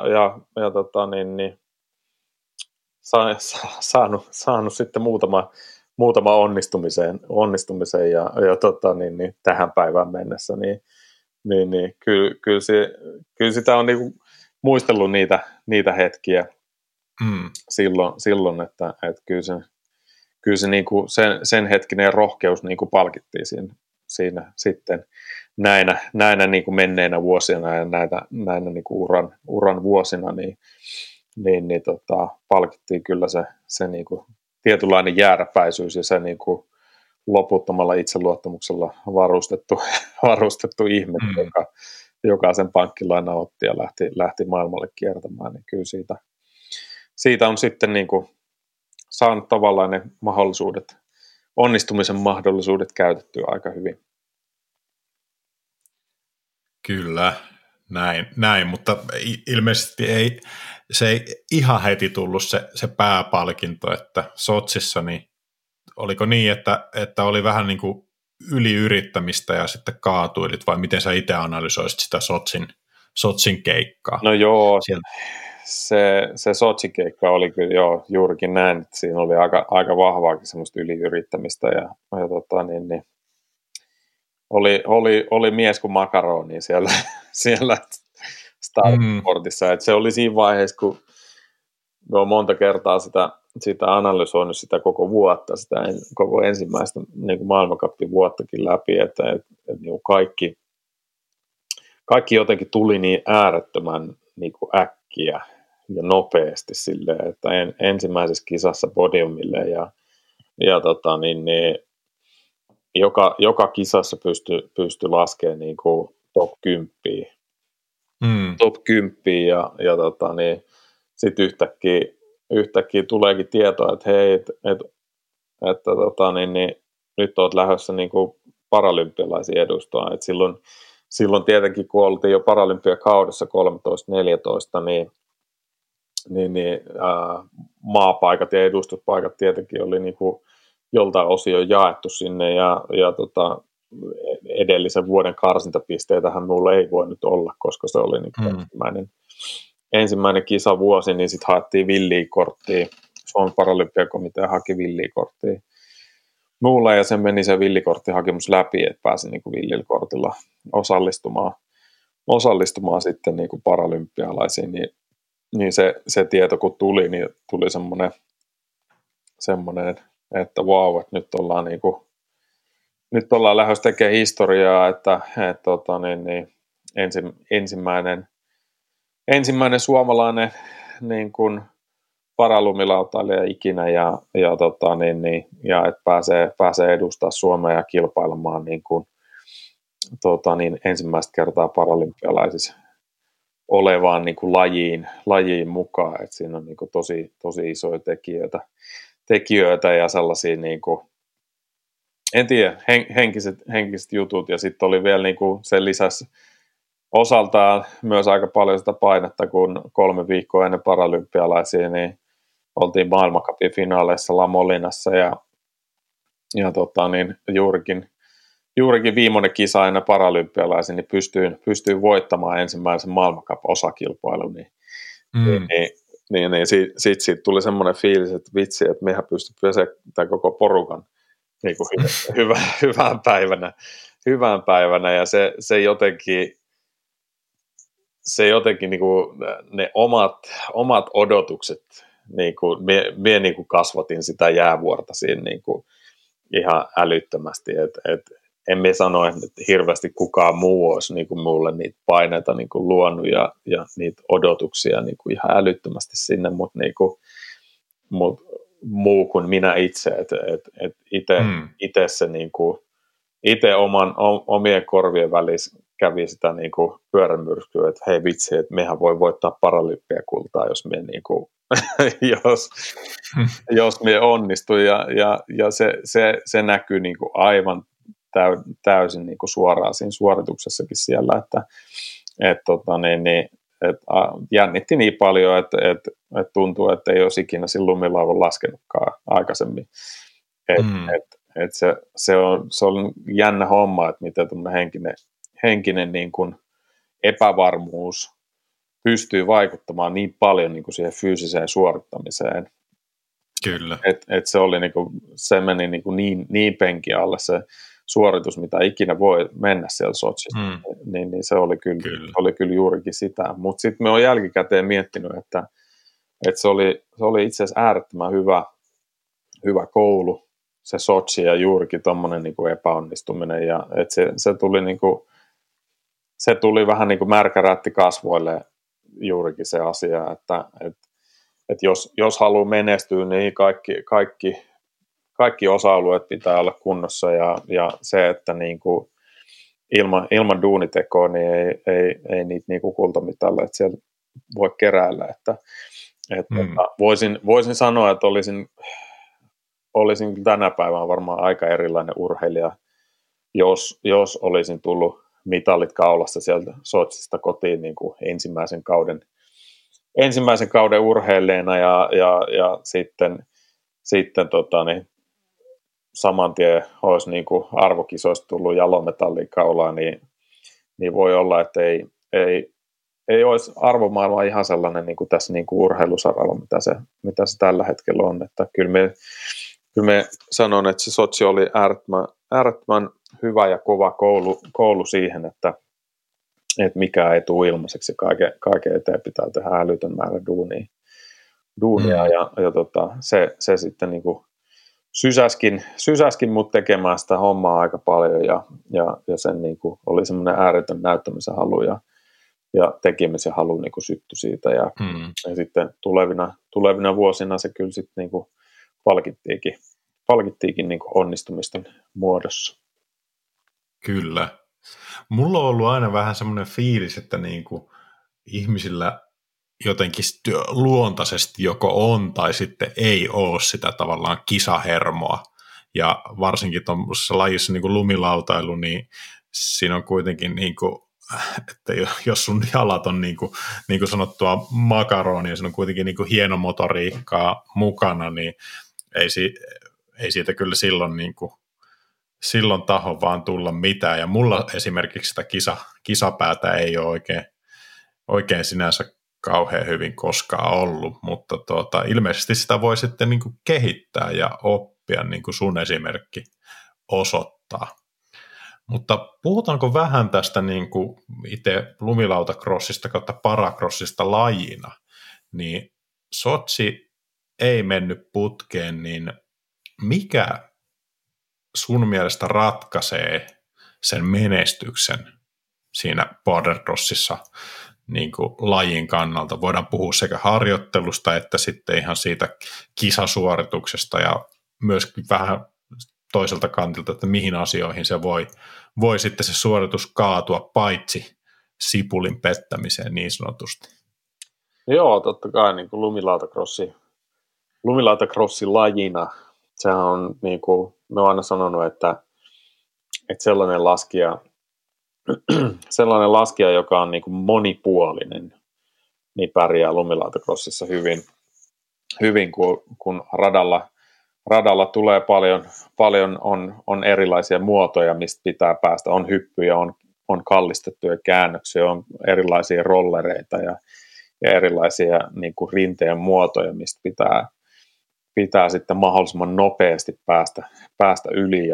saanut sitten muutama onnistumisen ja tähän päivään mennessä niin kyllä sitä on niinku muistellut niitä hetkiä silloin että kyllä se niinku sen hetkinen rohkeus niinku palkittiin siinä sitten näinä niinku menneinä vuosina ja näinä niinku uran vuosina niin palkittiin kyllä se niinku tietynlainen jääräpäisyys ja se niinku loputtomalla itseluottamuksella varustettu ihminen, joka sen pankkilaina otti ja lähti maailmalle kiertämään, niin kyllä siitä on sitten niinku saanut tavallaan ne onnistumisen mahdollisuudet käytettyä aika hyvin. Kyllä, näin, mutta ilmeisesti se ei ihan heti tullut se pääpalkinto, että Sotsissa, niin oliko niin, että oli vähän niin kuin yliyrittämistä ja sitten kaatuilit, vai miten sä itse analysoisit sitä Sotsin keikkaa? No joo, se Sotsi-keikka oli kyllä juurikin näin, että siinä oli aika vahvaakin semmoista yliyrittämistä ja oli mies kuin makaroni siellä Startportissa. Et se oli siinä vaiheessa, kun me on monta kertaa sitä analysoinut sitä koko vuotta, sitä koko ensimmäistä niin kuin maailmankappin vuottakin läpi, että niin kaikki jotenkin tuli niin äärettömän niin kuin äkkiä ja nopeasti silleen, että ensimmäisessä kisassa podiumille ja joka kisassa pystyi laskemaan niin kuin top 10. Top 10 ja sitten yhtäkkiä tuleekin tietoa, että hei, nyt olet lähdössä niin kuin paralympialaisia edustaa. Et silloin tietenkin, kun oltiin jo paralympiakaudessa 13-14, niin maapaikat ja edustuspaikat tietenkin oli niin kuin joltain osin jaettu sinne ja edellisen vuoden karsintapisteitähän minulla ei voi nyt olla, koska se oli niin ensimmäinen kisavuosi, niin sitten haettiin villikorttia. Suomen Paralympiakomitea haki villikorttia minulle ja sen meni se villikorttihakemus läpi, että pääsin niin kuin villikortilla osallistumaan sitten niin kuin paralympialaisiin, niin se tieto kun tuli, niin tuli semmoinen, että vau, että nyt ollaan lähdössä tekemään historiaa, että ensimmäinen ensimmäinen suomalainen niin kuin paralumilautailija ikinä ja että pääsee edustaa Suomea ja kilpailemaan niin kuin, ensimmäistä kertaa paralympialaisissa olevaan niin kuin lajiin mukaan, että siinä on niin kuin tosi isoja tekijöitä ja sellaisia niin kuin, en tiedä, henkiset jutut, ja sitten oli vielä niin kuin sen lisäksi osaltaan myös aika paljon sitä painetta, kun 3 viikkoa ennen paralympialaisia niin oltiin maailmancupin finaaleissa La Molinassa ja juurikin viimeinen kisa ennen paralympialaisia, niin pystyin voittamaan ensimmäisen maailmancup-osakilpailun, niin siitä tuli semmoinen fiilis, että vitsi, että mehän pystyy tämän koko porukan niin kuin hyvään päivänä, ja se jotenkin niin kuin ne omat odotukset, niin kuin mie niin kuin kasvatin sitä jäävuorta siinä niin kuin ihan älyttömästi, että en minä sano, että hirveästi kukaan muu olisi niin kuin mulle niitä paineita niin kuin luonut ja niitä odotuksia niin kuin ihan älyttömästi sinne, mutta niin kuin, muu kuin minä itse, että itse se niin kuin, itse omien korvien välissä kävi sitä niin kuin pyörämyrskyä, että hei vitsi, että mehän voi voittaa paralympiakultaa, jos me niin kuin, jos me onnistu, ja se näkyy niin kuin aivan täysin niin kuin suoraan siinä suorituksessakin siellä, että jännitti niin paljon, että tuntuu, että ei olisi ikinä siinä lumilauvan laskenutkaan aikaisemmin. Se on jännä homma, että miten tämmöinen henkinen niin kuin epävarmuus pystyy vaikuttamaan niin paljon niin kuin siihen fyysiseen suorittamiseen. Kyllä. Se oli se meni niin penki alle se suoritus, mitä ikinä voi mennä siellä Sotsissa. Niin se oli kyllä juurikin sitä. Mutta sitten me on jälkikäteen miettinyt, että se oli itse asiassa äärettömän hyvä koulu, se Sotsi, ja juurikin tommonen niin kuin epäonnistuminen, ja että se tuli vähän niin kuin märkärätti kasvoille juurikin se asia, että jos haluaa menestyä, niin kaikki osa-alueet pitää olla kunnossa, ja se, että niin kuin ilman duunitekoa niin ei niitä niin kuin kultamitalle, että siellä voi keräillä, että voisin sanoa, että olisin tänä päivänä varmaan aika erilainen urheilija, jos olisin tullut mitalit kaulassa sieltä Sotsista kotiin niin kuin ensimmäisen kauden urheilijana, ja sitten saman tien olisi niin kuin arvokisoista tullut jalometallin kaulaan, niin voi olla, että ei olisi arvomaailma ihan sellainen niin kuin tässä niin kuin urheilusaralla, mitä se tällä hetkellä on. Että kyllä me sanon, että se Sotsi oli äärettömän hyvä ja kova koulu siihen, että mikään ei tule ilmaiseksi, ja kaiken eteen pitää tehdä älytön määrä duunia, ja se sitten niin kuin sysäskin mut tekemään sitä hommaa aika paljon, ja sen niin kuin oli semmoinen ääretön näyttämisen halu ja tekemisen halu niin kuin syttyi siitä, ja sitten tulevina vuosina se kyllä sitten niin kuin palkittiinkin niin kuin onnistumisten muodossa. Kyllä. Mulla on ollut aina vähän semmoinen fiilis, että niin kuin ihmisillä jotenkin luontaisesti joko on tai sitten ei ole sitä tavallaan kisahermoa. Ja varsinkin tuollaisessa lajissa niin kuin lumilautailu, niin siinä on kuitenkin, niin kuin, että jos sun jalat on niin kuin sanottua makaronia, siinä on kuitenkin niin kuin hieno motoriikkaa mukana, niin ei siitä kyllä silloin taho vaan tulla mitään. Ja mulla esimerkiksi sitä kisapäätä ei ole oikein sinänsä kauhean hyvin koskaan ollut, mutta ilmeisesti sitä voi sitten niin kuin kehittää ja oppia, niin kuin sun esimerkki osoittaa. Mutta puhutaanko vähän tästä niin kuin itse lumilautakrossista kautta paracrossista lajina, niin Sotsi ei mennyt putkeen, niin mikä sun mielestä ratkaisee sen menestyksen siinä bordercrossissa niin kuin lajin kannalta. Voidaan puhua sekä harjoittelusta että sitten ihan siitä kisasuorituksesta ja myöskin vähän toiselta kantilta, että mihin asioihin se voi sitten se suoritus kaatua, paitsi sipulin pettämiseen niin sanotusti. Joo, totta kai niin kuin lumilautakrossi lajina, sehän on, niin kuin me olen aina sanonut, että sellainen laskija, joka on niin kuin monipuolinen, niin pärjää lumilautacrossissa hyvin kun radalla tulee paljon on erilaisia muotoja, mistä pitää päästä. On hyppyjä, on kallistettuja käännöksiä, on erilaisia rollereita ja erilaisia niin kuin rinteen muotoja, mistä pitää sitten mahdollisimman nopeasti päästä yli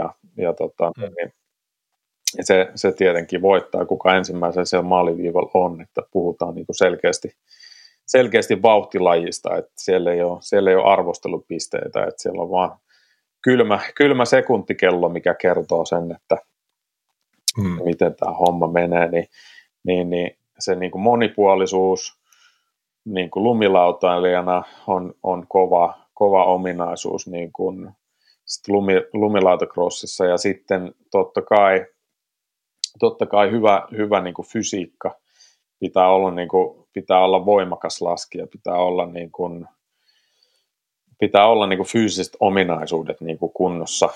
se tietenkin voittaa, kuka ensimmäisen siellä maaliviivalla on, että puhutaan niin kuin selkeästi vauhtilajista, että siellä ei ole arvostelupisteitä, että siellä on vaan kylmä sekuntikello, mikä kertoo sen, että miten tämä homma menee, niin se niin kuin monipuolisuus niin kuin lumilautailijana on kova ominaisuus niin kuin lumilautacrossissa, ja sitten totta kai hyvä niin kuin fysiikka, pitää olla voimakas laskija, pitää olla niin kuin fyysiset ominaisuudet niin kuin kunnossa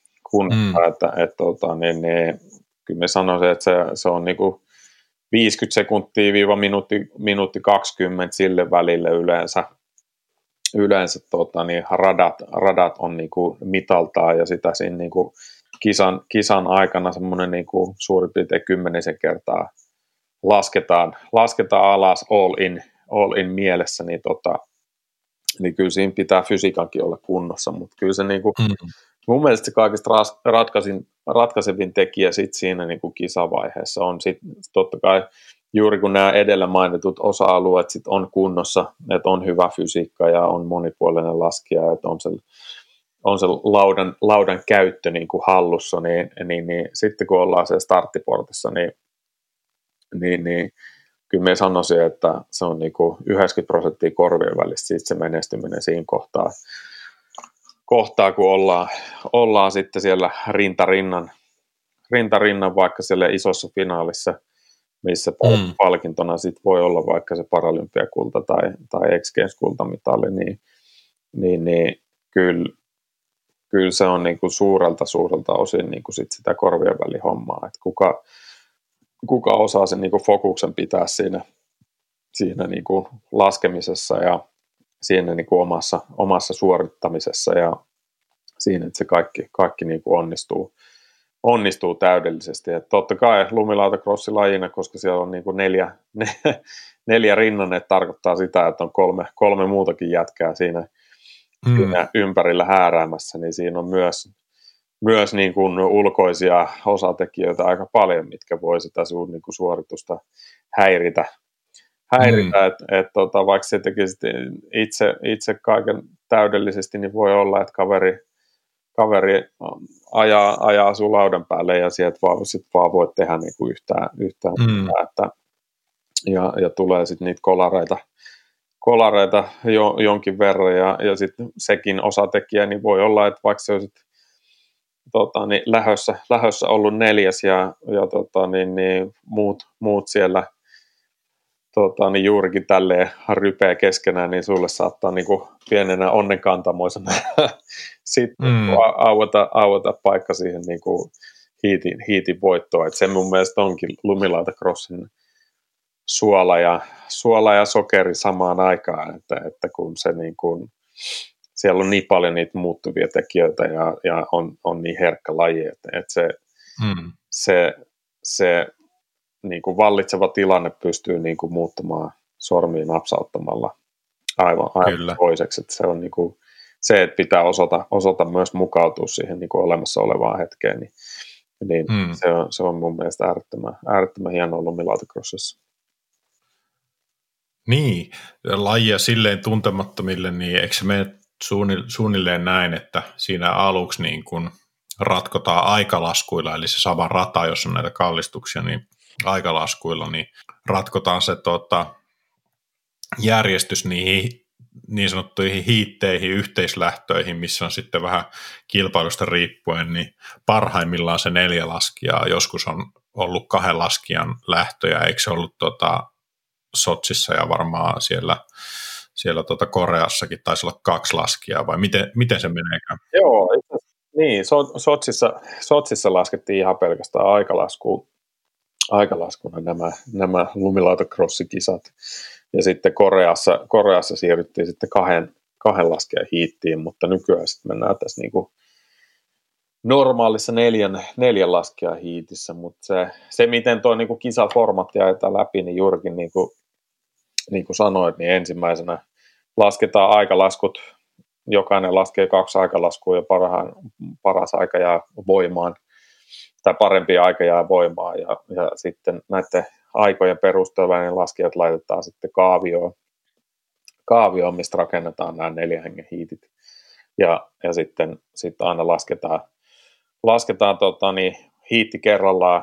kyllä me sanoisin, että se on niin kuin 50 sekuntia minuutti 20 sille välille yleensä radat on niin kuin mitaltaan, ja sitä siinä niin kuin kisan aikana semmoinen niin kuin suurin piirtein 10 kertaa lasketaan alas all in mielessä, niin kyllä siinä pitää fysiikankin olla kunnossa, mutta kyllä se niin kuin, mun mielestä se kaikista ratkaisevin tekijä sit siinä niin kuin kisavaiheessa on sitten totta kai juuri kun nämä edellä mainitut osa-alueet sit on kunnossa, että on hyvä fysiikka ja on monipuolinen laskija, että on se laudan käyttö niin kuin hallussa, niin sitten kun ollaan siellä starttiportissa, niin kyllä me sanoisin, että se on niin kuin 90% korvien välistä siitä se menestyminen siinä kohtaa kun ollaan sitten siellä rintarinnan vaikka siellä isossa finaalissa, missä palkintona sit voi olla vaikka se paralympiakulta tai X Games kultamitali, niin kyllä se on niin kuin suurelta osin niin kuin sit sitä korvien välihommaa, että kuka osaa sen niin kuin fokuksen pitää siinä niin kuin laskemisessa ja siinä niin kuin omassa suorittamisessa ja siinä, että se kaikki niin kuin onnistuu täydellisesti. Et totta kai lumilautacrossilajina, koska siellä on niin kuin neljä rinnanneet, tarkoittaa sitä, että on kolme muutakin jätkää siinä ympärillä hääräämässä, niin siinä on myös niin kuin ulkoisia osatekijöitä aika paljon, mitkä voi sitä sun niin kuin suoritusta häiritä, että vaikka se tekisi itse kaiken täydellisesti, niin voi olla, että kaveri ajaa sun laudan päälle ja sieltä vaan voi tehdä niin kuin yhtään että, ja tulee sitten niitä kolareita jonkin verran ja sitten sekin osatekijä, niin voi olla, että vaikka se olisi niin lähössä ollut 4. ja niin muut siellä niin juurikin tälleen rypeä keskenään, niin sulle saattaa niin kuin pienenä onnenkantamoisena sitten aueta paikka siihen niin kuin hiitin voittoon. Et se mun mielestä onkin lumilautacrossin suola ja sokeri samaan aikaan, että kun se niin kuin, siellä on niin paljon niitä muuttuvia tekijöitä ja on niin herkkä laji, että se niin kuin vallitseva tilanne pystyy niin kuin muuttumaan sormiin napsauttamalla aivan toiseksi. Että se on niin kuin, se, että pitää osata myös mukautua siihen niin kuin olemassa olevaan hetkeen, niin se on mun mielestä äärettömän hienoa lumilautacrossissa. Niin, lajia silleen tuntemattomille, niin eikö se mene suunnilleen näin, että siinä aluksi niin kun ratkotaan aikalaskuilla, eli se sama rata, jos on näitä kallistuksia, niin aikalaskuilla, niin ratkotaan se järjestys niihin niin sanottuihin hiitteihin, yhteislähtöihin, missä on sitten vähän kilpailusta riippuen, niin parhaimmillaan se 4 laskijaa, joskus on ollut 2 laskijan lähtöjä, eikö se ollut Sotsissa ja varmaan siellä Koreassakin taisi olla 2 laskijaa, vai miten se meneekään? Joo, niin, Sotsissa laskettiin ihan pelkästään aikalaskuna nämä lumilautakross-kisat. Ja sitten Koreassa siirryttiin sitten kahden laskejan hiittiin, mutta nykyään sitten mennään tässä niinku normaalissa neljän laskejan hiitissä, mutta se miten tuo niinku kisaformaatti ajetaan läpi, niin juurikin niin kuin sanoit, niin ensimmäisenä lasketaan aikalaskut, jokainen laskee 2 aikalaskua ja paras aika jää voimaan, tai parempi aika jää voimaan, ja sitten näiden aikojen perusteella niin laskijat laitetaan sitten kaavioon, mistä rakennetaan nämä 4 hengen hiitit, ja sitten aina lasketaan hiitti kerrallaan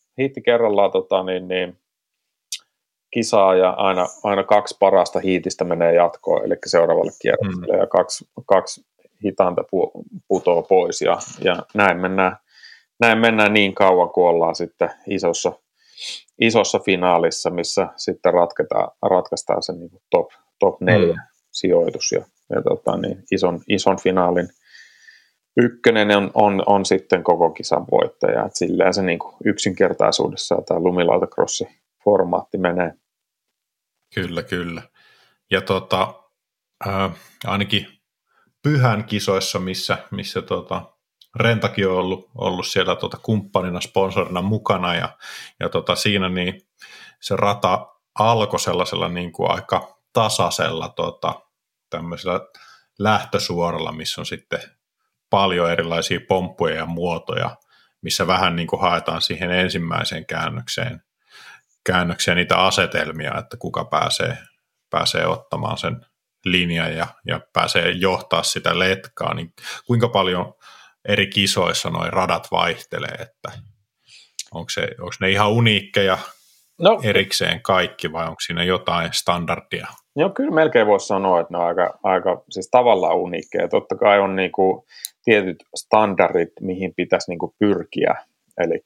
kisaa, ja aina 2 parasta hiitistä menee jatkoon, eli seuraavalle kierrokselle, ja kaksi hitainta putoo pois, ja näin mennään niin kauan, kun ollaan sitten isossa finaalissa, missä sitten ratkaistaan se niin top 4 sijoitus, ja ison finaalin ykkönen on sitten koko kisan voittaja, että silleen se niin kuin yksinkertaisuudessa tämä lumilautakrossiformaatti menee. Kyllä. Ja ainakin Pyhän kisoissa, missä Rentakin on ollut siellä kumppanina, sponsorina mukana, ja siinä niin se rata alkoi sellaisella niin kuin aika tasaisella tämmöisellä lähtösuoralla, missä on sitten paljon erilaisia pomppuja ja muotoja, missä vähän niin kuin haetaan siihen ensimmäiseen käännökseen niitä asetelmia, että kuka pääsee ottamaan sen linjan ja pääsee johtaa sitä letkaa, niin kuinka paljon eri kisoissa nuo radat vaihtelee, että onko ne ihan uniikkeja erikseen kaikki, vai onko siinä jotain standardia? Joo, kyllä melkein voisi sanoa, että ne on aika siis tavallaan uniikkeja. Totta kai on niinku tietyt standardit, mihin pitäisi niinku pyrkiä, eli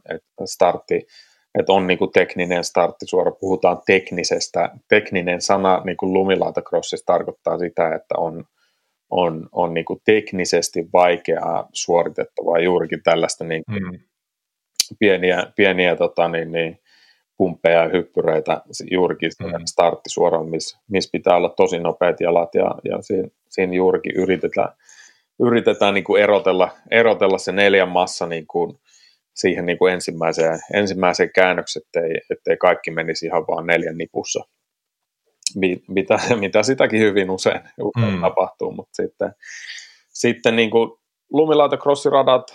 että on niinku tekninen starttisuora, puhutaan teknisestä. Tekninen sana niinku lumilautakrossissa tarkoittaa sitä, että on niinku teknisesti vaikeaa suoritettavaa, juurikin tällaista niinku pieniä pumppeja ja hyppyreitä juurikin starttisuoraan, missä pitää olla tosi nopeat jalat, ja siinä juurikin yritetään niin kuin erotella se 4 massa niin kuin siihen niin kuin ensimmäiseen käännökseen, ettei kaikki menisi ihan vaan 4 nipussa, mitä sitäkin hyvin usein tapahtuu, mutta sitten niin kuin lumilautakrossiradat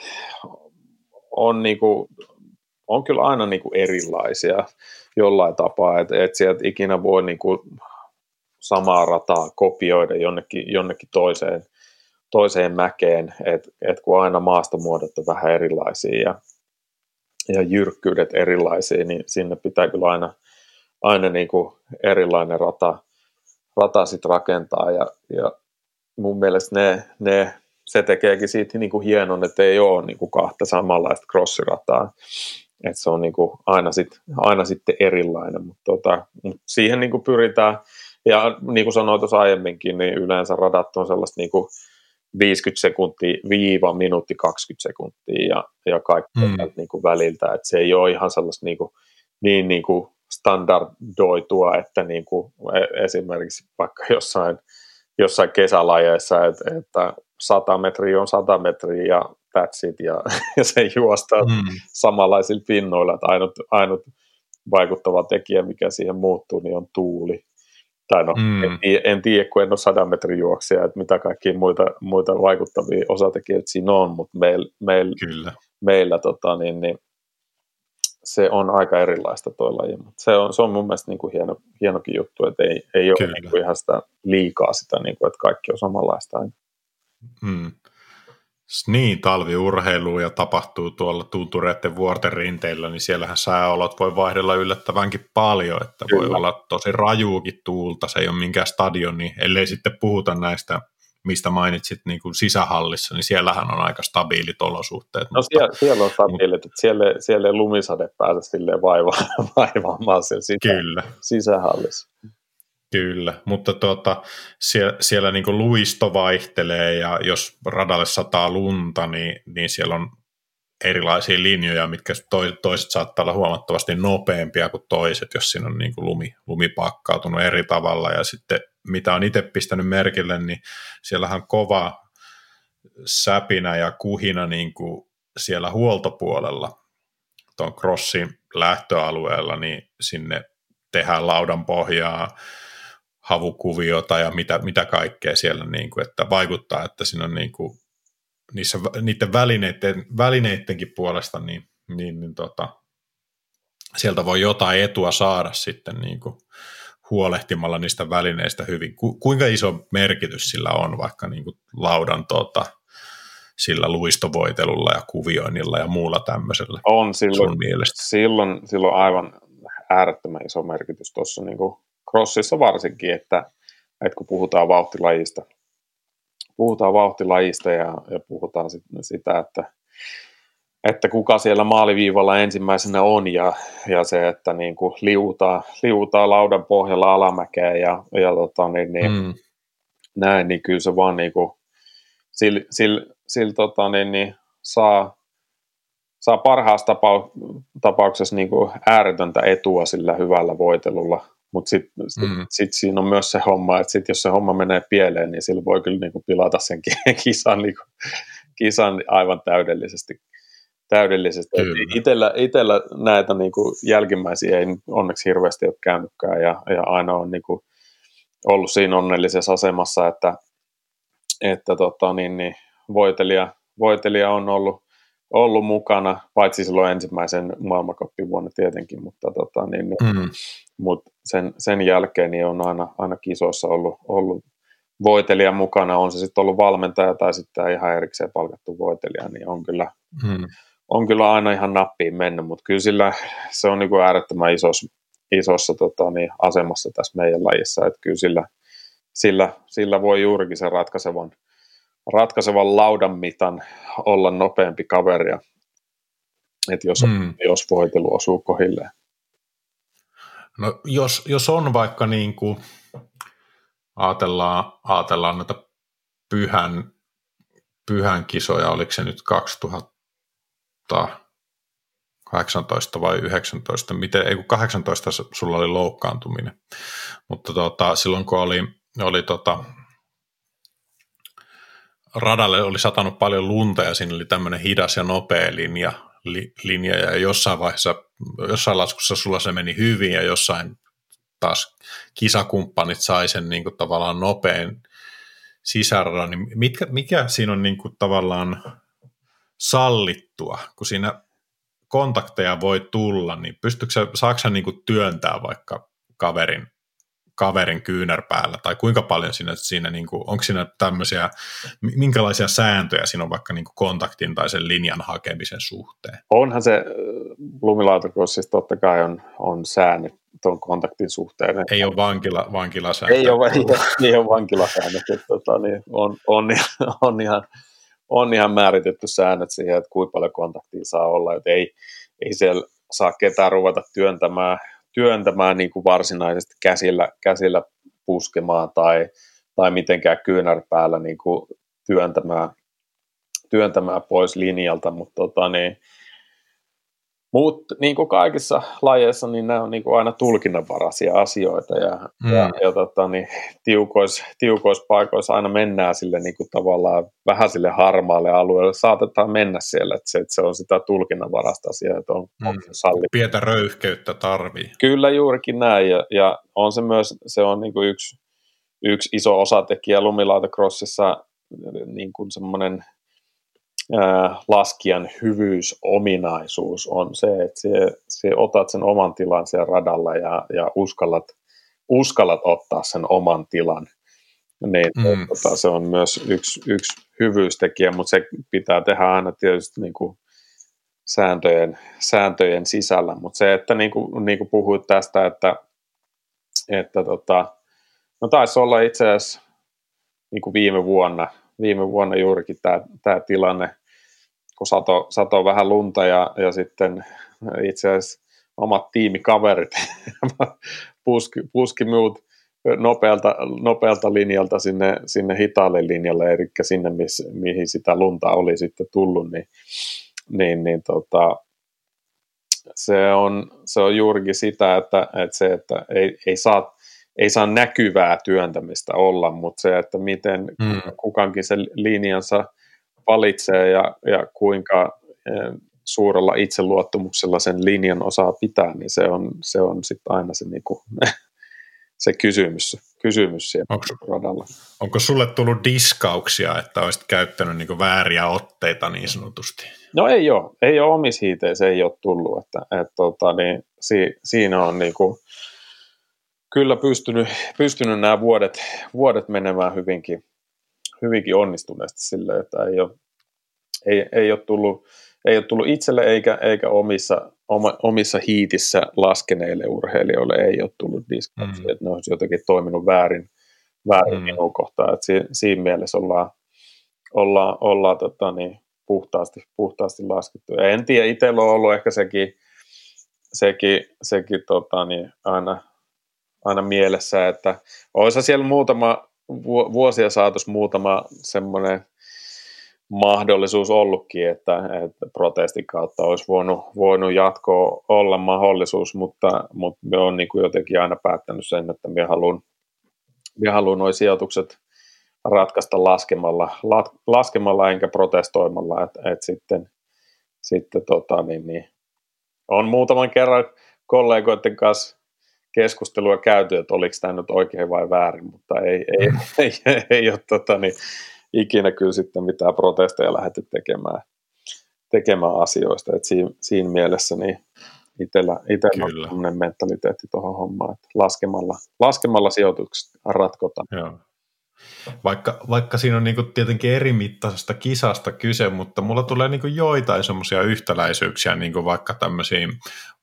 on kyllä aina niin kuin erilaisia jollain tapaa, että sieltä ikinä voi niin kuin samaa rataa kopioida jonnekin toiseen mäkeen, että kun aina maastomuodot on vähän erilaisia ja jyrkkyydet erilaisia, niin sinne pitää kyllä aina niin kuin erilainen rata sit rakentaa, ja mun mielestä se tekeekin siitä niin kuin hienon, että ei ole niin kuin 2 samanlaista crossirataa, että se on niin kuin aina sitten erilainen, mutta siihen niin kuin pyritään, ja niin kuin sanoin tuossa aiemminkin, niin yleensä radat on sellaista niin kuin 50 sekuntia viiva minuutti 20 sekuntia ja kaikki niin kuin väliltä, että se ei ole ihan sellaista niin kuin standardoitua, että niin kuin esimerkiksi vaikka jossain kesälajeissa, että 100 metriä on 100 metriä ja that's it, ja se juostaa samanlaisilla pinnoilla, että ainut vaikuttava tekijä, mikä siihen muuttuu, niin on tuuli. Tai en tiedä, kun en ole 100 metrin juoksija, että mitä kaikkia muita vaikuttavia osatekijöitä siinä on, mutta meillä se on aika erilaista tuo laji. Se on mun mielestä niin kuin hienokin juttu, että ei ole niin kuin ihan sitä liikaa sitä, niin kuin, että kaikki on samanlaista aina. Niin, talviurheilua ja tapahtuu tuolla tuntureiden vuorten rinteillä, niin siellähän sääolot voi vaihdella yllättävänkin paljon, että voi Kyllä. olla tosi rajuukin tuulta, se ei ole minkään stadion, niin ellei sitten puhuta näistä, mistä mainitsit niin kuin sisähallissa, niin siellähän on aika stabiilit olosuhteet. No siellä on stabiilit, että siellä ei lumisade pääse silleen vaivaamaan siellä sisähallissa. Kyllä, mutta siellä niin kuin luisto vaihtelee ja jos radalle sataa lunta, niin siellä on erilaisia linjoja, mitkä toiset saattaa olla huomattavasti nopeampia kuin toiset, jos siinä on niin kuin lumi pakkautunut eri tavalla. Ja sitten mitä on itse pistänyt merkille, niin siellähän kova säpinä ja kuhina niin kuin siellä huoltopuolella tuon crossin lähtöalueella, niin sinne tehdään laudan pohjaa, havukuviota ja mitä kaikkea siellä, niin kuin, että vaikuttaa, että siinä on niin kuin, niiden välineittenkin puolesta, niin sieltä voi jotain etua saada sitten niin kuin huolehtimalla niistä välineistä hyvin. Kuinka iso merkitys sillä on vaikka niin kuin laudan sillä luistovoitelulla ja kuvioinnilla ja muulla tämmöisellä on sun mielestä? Silloin aivan äärettömän iso merkitys tuossa niin kuin crossissa varsinkin, että kun puhutaan vauhtilajista ja puhutaan sitä, että kuka siellä maaliviivalla ensimmäisenä on ja se, että niin kuin liutaa laudan pohjalla alamäkeä ja näin, niin kyllä se vaan niin kuin saa parhaassa tapauksessa niin kuin ääretöntä etua sillä hyvällä voitelulla, mutta sit siinä on myös se homma, että jos se homma menee pieleen, niin sillä voi kyllä niin kuin pilata sen kisan aivan täydellisesti. Itellä näitä niin kuin jälkimmäisiä ei onneksi hirveästi ole käynytkään ja aina on niin kuin ollut siinä onnellisessa asemassa, että voitelija on ollut mukana, paitsi silloin ensimmäisen maailmancupin vuonna tietenkin, mutta sen jälkeen niin on aina kisoissa ollut voitelija mukana, on se sitten ollut valmentaja tai sitten ihan erikseen palkattu voitelija, niin on kyllä aina ihan nappiin mennyt, mutta kyllä se on niin kuin äärettömän isossa asemassa tässä meidän lajissa, että kyllä sillä voi juurikin sen ratkaisevan laudan mitan olla nopeampi kaveri, että jos voitelu osuu kohilleen. No jos on vaikka niin kuin ajatellaan näitä pyhän kisoja, oliko se nyt 2018 vai 19, ei kun 18 sulla oli loukkaantuminen, mutta silloin kun oli radalle oli satanut paljon lunta ja siinä oli tämmöinen hidas ja nopea linja ja jossain laskussa sulla se meni hyvin ja jossain taas kisakumppanit sai sen niin kuin tavallaan nopein sisäradan, niin mikä siinä on niin kuin tavallaan sallittua, kun siinä kontakteja voi tulla, niin saako sä niin kuin työntää vaikka kaverin kyynärpäällä, tai kuinka paljon siinä niin kuin, onko siinä tämmöisiä, minkälaisia sääntöjä siinä on vaikka niin kuin kontaktin tai sen linjan hakemisen suhteen? Onhan se lumilautacrossissa totta kai on säännöt tuon kontaktin suhteen. Ei ole vankilasääntö. Ei ole vankilasäännöt, on ihan määritetty säännöt siihen, että kuinka paljon kontaktia saa olla, että ei siellä saa ketään ruveta työntämään niin kuin varsinaisesti käsillä puskemaan tai mitenkään kyynärpäällä niin kuin työntämään pois linjalta, mutta niin kuin kaikissa lajeissa, niin nämä on niin kuin aina tulkinnanvaraisia asioita ja tiukoissa paikoissa aina mennään sille niin kuin tavallaan vähän sille harmaalle alueelle, saatetaan mennä siellä, että se on sitä tulkinnanvarasta asiaa, että on salli. Pientä röyhkeyttä tarvii. Kyllä juurikin näin ja on se myös, se on niin kuin yksi iso osatekijä lumilautacrossissa niin kuin semmoinen laskijan hyvyysominaisuus on se, että se otat sen oman tilan siellä radalla ja uskallat ottaa sen oman tilan. niin se on myös yksi hyvyystekijä, mutta se pitää tehdä aina tietysti niin kuin sääntöjen sisällä, mutta se, että niin kuin puhuit tästä, että no taisi olla itse asiassa niin kuin viime vuonna juurikin tämä tilanne, kun sato vähän lunta ja sitten itse asiassa omat tiimikaverit puski minut nopealta linjalta sinne hitaalle linjalle, eli sinne, mihin sitä lunta oli sitten tullut, niin se on juurikin sitä, että ei saa näkyvää työntämistä olla, mutta se, että miten kukankin sen linjansa valitsee ja kuinka suurella itseluottamuksella sen linjan osaa pitää, niin se on sitten aina se, niinku, se kysymys siellä radalla. Onko sulle tullut diskauksia, että olisit käyttänyt niinku vääriä otteita niin sanotusti? No ei ole omissa hiiteissä ei ole tullut, niin siinä on niinku kyllä pystynyt nämä vuodet menemään hyvinkin onnistuneesti sille, että ei ole tullut itselle eikä omissa hiitissä laskeneille urheilijoille ei ole tullut diskauksia, että ne olisi jotenkin toiminut väärin minun kohtaan, että siinä mielessä ollaan puhtaasti laskettu. Ja en tiedä, itsellä on ollut ehkä sekin aina mielessä, että olisi siellä vuosia saatossa muutama semmoinen mahdollisuus ollutkin, että protestin kautta olisi voinut jatkoa olla mahdollisuus, mutta me on niin kuin jotenkin aina päättänyt sen, että me haluan nuo sijoitukset ratkaista laskemalla enkä protestoimalla, että sitten on muutaman kerran kollegoiden kanssa keskustelua käyty, että oliko tämä nyt oikein vai väärin, mutta ei ole ikinä kyllä sitten mitään protesteja lähdetty tekemään asioista, että siinä mielessä niin itsellä on sellainen mentaliteetti tuohon hommaan, että laskemalla sijoitukset ratkotaan. Joo. Vaikka siinä on niinku tietenkin eri mittaisesta kisasta kyse, mutta mulla tulee niinku joitain semmoisia yhtäläisyyksiä niinku vaikka tämmöisiin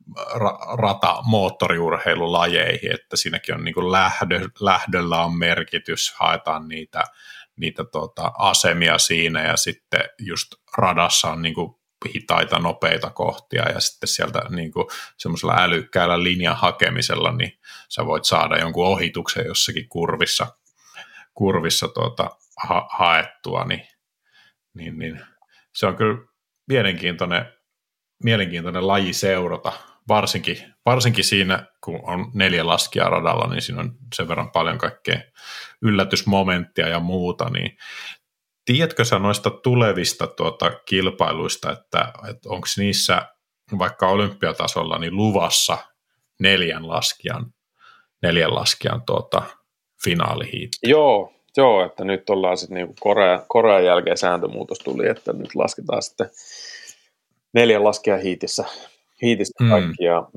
moottoriurheilulajeihin, että siinäkin on niinku lähdöllä on merkitys, haetaan niitä asemia siinä ja sitten just radassa on niinku hitaita, nopeita kohtia ja sitten sieltä niinku semmoisella älykkäällä linjan hakemisella niin sä voit saada jonkun ohituksen jossakin kurvissa haettua, niin se on kyllä mielenkiintoinen laji seurata, varsinkin siinä, kun on 4 laskijaa radalla, niin siinä on sen verran paljon kaikkea yllätysmomenttia ja muuta, niin tiedätkö sä noista tulevista kilpailuista, että onko niissä vaikka olympiatasolla niin luvassa 4 laskijan finaalihiitti? Joo, että nyt ollaan sitten niinku Korean jälkeen sääntömuutos tuli, että nyt lasketaan sitten 4 laskijan hiitissä kaikki ja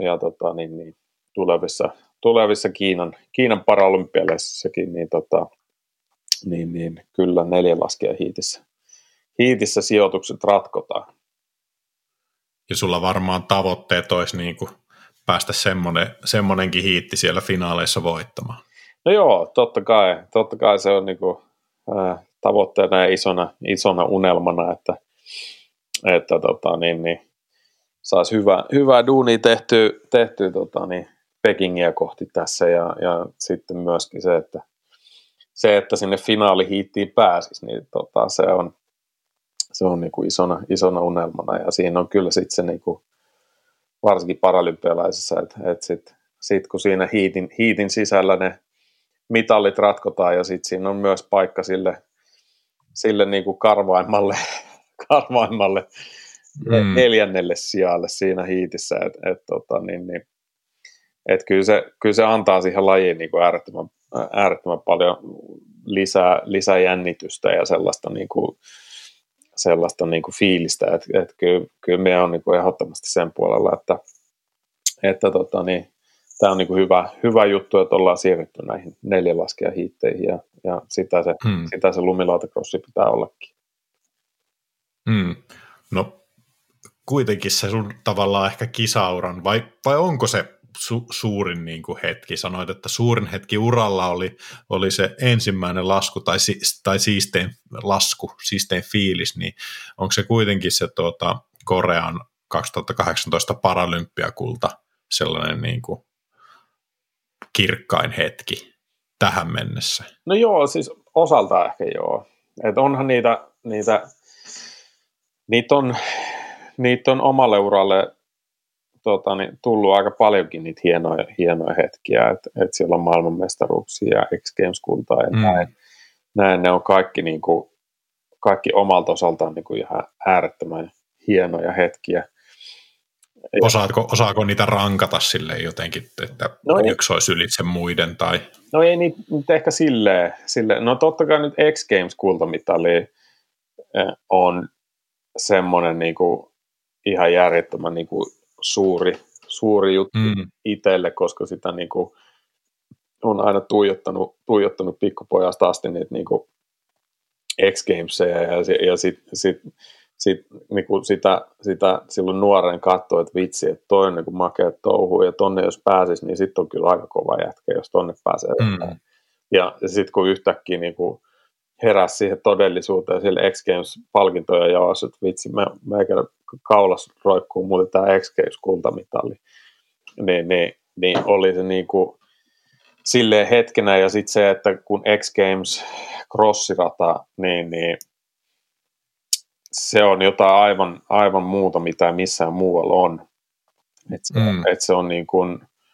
tulevissa Kiinan paralympialaisissakin niin kyllä 4 laskijan hiitissä sijoitukset ratkotaan. Ja sulla varmaan tavoitteet olisi niin kuin päästä semmonenkin hiitti siellä finaaleissa voittamaan. No joo, totta kai se on niinku, tavoitteena ja isona unelmana, että saisi hyvää duunia tehtyä Pekingiä kohti tässä ja sitten myöskin se, että sinne finaalihiittiin pääsisi, niin se on niinku isona unelmana ja siinä on kyllä sitten se niinku, varsinkin paralympialaisissa, että sit kun siinä hiitin sisällä ne mitallit ratkotaan ja sitten siinä on myös paikka sille niinku karvaimmalle 4. sijalle siinä hiitissä, että kyllä se antaa siihen lajiin niinku äärettömän paljon lisää jännitystä ja sellaista niinku fiilistä, että kyllä me on niinku ehdottomasti sen puolella, että tämä on niinku hyvä juttu, että ollaan siirrytty näihin 4 laskijan hiitteihin ja sitä se lumilautakrossi pitää ollakin. No kuitenkin se sun tavallaan ehkä kisauran, vai onko se suurin niin kuin hetki? Sanoit, että suurin hetki uralla oli se ensimmäinen lasku tai siistein fiilis, niin onko se kuitenkin se Korean 2018 paralympiakulta sellainen niin kuin kirkkain hetki tähän mennessä? No joo, siis osaltaan ehkä joo. Että onhan niitä on omalle uralle tullut aika paljonkin niitä hienoja hetkiä, että siellä on maailmanmestaruuksia ja X Games-kultaa ja näin ne on kaikki omalta osaltaan niin kuin ihan äärettömän hienoja hetkiä. Osaako niitä rankata silleen jotenkin, että yksi olisi ylitse muiden? Tai? No ei niitä ehkä silleen. No totta kai nyt X Games-kultamitali on semmoinen niin kuin ihan järjettömän niin kuin suuri juttu itselle, koska sitä niin kuin on aina tuijottanut pikkupojasta asti niitä niin kuin X Gamesia ja sit, niin kuin sitä silloin nuoren katsoi, että vitsi, että toi on niin kuin makea touhu ja tonne jos pääsisi, niin sitten on kyllä aika kova jätkä, jos tonne pääsee. Ja sitten kun yhtäkkiä niin kuin heräsi siihen todellisuuteen, sille X Games-palkintoja jaossa, että vitsi, meikä kaulas roikkuu muuten tämä X Games-kultamitali. Niin oli se niin kuin silleen hetkenä, ja sitten se, että kun X Games crossirata, niin se on jotain aivan muuta, mitä missään muualla on. Et se on niin kuin,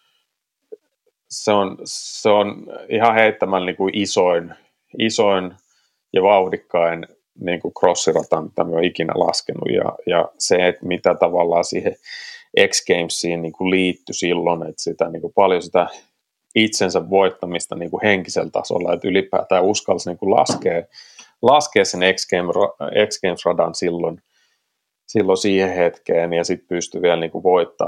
se on ihan heittämällä niin kuin isoin ja vauhdikkain niin kuin crossirata, mitä me olen ikinä laskenut, ja se, että mitä tavallaan siihen X Gamesiin niin kuin liittyi silloin, että sitä niin kuin paljon sitä itsensä voittamista niin kuin henkisellä tasolla, että ylipäätään uskalsi niin kuin laskea sen X Games-radan silloin siihen hetkeen, ja sitten pystyi vielä niin kuin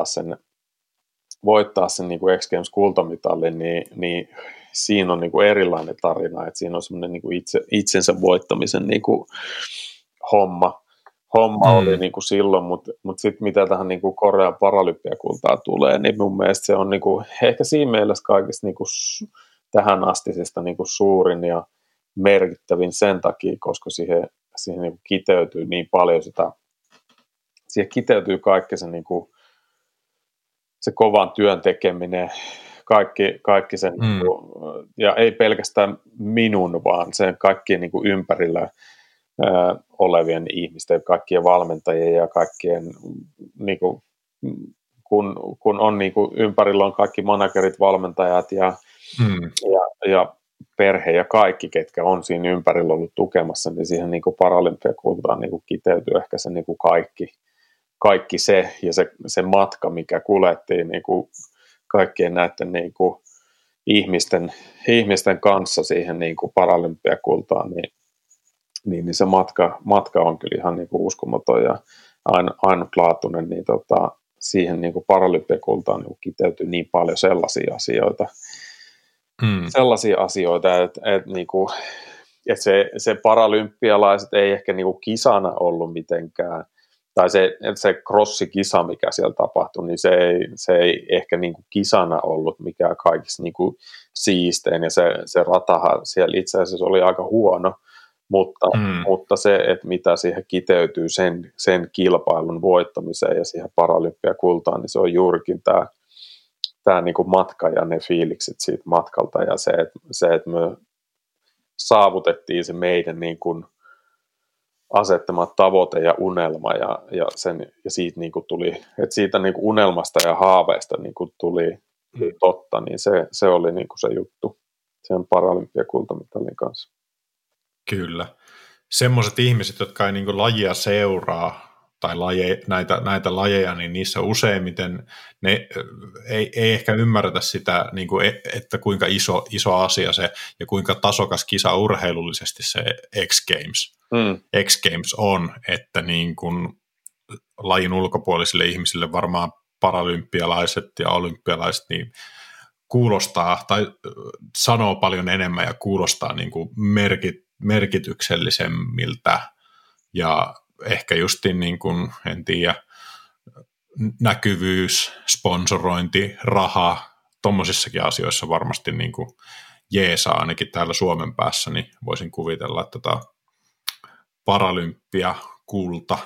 voittaa sen niin kuin X Games-kultamitalin, niin siinä on niin kuin erilainen tarina, että siinä on semmoinen niin kuin itsensä voittamisen niin kuin homma oli niin kuin silloin, mutta sitten mitä tähän niin kuin Korean paralympiakultaa tulee, niin mun mielestä se on niin kuin, ehkä siinä mielessä kaikista niin kuin tähän astisesta niin kuin suurin ja merkittävin sen takia, koska siihen niin kuin kiteytyy niin paljon siihen kiteytyy kaikki se, niin kuin, se kovan työn tekeminen, kaikki sen, niin kuin, ja ei pelkästään minun, vaan sen kaikkien niin kuin ympärillä olevien ihmisten, kaikkien valmentajien ja kaikkien, niin kuin, kun on niin kuin, ympärillä on kaikki managerit, valmentajat ja perhe ja kaikki, ketkä on siinä ympärillä ollut tukemassa, niin siihen niin kuin paralympiakultaan niin kuin kiteytyy ehkä se niin kuin kaikki se ja se matka, mikä kuljettiin niin kuin kaikkien näiden niin kuin ihmisten kanssa siihen niin kuin paralympiakultaan, niin se matka on kyllä ihan niin kuin uskomaton ja ainutlaatuinen, niin siihen niin kuin paralympiakultaan niin kiteytyy niin paljon sellaisia asioita, että niinku, että se paralympialaiset ei ehkä niinku kisana ollut mitenkään, tai se crossikisa, mikä siellä tapahtui, niin se ei ehkä niinku kisana ollut mikään kaikista niinku siistein, ja se ratahan siellä itse asiassa oli aika huono, mutta se, että mitä siihen kiteytyy sen kilpailun voittamiseen ja siihen paralympiakultaan, niin se on juurikin tämä niin kuin matka ja ne fiilikset siitä matkalta ja se, että me saavutettiin se meidän niin kuin asettama tavoite ja unelma ja siitä niin kuin tuli, että siitä niin kuin unelmasta ja haaveista niin kuin tuli totta, niin se oli niin kuin se juttu sen paralympiakultamitalin kanssa. Kyllä. Semmoiset ihmiset, jotka ei niin kuin lajia seuraa tai näitä lajeja, niin niissä useimmiten ne ei ehkä ymmärretä sitä, niin kuin, että kuinka iso asia se ja kuinka tasokas kisa urheilullisesti se X Games on, että niin kuin lajin ulkopuolisille ihmisille varmaan paralympialaiset ja olympialaiset, niin kuulostaa tai sanoo paljon enemmän ja kuulostaa niin kuin merkityksellisemmiltä ja ehkä justiin niin kuin, en tiedä, näkyvyys, sponsorointi, raha, tommosissakin asioissa varmasti niin kuin jeesaa ainakin täällä Suomen päässä, niin voisin kuvitella, että paralympia, kulta,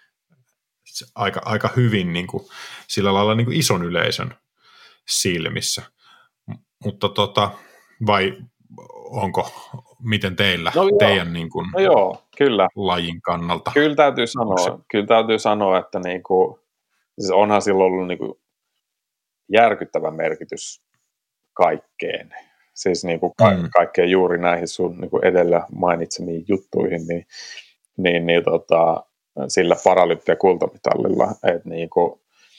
aika hyvin niin kuin, sillä lailla niin kuin ison yleisön silmissä. Mutta vai miten teillä, teidän niin kuin, kyllä. lajin kannalta? Kyllä täytyy sanoa, että niin kuin, siis onhan sillä ollut niin kuin järkyttävä merkitys kaikkeen. Siis niin kuin kaikkeen juuri näihin sun niin kuin edellä mainitsemiin juttuihin, niin sillä paralympiakultamitalilla, että niin kuin,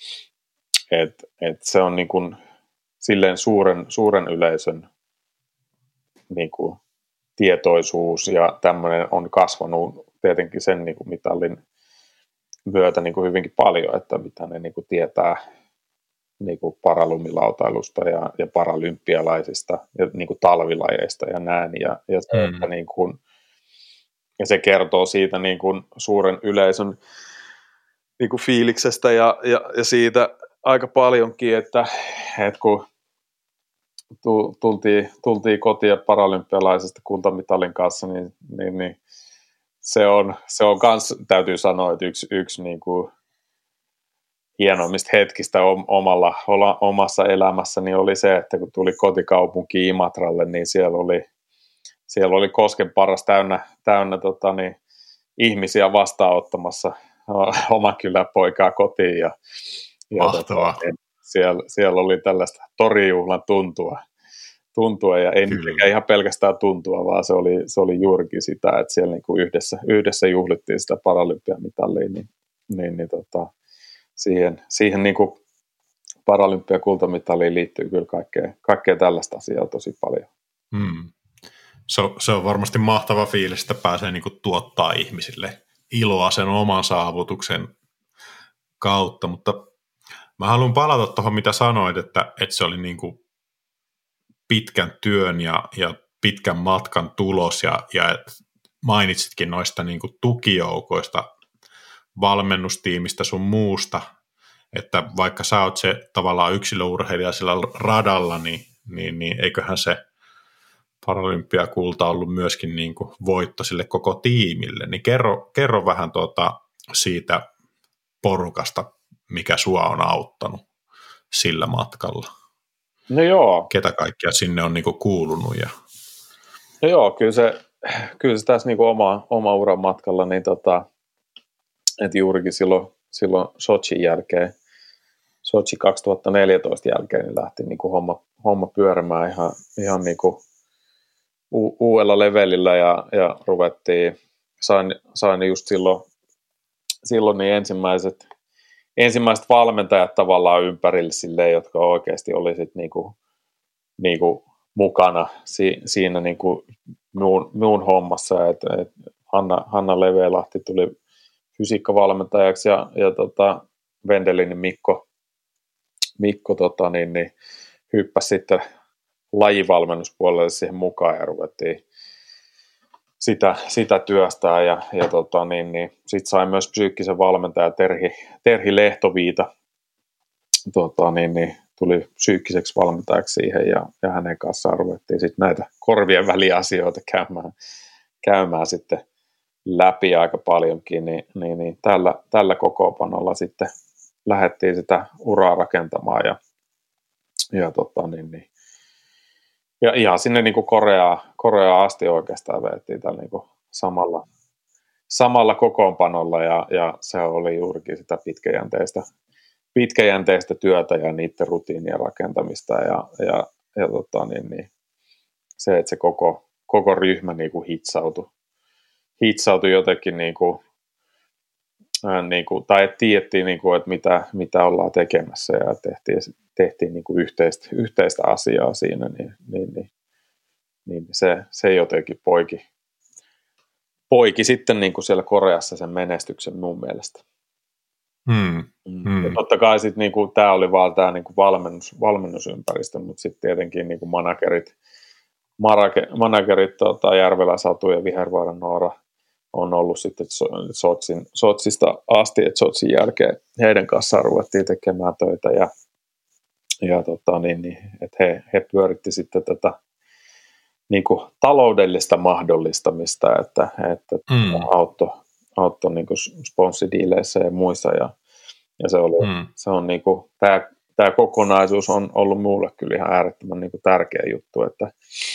se on niin kuin silleen suuren yleisön niin kuin tietoisuus ja tämmöinen on kasvanut tietenkin sen niin kuin mitalin myötä niin kuin hyvinkin paljon, että mitä ne niin kuin tietää niin kuin paralumilautailusta ja paralympialaisista ja niin kuin talvilajeista ja näin. Ja se, että niin kuin, ja se kertoo siitä niin kuin suuren yleisön niin kuin fiiliksestä ja siitä aika paljonkin, että kun tultiin kotiin paralympialaisesta kultamitalin kanssa, niin se on kans, täytyy sanoa, että yksi niin kuin hienoimmista hetkistä omassa elämässäni oli se, että kun tuli kotikaupunkiin Imatralle, niin siellä oli Koskenparas täynnä ihmisiä vastaanottamassa oman kylän poikaa kotiin ja siellä oli tällaista torijuhlan tuntua ja ei niinkään ihan pelkästään tuntua, vaan se oli juurikin sitä, että siellä niinku yhdessä juhlittiin sitä paralympiamitalia, niin siihen niinku paralympiakultamitaliin liittyy kyllä kaikkea tällaista asiaa tosi paljon. Se on varmasti mahtava fiilis, että pääsee niinku tuottaa ihmisille iloa sen oman saavutuksen kautta, mutta mä haluan palata tuohon, mitä sanoit, että se oli niinku pitkän työn ja pitkän matkan tulos ja mainitsitkin noista niin kuin tukijoukoista, valmennustiimistä sun muusta, että vaikka sä oot se tavallaan yksilöurheilija sillä radalla, niin eiköhän se paralympiakulta ollut myöskin niin kuin voitto sille koko tiimille, niin kerro vähän siitä porukasta, mikä sua on auttanut sillä matkalla. No joo. Ketä kaikkia sinne on niinku kuulunut? No joo, kyllä se tässä niinku oma uran matkalla, niin että juurikin silloin Sochin jälkeen, Sochi 2014 jälkeen, niin lähti niinku homma pyörimään ihan niinku uudella levelillä ja ruvettiin, sain just silloin niin ensimmäiset valmentajat tavallaan ympärille silleen, jotka oikeasti oli sit niinku mukana siinä niinku muun hommassa, että Hanna Levelahti tuli fysiikkavalmentajaksi ja Vendelinin Mikko niin hyppäsi sitten lajivalmennuspuolelle siihen mukaan ja ruvettiin sitä työstää ja sitten sai myös psyykkisen valmentaja Terhi Lehtoviita tuli psyykkiseksi valmentajaksi siihen ja hänen kanssaan ruvettiin sitten näitä korvien väliasioita käymään sitten läpi aika paljonkin, niin tällä kokoonpanolla sitten lähdettiin sitä uraa rakentamaan ja ihan sinne niin kuin Koreaan asti oikeastaan vedettiin tällä niin kuin samalla kokoonpanolla ja se oli juurikin sitä pitkäjänteistä työtä ja niiden rutiinien rakentamista ja se, että se koko ryhmä niin kuin hitsautui jotenkin niin kuin, tai tiedettiin, niin kuin, että mitä ollaan tekemässä ja tehtiin niin kuin yhteistä asiaa siinä, niin se jotenkin poiki sitten niin kuin siellä Koreassa sen menestyksen mun mielestä. Ja totta kai sitten niinku, tämä oli vaan tämä niinku valmennusympäristö, mutta sitten tietenkin niinku managerit Järvelä Satu ja Vihervaaran Noora on ollut sitten Sotsista asti, että Sotsin jälkeen heidän kanssaan ruvettiin tekemään töitä ja että he pyöritti sitten tätä niinku taloudellista mahdollistamista, että auttoi niinku sponssidiileissä ja muissa ja se on niinku tämä kokonaisuus on ollut mulle kyllä ihan äärettömän niinku tärkeä juttu, että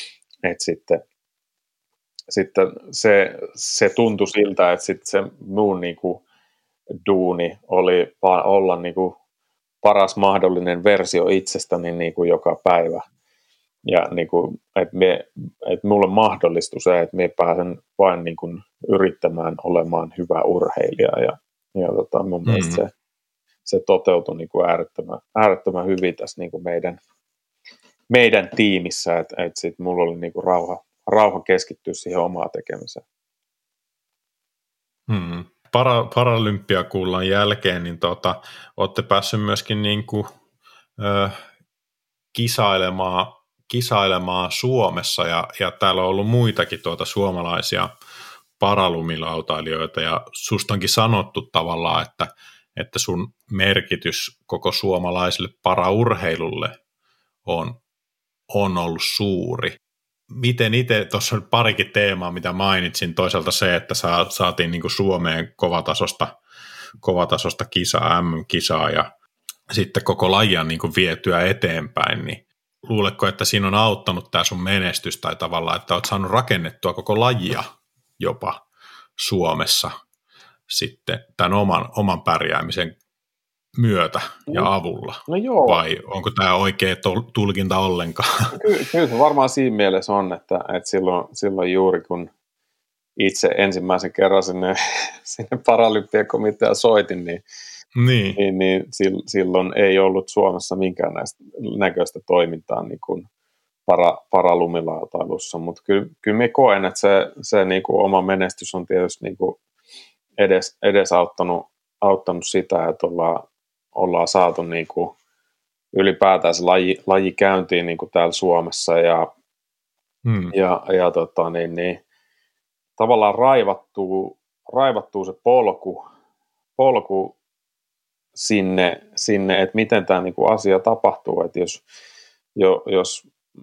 sitten se tuntui siltä, että sitten se mun niinku duuni oli vaan olla niinku paras mahdollinen versio itsestäni niinku joka päivä. Ja niinku, että mulle mahdollistui se, että minä pääsen vain niinku yrittämään olemaan hyvä urheilija. Ja mun mielestä se toteutui niinku äärettömän hyvin tässä niinku meidän tiimissä, että sit mulla oli niinku rauha keskittyä siihen omaan tekemiseen. Paralympiakullan jälkeen niin olette päässyt myöskin niinku, kisailemaan Suomessa ja täällä on ollut muitakin suomalaisia paralumilautailijoita ja susta onkin sanottu tavallaan, että sun merkitys koko suomalaiselle paraurheilulle on ollut suuri. Miten itse, tuossa on parikin teemaa, mitä mainitsin, toisaalta se, että saatiin niin kuin Suomeen kovatasosta kisaa, MM-kisaa ja sitten koko lajia niin kuin vietyä eteenpäin, niin luuletko, että siinä on auttanut tämä sun menestys tai tavallaan, että olet saanut rakennettua koko lajia jopa Suomessa sitten tämän oman pärjäämisen myötä ja avulla? No joo. Vai onko tämä oikea tulkinta ollenkaan? Kyllä se varmaan siinä mielessä on, että silloin juuri kun itse ensimmäisen kerran sinne Paralympiakomiteaan soitin, niin silloin ei ollut Suomessa minkään näköistä toimintaa niin kuin paralumilautailussa, mutta kyllä minä koen, että se niin kuin oma menestys on tietysti niin kuin edesauttanut sitä, että ollaan saatu niin kuin ylipäätään se laji käyntiin niin kuin täällä Suomessa ja tavallaan raivattuu se polku sinne, että miten tämä niin kuin asia tapahtuu, että jos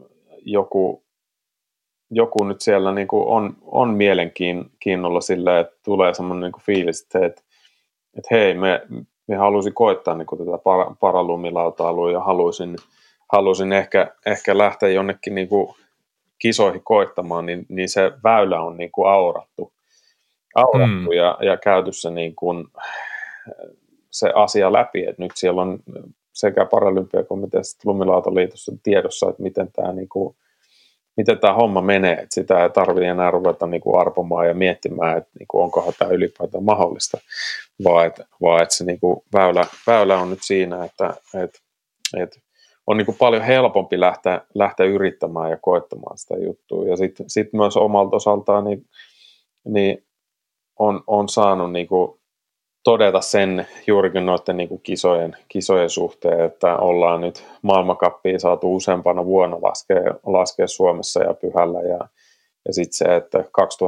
joku nyt siellä niin kuin on mielenkiinnolla sillä, että tulee semmoinen niin kuin fiilis, että hei, me haluaisin koittaa niin kuin tätä paralumilautailua ja haluaisin ehkä lähteä jonnekin niin kuin kisoihin koittamaan, niin se väylä on niin kuin aurattu ja käyty se, niin kuin, se asia läpi, että nyt siellä on sekä Paralympiakomiteassa että Lumilautaliitossa tiedossa, että miten tämä homma menee, että sitä ei tarvitse enää ruveta niin kuin arpomaan ja miettimään, että niin kuin, onkohan tämä ylipäätään mahdollista, vaan että se niin kuin väylä on nyt siinä, että on niin kuin paljon helpompi lähteä yrittämään ja koettamaan sitä juttua. Ja sitten myös omalta osaltaan niin on saanut niin kuin todeta sen juurikin noiden niin kuin kisojen suhteen, että ollaan nyt maailmankappia saatu useampana vuonna laskea Suomessa ja Pyhällä. Ja sitten se, että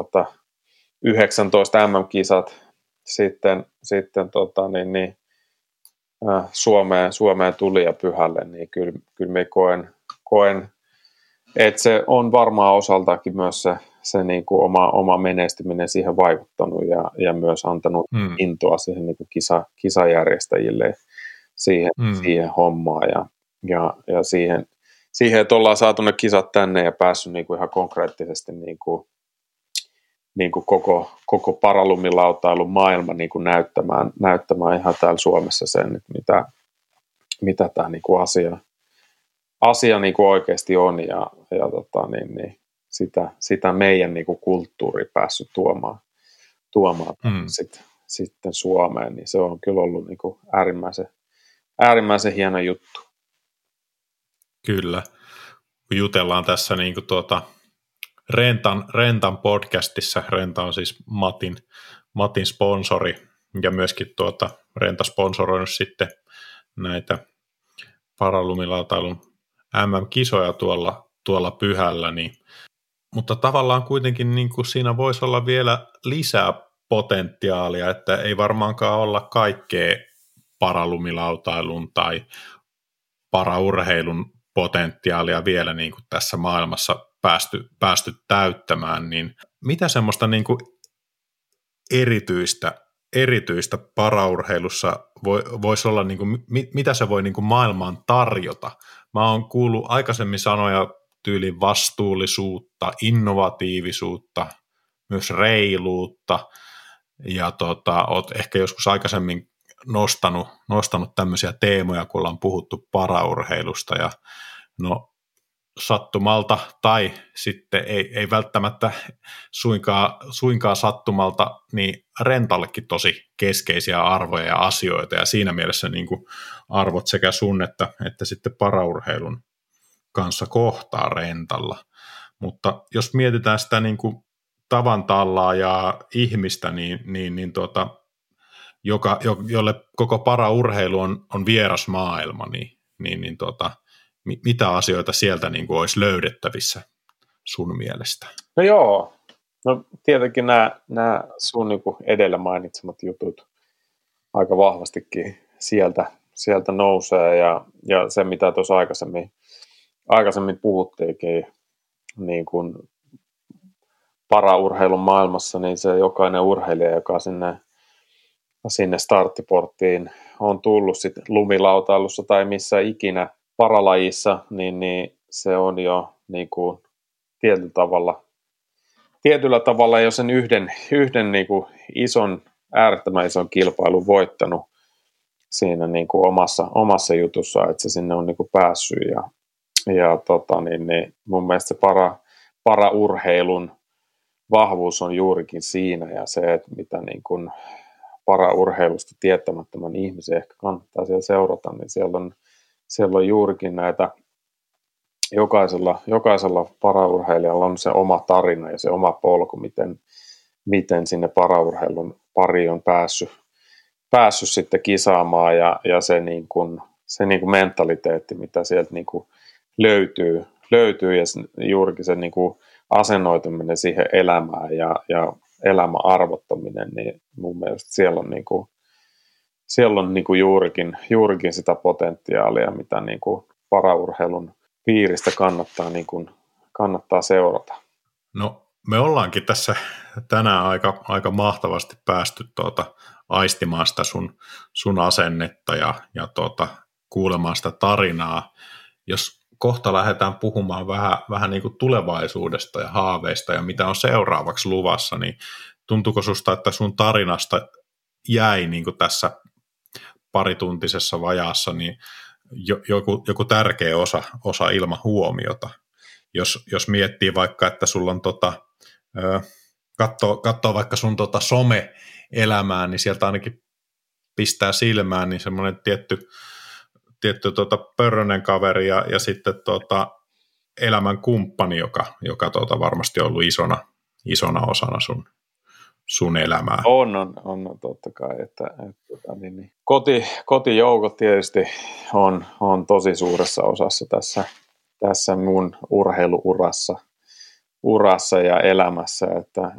2019 MM-kisat sitten Suomeen tuli ja Pyhälle, niin kyllä me koen, että se on varmaan osaltakin myös se niin kuin oma menestyminen siihen vaikuttanut ja myös antanut intoa siihen niin kuin kisajärjestäjille siihen hommaan ja siihen, että ollaan saatu ne kisat tänne ja päässyt niin kuin ihan konkreettisesti niin kuin koko paralumilautailun maailma niin kuin näyttämään ihan täällä Suomessa sen, että mitä tämä niin kuin asia niin kuin oikeasti on ja sitä meidän niin kuin kulttuuri päässyt tuomaan sitten Suomeen, niin se on kyllä ollut niin kuin äärimmäisen hieno juttu. Kyllä. Kun jutellaan tässä niin kuin Rentan podcastissa, Renta on siis Matin sponsori, ja myöskin Renta sponsoroinut sitten näitä paralumilautailun MM-kisoja tuolla Pyhällä, niin, mutta tavallaan kuitenkin niin kuin siinä voisi olla vielä lisää potentiaalia, että ei varmaankaan olla kaikkea paralumilautailun tai paraurheilun potentiaalia vielä niin kuin tässä maailmassa päästy täyttämään, niin mitä semmoista niin kuin erityistä paraurheilussa voisi olla, niin kuin, mitä se voi niin kuin maailmaan tarjota? Mä oon kuullut aikaisemmin sanoja tyylin vastuullisuutta, innovatiivisuutta, myös reiluutta, ja oot ehkä joskus aikaisemmin nostanut tämmöisiä teemoja, kun ollaan puhuttu paraurheilusta, ja no sattumalta tai sitten ei välttämättä suinkaan sattumalta, niin Rentallekin tosi keskeisiä arvoja ja asioita, ja siinä mielessä niin kuin arvot sekä sun että sitten paraurheilun kanssa kohtaa Rentalla. Mutta jos mietitään sitä niin kuin tavan tallaa ja ihmistä, jolle koko paraurheilu on vieras maailma, niin mitä asioita sieltä niin kuin olisi löydettävissä sun mielestä? No joo, no tietenkin nämä sun niin kuin edellä mainitsemat jutut aika vahvastikin sieltä nousee, ja se mitä tuossa aikaisemmin puhuttiinkin niin kuin paraurheilun maailmassa, niin se jokainen urheilija, joka sinne starttiporttiin on tullut sit lumilautailussa tai missä ikinä paralajissa, niin se on jo niin kuin tietyllä tavalla jo sen yhden niin kuin äärettömän ison kilpailun voittanut siinä niin kuin omassa jutussa, että se sinne on niin kuin päässyt, ja mun mielestä se paraurheilun vahvuus on juurikin siinä, ja se, että mitä niin kuin paraurheilusta tietämättömän ihmisen ehkä kannattaa siellä seurata, niin siellä on juurikin näitä, jokaisella paraurheilijalla on se oma tarina ja se oma polku, miten sinne paraurheilun pariin on päässyt sitten kisaamaan, ja se niin kuin mentaliteetti, mitä sieltä niin kuin löytyy, ja juurikin se niin kuin asennoituminen siihen elämään ja elämän arvottaminen, niin mun mielestä siellä on niin kuin juurikin sitä potentiaalia, mitä niin kuin paraurheilun piiristä kannattaa seurata. No, me ollaankin tässä tänään aika mahtavasti päästy aistimaan sitä sun asennetta ja kuulemaan sitä tarinaa. Jos kohta lähdetään puhumaan vähän niin kuin tulevaisuudesta ja haaveista ja mitä on seuraavaksi luvassa, niin tuntuuko susta, että sun tarinasta jäi niin kuin tässä parituntisessa vajaassa niin joku tärkeä osa ilman huomiota? Jos miettii vaikka, että sulla on katsoo vaikka sun some-elämää, niin sieltä ainakin pistää silmään niin semmoinen tietty pörrönen kaveri ja sitten elämän kumppani, joka varmasti on ollut isona osana sun elämää. On totta kai, että kotijoukot tietysti on tosi suuressa osassa tässä mun urheiluurassa ja elämässä, että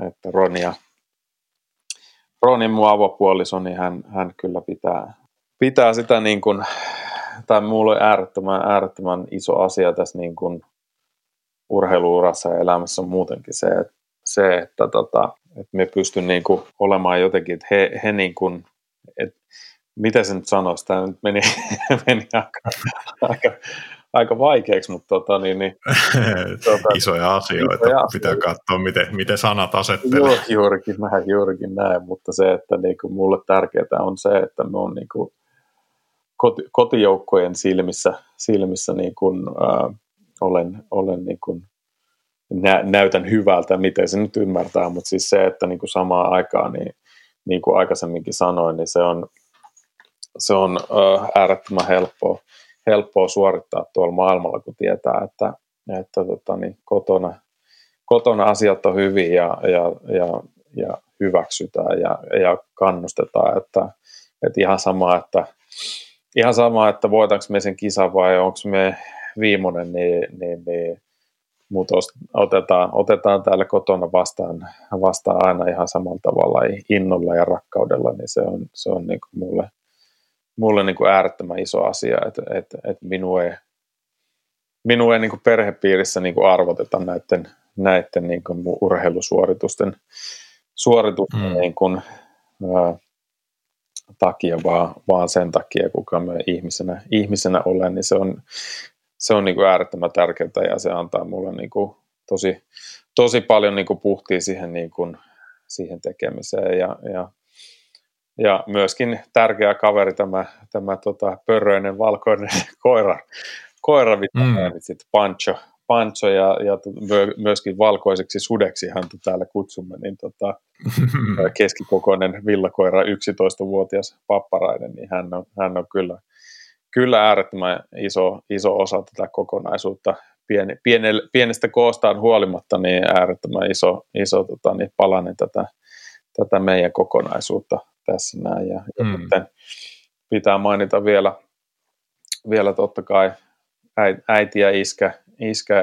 Roni mun avopuoliso, niin hän kyllä pitää sitä niin kuin, tai mulla on äärettömän iso asia tässä niin kuin urheiluurassa ja elämässä on muutenkin se että me pystyn niin kuin olemaan jotenkin, että he niin kuin, että mitä se nyt sanoisi, tämä nyt meni aika vaikeaksi, mutta isoja asioita, pitää katsoa, miten sanat asettelee. Juurikin näin, mutta se, että niin kuin mulle tärkeää on se, että me on niin kuin kotijoukkojen silmissä niin kuin, olen niin kuin näytän hyvältä, miten se nyt ymmärtää, mutta siis se, että niin kuin samaan aikaan, niin kuin aikaisemminkin sanoin, niin se on äärettömän helppoa suorittaa tuolla maailmalla, kun tietää, että niin kotona asiat on hyvin ja hyväksytään ja kannustetaan, että ihan sama, että voitaanko me sen kisan vai onko me viimeinen, niin mutta otetaan täällä kotona vastaan aina ihan samalla tavalla innolla ja rakkaudella, niin se on niin kuin mulle niin kuin äärettömän iso asia, että minua ei niin kuin perhepiirissä niin kuin arvoteta näiden niin kuin urheilusuoritusten niin kuin, takia, vaan sen takia, kuka mä ihmisenä olen, niin se on niin kuin äärettömän tärkeää ja se antaa mulle niin kuin tosi paljon niin kuin puhtia siihen, niin kuin, siihen tekemiseen ja myöskin tärkeä kaveri tämä pörröinen valkoinen koira mitä mainitsit, Pancho ja myöskin valkoiseksi sudeksi häntä täällä kutsumme, niin keskikokoinen villakoira, 11-vuotias papparainen, niin hän on kyllä äärettömän iso osa tätä kokonaisuutta. Pienestä koostaan huolimatta niin äärettömän iso niin palanen tätä meidän kokonaisuutta tässä näin. Ja sitten pitää mainita vielä totta kai äiti ja iskä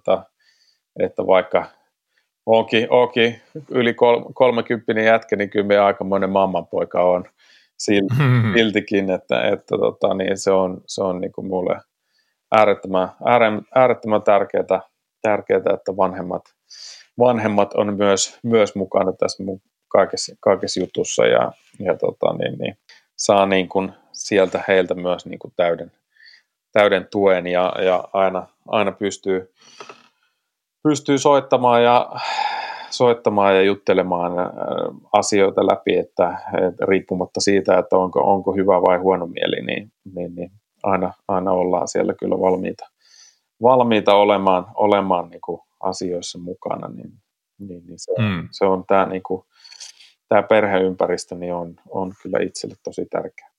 että vaikka onkin yli 30 jätkä, niin kyllä me aikamoinen mammanpoika on siltikin, että niin se on niin kuin mulle äärettömän tärkeää, että vanhemmat on myös mukana tässä mun kaikessa jutussa ja niin saa niin kuin sieltä heiltä myös niin kuin täyden tuen ja aina pystyy soittamaan ja juttelemaan asioita läpi, että riippumatta siitä, että onko hyvä vai huono mieli, niin aina ollaan siellä kyllä valmiita olemaan niin kuin asioissa mukana, niin se on tämä niin kuin tämä perheympäristö niin on kyllä itselle tosi tärkeä.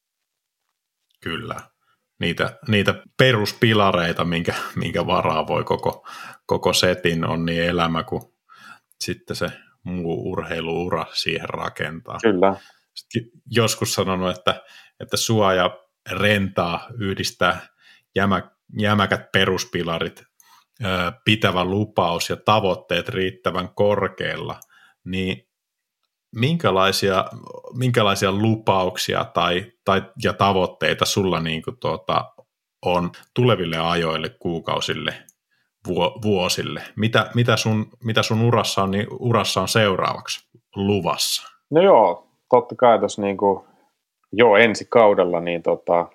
Kyllä. Niitä peruspilareita, minkä varaa voi koko setin on niin elämä kuin sitten se muu urheiluura siihen rakentaa. Kyllä. Sitten joskus sanonut, että sua ja Rentaa yhdistää jämäkät peruspilarit, pitävä lupaus ja tavoitteet riittävän korkealla, niin minkälaisia lupauksia ja tavoitteita sulla niin kuin on tuleville ajoille, kuukausille, vuosille? Mitä sun urassa on seuraavaksi luvassa? No joo, totta kai tuossa niin kuin jo ensi kaudella niin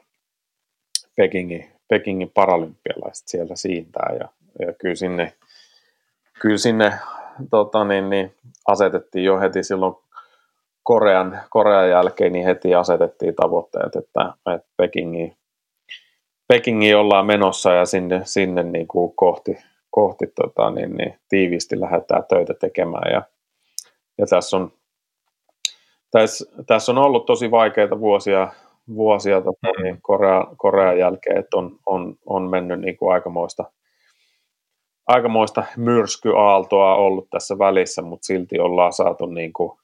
Pekingin paralympialaiset siellä siintää ja kyllä sinne niin asetettiin jo heti silloin Korean jälkeen niin heti asetettiin tavoitteet, että Pekingiin ollaan menossa ja sinne niin kuin kohti niin tiiviisti lähdetään töitä tekemään ja tässä on ollut tosi vaikeita vuosia niin Korean jälkeen, että on mennyt niin kuin aikamoista myrskyaaltoa ollut tässä välissä, mutta silti ollaan saatu niin kuin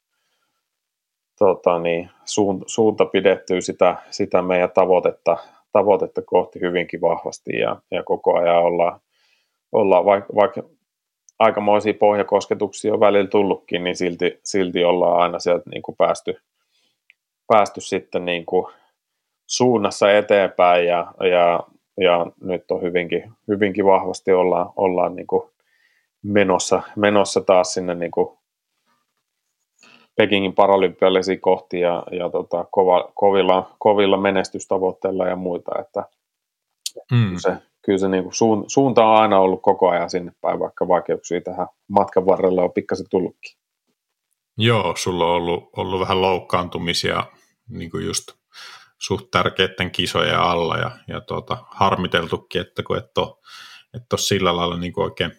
suunta pidettyä sitä meidän tavoitetta kohti hyvinkin vahvasti ja koko ajan ollaan vaikka aikamoisia pohjakosketuksia on välillä tullutkin, niin silti ollaan aina sieltä niin kuin päästy sitten niin kuin suunnassa eteenpäin ja nyt on hyvinkin vahvasti ollaan niin kuin menossa taas sinne niin kuin Pekingin paralympialaisia kohti ja kovilla menestystavoitteilla ja muita, että kyllä se niin kuin suunta on aina ollut koko ajan sinne päin, vaikka vaikeuksia tähän matkan varrella on pikkasen tullutkin. Joo, sulla on ollut vähän loukkaantumisia niin kuin just suht tärkeiden kisojen alla ja harmiteltukin, että kun et ole sillä lailla niin kuin oikein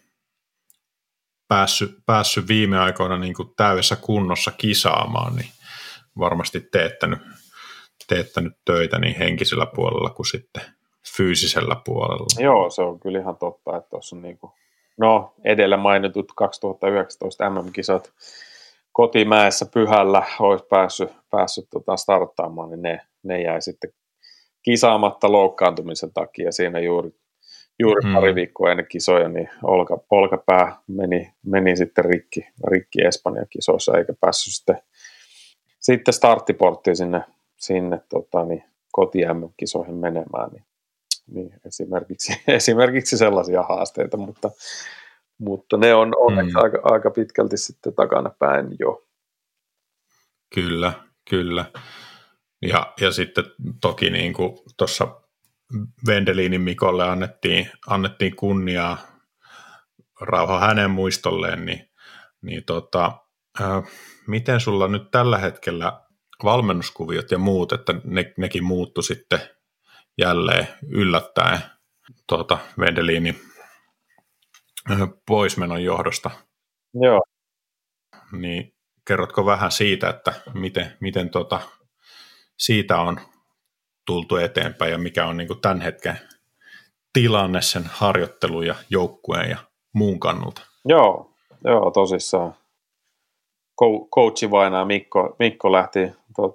päässyt viime aikoina niin kuin täydessä kunnossa kisaamaan, niin varmasti teettänyt töitä niin henkisellä puolella kuin sitten fyysisellä puolella. Joo, se on kyllä ihan totta, että tuossa on niin kuin, edellä mainitut 2019 MM-kisat Kotimäessä Pyhällä olisi päässyt starttaamaan, niin ne jäi sitten kisaamatta loukkaantumisen takia. Siinä juuri pari viikkoa ennen kisoja, niin olkapää meni sitten rikki Espanjan kisoissa, eikä päässyt sitten starttiporttiin sinne koti-MM-kisoihin menemään. Niin esimerkiksi sellaisia haasteita, mutta ne on onneksi aika pitkälti sitten takana päin jo. Kyllä. Ja sitten toki niin kuin tuossa Wendelinin Mikolle annettiin kunniaa, rauha hänen muistolleen, miten sulla nyt tällä hetkellä valmennuskuviot ja muut, että nekin muuttu sitten jälleen yllättäen Wendelinin poismenon johdosta. Joo. Niin kerrotko vähän siitä, että miten siitä on tultu eteenpäin ja mikä on niin kuin tämän hetken tilanne sen harjoittelun ja joukkueen ja muun kannalta? Joo, tosissaan. Coachi vainaa Mikko lähti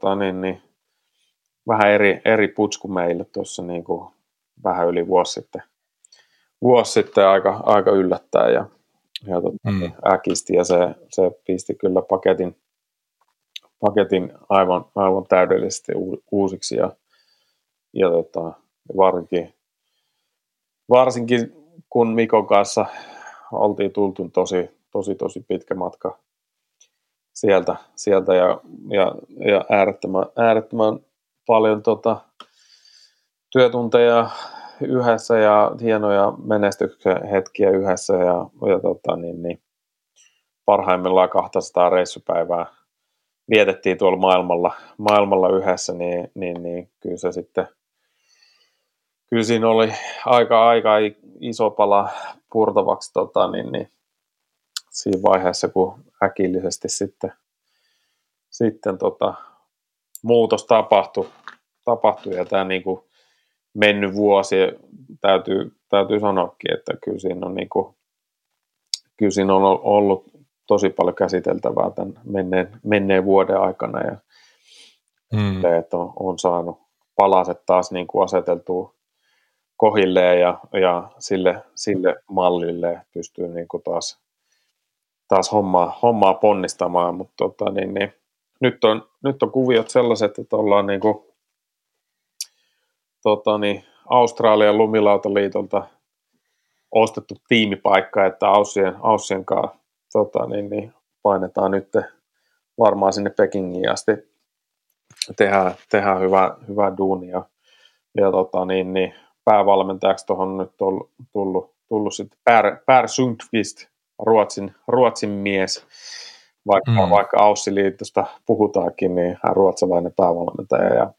vähän eri putsku meille tuossa niin kuin vähän yli vuosi sitten aika yllättäen ja äkisti ja se pisti kyllä paketin aivan täydellisesti uusiksi ja varsinkin kun Mikon kanssa oltiin tultu tosi pitkä matka sieltä ja äärettömän paljon työtunteja yhdessä ja hienoja menestyksen hetkiä yhdessä ja parhaimmillaan 200 reissupäivää vietettiin tuolla maailmalla yhdessä, niin kyllä se sitten kyllä siinä oli aika iso pala purtavaksi siinä vaiheessa, kun äkillisesti sitten muutos tapahtui ja tämä niin kuin mennyt vuosi täytyy sanoakin, että kyllä siinä on ollut tosi paljon käsiteltävää tämän menneen vuoden aikana ja että on saanut palaset taas niin kuin aseteltua kohilleen ja sille mallille pystyy niin kuin taas hommaa ponnistamaan, mutta nyt on kuviot sellaiset, että ollaan niin kuin Australian lumilautaliitolta ostettu tiimipaikka, että Aussien kanssa painetaan nyt varmaan sinne Pekingiin asti. Tehdään hyvää duunia. Ja päävalmentajaksi tuohon nyt on tullut sitten Per Sundqvist, Ruotsin mies. Vaikka Aussiliitosta puhutaankin, niin hän ruotsalainen päävalmentaja ja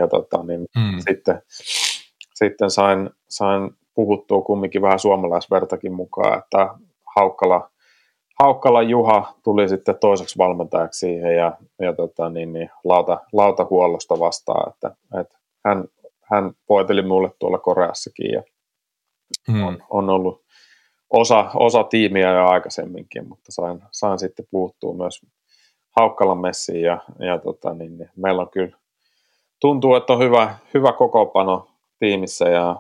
sitten sain puhuttua kumminkin vähän suomalaisvertakin mukaan, että Haukkala Juha tuli sitten toiseksi valmentajaksi siihen ja lautahuollosta vastaan, että hän poiteli mulle tuolla Koreassakin ja on ollut osa tiimiä jo aikaisemminkin, mutta sain sitten puuttua myös Haukkalan messiin ja meillä on kyllä tuntuu, että on hyvä kokoonpano tiimissä ja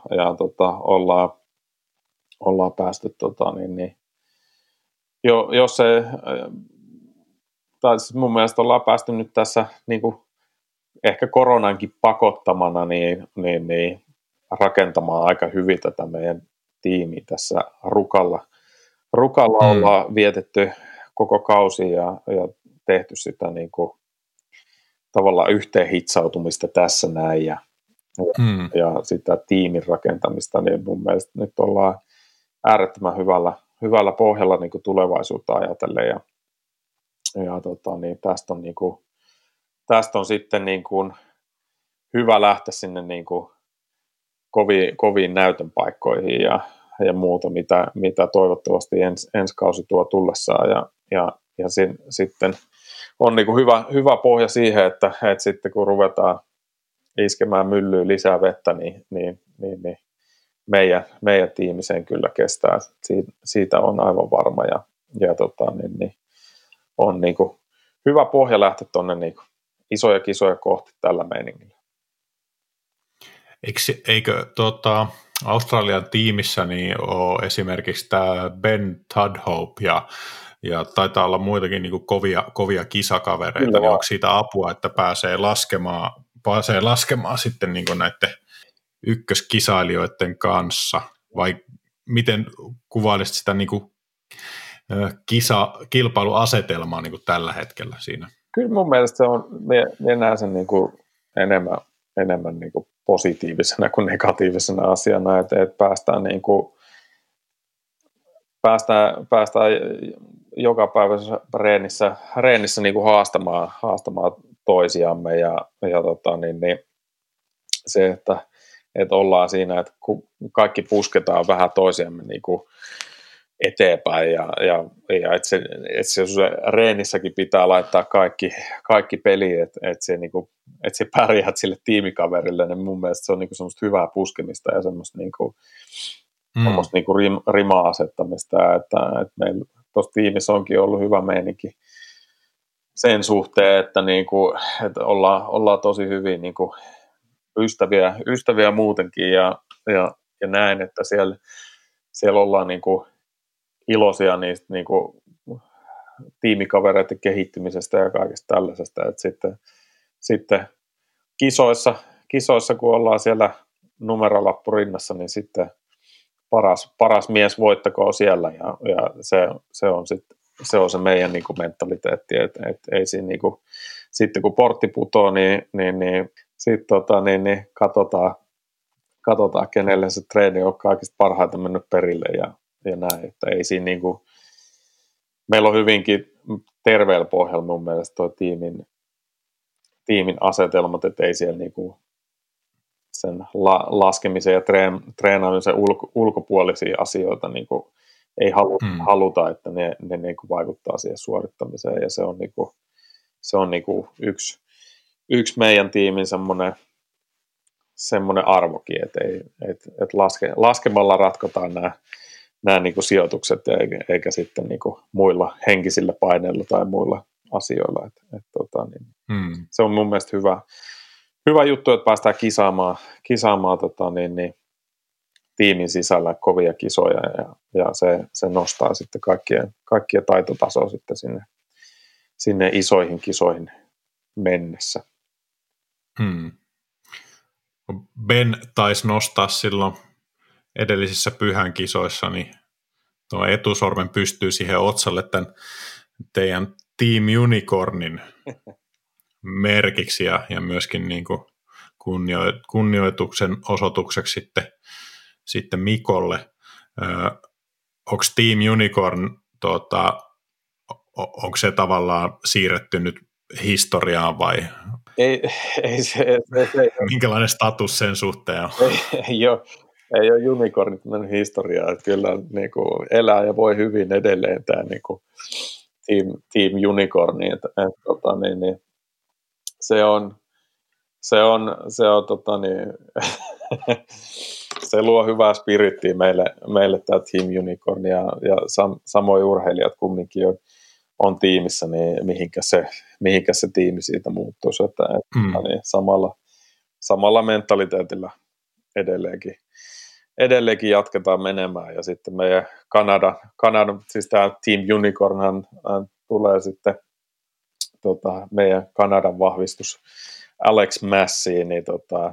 ollaan päästy jos se tai siis mun mielestä ollaan päästy nyt tässä niin kuin ehkä koronankin pakottamana niin rakentamaan aika hyvin tätä meidän tiimiä tässä Rukalla. Rukalla ollaan vietetty koko kausi ja tehty sitä niin kuin tavallaan yhteen hitsautumista tässä näin ja sitä tiimin rakentamista, niin mun mielestä nyt ollaan äärettömän hyvällä pohjalla niin kuin tulevaisuutta ajatellen ja tästä on sitten niin kuin hyvä lähteä sinne niin kuin koviin näytön paikkoihin ja muuta, mitä toivottavasti ensi kausi tuo tullessaan ja sitten on niin kuin hyvä pohja siihen, että sitten kun ruvetaan iskemään myllyyn lisää vettä, niin meidän tiimi sen kyllä kestää. Siitä on aivan varma ja on niin kuin hyvä pohja lähteä tuonne niin isoja kisoja kohti tällä meiningillä. Eikö Australian tiimissä niin ole esimerkiksi tämä Ben Tudhope ja taitaa olla muitakin niin kuin kovia kisakavereita, Kyllä niin onko siitä apua, että pääsee laskemaan sitten niin kuin näiden ykköskisailijoiden kanssa, vai miten kuvailisit sitä niin kuin kilpailuasetelmaa niin kuin tällä hetkellä siinä? Kyllä mun mielestä se on, minä näen sen niin kuin enemmän niin kuin positiivisena kuin negatiivisena asiana, että päästään, niin kuin, päästään joka päivässä reenissä niin kuin haastamaan toisiamme ja se, että ollaan siinä, että kaikki pusketaan vähän toisiamme niin kuin eteenpäin ja että se reenissäkin pitää laittaa kaikki peliin, että se pärjäät sille tiimikaverille, niin mun mielestä se on niinku semmoista hyvää puskemista ja semmoista niinku rima-asettamista, että meillä tuossa tiimissä onkin ollut hyvä meininki sen suhteen, että ollaan tosi hyvin niinku ystäviä muutenkin ja näin, että siellä ollaan niinku iloisia niistä niinku tiimikavereiden kehittymisestä ja kaikesta tällaisesta, että sitten kisoissa kun ollaan siellä numerolappu rinnassa, niin sitten paras mies voittakoon siellä ja se on se meidän niinku mentaliteetti, että ei siinä niinku, sitten kun portti putoo, niin sitten katsotaan kenelle se treeni on kaikista parhaiten mennyt perille ja näin, että ei siinä niinku, meillä on hyvinkin terveellä pohjalla mun mielestä tuo tiimin asetelmat, että ei siellä niinku sen laskemisen ja treenaamisen ulkopuolisia asioita niinku ei haluta, että ne niinku vaikuttaa siihen suorittamiseen ja se on niinku yksi meidän tiimin semmoinen arvokin, että laskemalla ratkotaan nämä niinku sijoitukset eikä sitten niinku muilla henkisillä paineilla tai muilla asioilla. Se on mun mielestä hyvä juttu, että päästään kisaamaan tiimin sisällä kovia kisoja ja se nostaa sitten kaikkien taitotasoa sitten sinne isoihin kisoihin mennessä. Ben taisi nostaa silloin edellisissä pyhän kisoissa, niin tuo etusormen pystyy siihen otsalle tämän teidän Team Unicornin merkiksi ja myöskin niin kuin kunnioituksen osoitukseksi sitten Mikolle. Onko Team Unicorn, onko se tavallaan siirretty nyt historiaan vai ei minkälainen status sen suhteen on? Ei ole unicornit mennyt historiaan, että kyllä niin kuin elää ja voi hyvin edelleen tämä niin kuin Team Unicorni, se luo hyvää spirittiä meille tämä Team Unicorn ja samoin urheilijat kumminkin on tiimissä, niin mihinkä se tiimi siitä muuttuisi, niin samalla mentaliteetillä edelleenkin jatketaan menemään ja sitten meidän Kanadan siis tämä Team Unicorn tulee sitten meidän Kanadan vahvistus Alex Massiin, niin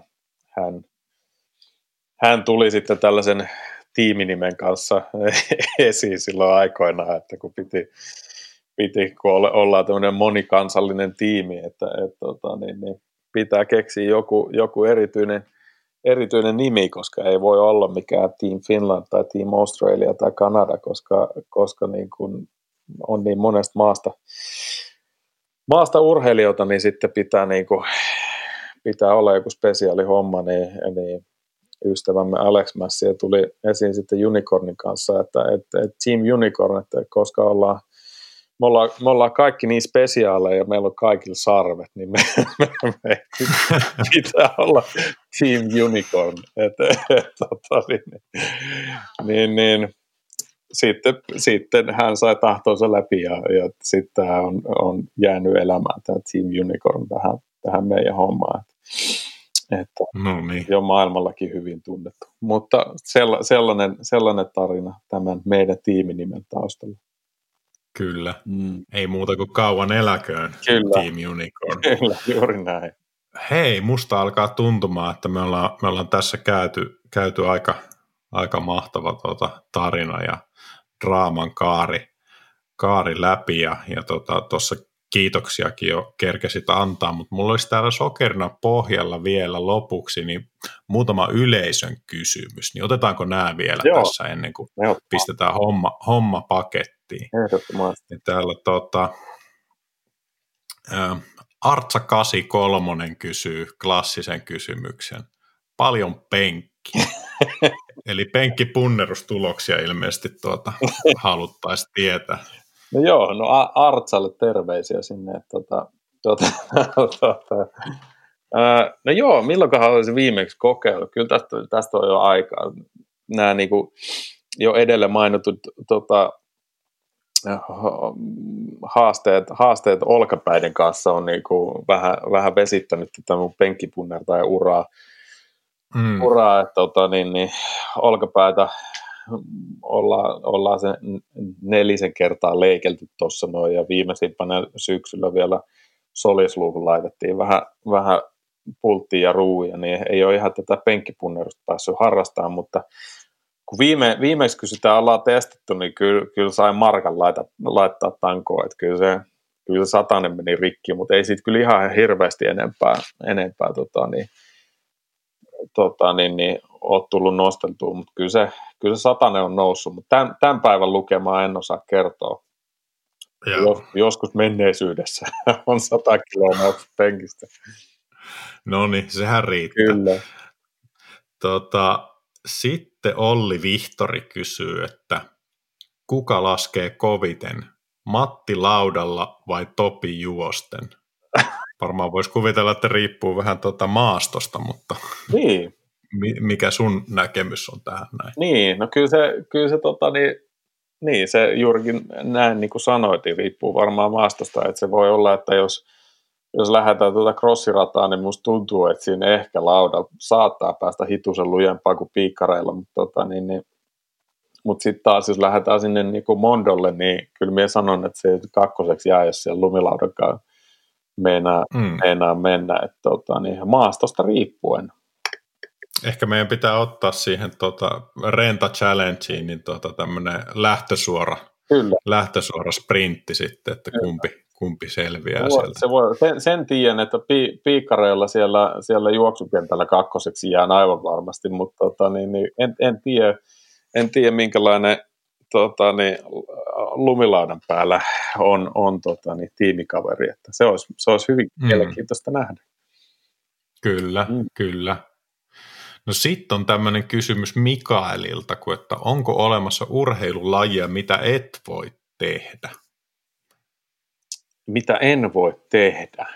hän tuli sitten tällaisen tiiminimen kanssa esiin silloin aikoinaan, että kun kun ollaan tämmöinen monikansallinen tiimi, että pitää keksiä joku erityinen nimi, koska ei voi olla mikään Team Finland tai Team Australia tai Kanada, koska niin kun on niin monesta maasta urheilijoita, niin sitten pitää olla joku spesiaali homma, niin ystävämme Alex Massia tuli esiin sitten Unicornin kanssa, että Team Unicorn, että koska me ollaan kaikki niin spesiaaleja ja meillä on kaikilla sarvet, niin me pitää olla Team Unicorn. sitten hän sai tahtonsa läpi ja sitten hän on jäänyt elämään tämä Team Unicorn tähän meidän hommaan. Että no niin. jo maailmallakin hyvin tunnettu. Mutta sellainen tarina tämän meidän tiiminimen taustalla. Kyllä. Ei muuta kuin kauan eläköön, Team Unicorn. Kyllä, juuri näin. Hei, musta alkaa tuntumaan, että me ollaan tässä käyty aika mahtava tarina ja draaman kaari läpi ja tuossa kiitoksiakin jo kerkesit antaa, mutta mulla olisi täällä sokerina pohjalla vielä lopuksi niin muutama yleisön kysymys, niin otetaanko nämä vielä tässä ennen kuin pistetään homma pakettiin. Ehdottomasti. Ja täällä Artsa 83 kysyy klassisen kysymyksen. Paljon penkkiä. Eli penkkipunnerustuloksia ilmeisesti haluttaisiin tietää. No joo, Artsalle terveisiä sinne. No joo, milloinkohan olisi viimeksi kokeillut? Kyllä tästä on jo aikaa. Nämä niinku jo edellä mainitut haasteet olkapäiden kanssa on niinku vähän vesittänyt tätä mun penkkipunnertajan uraa. Että olkapäätä ollaan se 4 kertaa leikelty tuossa noin, ja viimeisimpänä syksyllä vielä solisluuhun laitettiin vähän pulttia ja ruuja, niin ei ole ihan tätä penkkipunnerusta päässyt harrastamaan, mutta kun viimeksi kun sitä ollaan testattu, niin kyllä sai markan laittaa tankoon, että kyllä se 100 meni rikki, mutta ei siitä kyllä ihan hirveästi enempää ole tullut nosteltua, mutta kyllä se 100 on noussut, mutta tämän päivän lukemaa en osaa kertoa. Joskus menneisyydessä on 100 kiloa noussut penkistä. No niin, sehän riittää. Kyllä. Sitten Olli Vihtori kysyy, että kuka laskee koviten, Matti laudalla vai Topi juosten? Varmaan voisi kuvitella, että riippuu vähän maastosta, mutta niin. Mikä sun näkemys on tähän näin? Niin, no kyllä se juurikin näin niin kuin sanoit, niin riippuu varmaan maastosta, että se voi olla, että jos lähdetään crossirataa, niin musta tuntuu, että siinä ehkä laudalla saattaa päästä hitusen lujempaa kuin piikkareilla, mutta sitten taas jos lähdetään sinne niin kuin Mondolle, niin kyllä minä sanon, että se kakkoseksi jää, jos siellä lumilaudankaan meinaa mennä, että maastosta riippuen. Ehkä meidän pitää ottaa siihen Renta Challengeen niin tämmöinen lähtösuora sprintti sitten, että kumpi selviää sieltä. Sen tiedän, että piikkareilla siellä juoksukentällä kakkoseksi jää aivan varmasti, mutta en tiedä minkälainen lumilaudan päällä on tiimikaveri, että se olisi hyvin mielenkiintoista nähdä. Kyllä. No sitten on tämmöinen kysymys Mikaelilta, että onko olemassa urheilulajia, mitä et voi tehdä? Mitä en voi tehdä?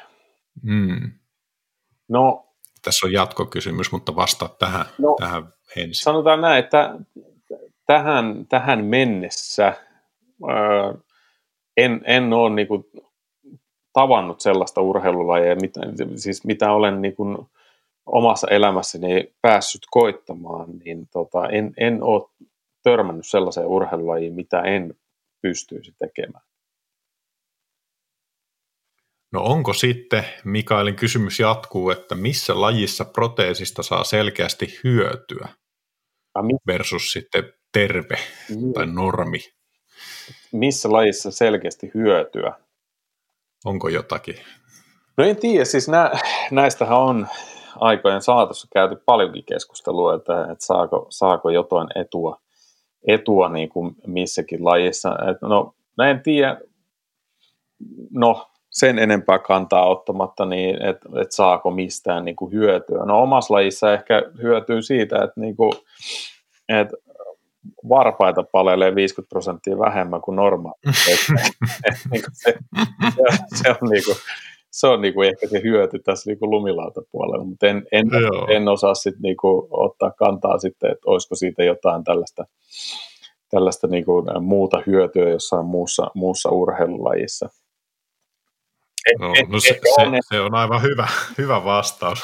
No, tässä on jatkokysymys, mutta vastaa tähän ensin. Sanotaan näin, että tähän mennessä en ole niinku tavannut sellaista urheilulajia, mitä olen niinku omassa elämässäni päässyt koittamaan, niin en ole törmännyt sellaiseen urheilulajiin, mitä en pystyisi tekemään. No onko sitten, Mikaelin kysymys jatkuu, että missä lajissa proteesista saa selkeästi hyötyä versus sitten terve tai normi? Missä lajissa selkeästi hyötyä? Onko jotakin? No en tiedä, siis näistähän on aikojen saatossa käyty paljonkin keskustelua, että saako jotain etua niin kuin missäkin lajissa. No en tiedä, sen enempää kantaa ottamatta, niin että saako mistään niin kuin hyötyä. No omassa lajissa ehkä hyötyy siitä, että, niin kuin, että varpaita palelee 50% vähemmän kuin normaali. Se on niinku ehkä se hyöty tässä niinku lumilautapuolella, mutta en osaa sitten niinku ottaa kantaa sitten, että olisiko siitä jotain tällaista tällaista niin kuin muuta hyötyä jossain muussa urheilulajissa. No, se on aivan hyvä vastaus.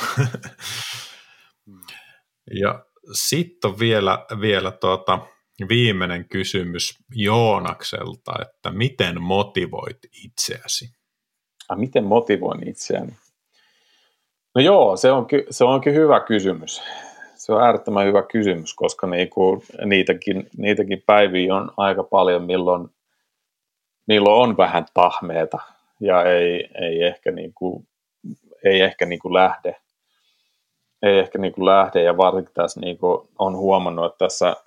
Ja sitten on vielä viimeinen kysymys Joonakselta, että miten motivoit itseäsi? Miten motivoin itseäni? No joo, se onkin hyvä kysymys. Se on äärettömän hyvä kysymys, koska niitäkin päiviä on aika paljon, milloin on vähän tahmeeta ja ei ehkä lähde. Ei ehkä lähde, ja varsinkin tässä on huomannut, että tässä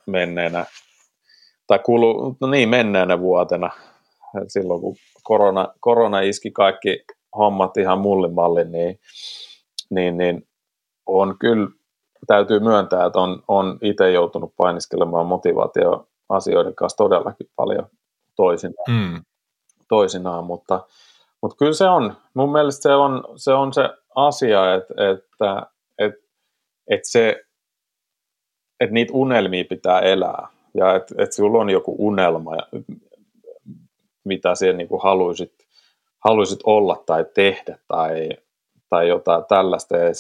menneenä vuotena, silloin kun korona iski kaikki hommat ihan mullimallin, niin on kyllä, täytyy myöntää, että on itse joutunut painiskelemaan motivaatioasioiden kanssa todellakin paljon toisinaan, mutta kyllä se on, mun mielestä se on se asia, että niitä unelmia pitää elää, ja että sulla on joku unelma, mitä siellä niin kuin haluisit olla tai tehdä tai jotain tällaista, ja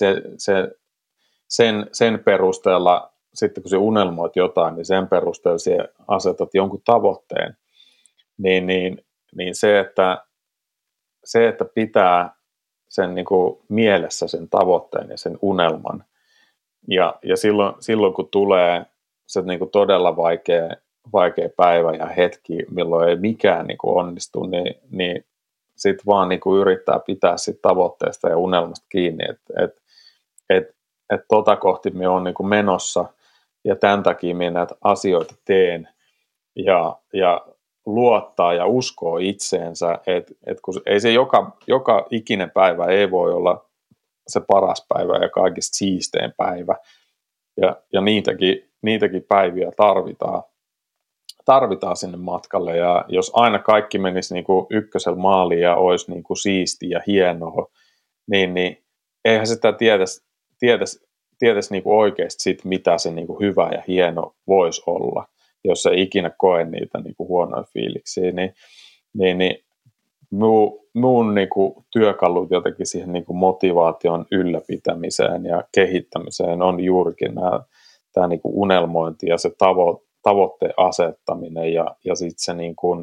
sen perusteella, sitten kun sä unelmoit jotain, niin sen perusteella sä asetat jonkun tavoitteen, niin se, että pitää sen niin kuin mielessä sen tavoitteen ja sen unelman, ja silloin kun tulee se niin kuin todella vaikea päivä ja hetki, milloin ei mikään niin kuin onnistu, niin sitten vaan niin kuin yrittää pitää sit tavoitteesta ja unelmasta kiinni, että tota kohti me on niin kuin menossa, ja tämän takia minä näitä asioita teen, ja luottaa ja uskoo itseensä, että kun ei se joka ikinen päivä ei voi olla se paras päivä ja kaikista siistein päivä, ja niitäkin päiviä tarvitaan sinne matkalle, ja jos aina kaikki menisi niin kuin ykkösellä maaliin ja olisi niin kuin siistiä ja hienoa, niin eihän sitä tietäisi niin kuin oikeasti sit, mitä se niin kuin hyvä ja hieno voisi olla, jos ei ikinä koe niitä niin kuin huonoja fiiliksiä, niin mun niin kuin työkalut jotenkin siihen niin kuin motivaation ylläpitämiseen ja kehittämiseen on juurikin tämä niin kuin unelmointi ja se tavoitteen asettaminen, ja sitten se, niin kuin,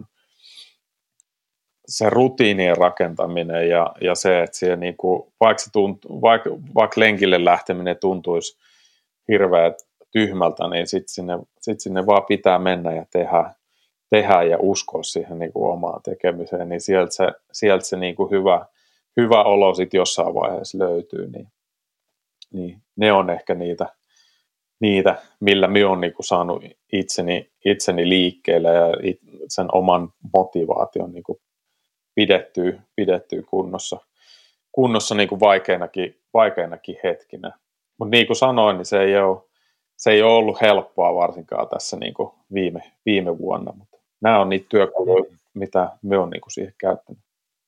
se rutiinien rakentaminen, ja se, että siihen niin kuin, vaikka lenkille lähteminen tuntuisi hirveän tyhmältä, niin sitten sinne vaan pitää mennä ja tehdä ja uskoa siihen niin kuin omaan tekemiseen, niin sieltä se niin kuin hyvä olo sitten jossain vaiheessa löytyy, niin ne on ehkä niitä millä minä olen niin kuin saanut itseni liikkeelle ja sen oman motivaation niin kuin pidettyä kunnossa niin kuin vaikeinakin hetkinä. Mutta niin kuin sanoin, niin se ei ole ollut helppoa varsinkaan tässä niin kuin viime vuonna, mutta nämä on niitä työkaluja, mitä me on niin kuin siihen käyttänyt.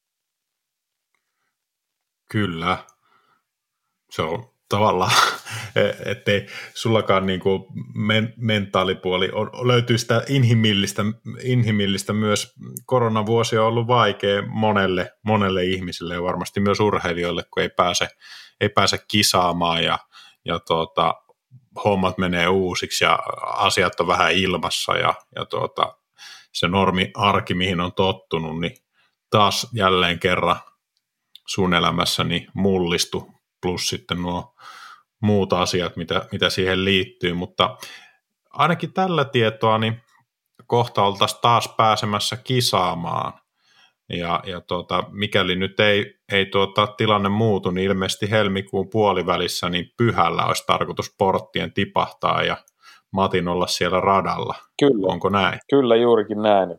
Kyllä. Se on tavallaan, ettei sullakaan niin kuin mentaalipuoli löytyy sitä inhimillistä myös. Koronavuosi on ollut vaikea monelle ihmiselle ja varmasti myös urheilijoille, kun ei pääse kisaamaan ja hommat menee uusiksi ja asiat on vähän ilmassa ja se normi-arki, mihin on tottunut, niin taas jälleen kerran sun elämässäni mullistui, plus sitten nuo muut asiat, mitä siihen liittyy, mutta ainakin tällä tietoa niin kohta oltaisiin taas pääsemässä kisaamaan, ja mikäli nyt ei tilanne muutu, niin ilmeisesti helmikuun puolivälissä niin Pyhällä olisi tarkoitus porttien tipahtaa ja Matin olla siellä radalla. Kyllä. Onko näin? Kyllä juurikin näin,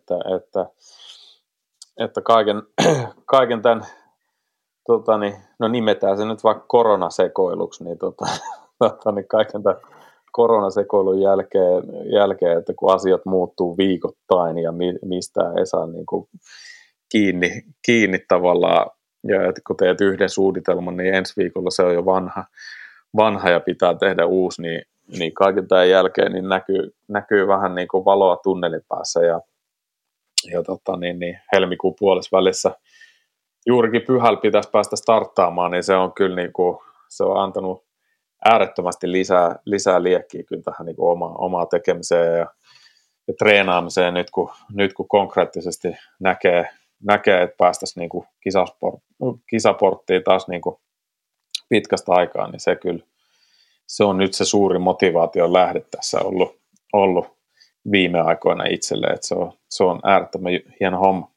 että kaiken tämän, no nimetään se nyt vaikka koronasekoiluksi, niin kaiken tämän koronasekoilun jälkeen, että kun asiat muuttuu viikoittain ja mistään ei saa niin kuin kiinni tavallaan, ja että kun teet yhden suunnitelman, niin ensi viikolla se on jo vanha ja pitää tehdä uusi, niin kaiken tämän jälkeen niin näkyy vähän niin kuin valoa tunnelin päässä ja helmikuun puolessa välissä juurikin pyhällä pitäisi päästä starttaamaan, niin se on kyllä niin kuin, se on antanut äärettömästi lisää liekkiä kyllä tähän niin kuin omaa tekemiseen ja treenaamiseen nyt kun konkreettisesti näkee että päästäisiin niin kuin kisaporttiin taas niin kuin pitkästä aikaa, niin se on nyt se suuri motivaation lähde tässä ollut viime aikoina itselle, että se on äärettömän hieno homma.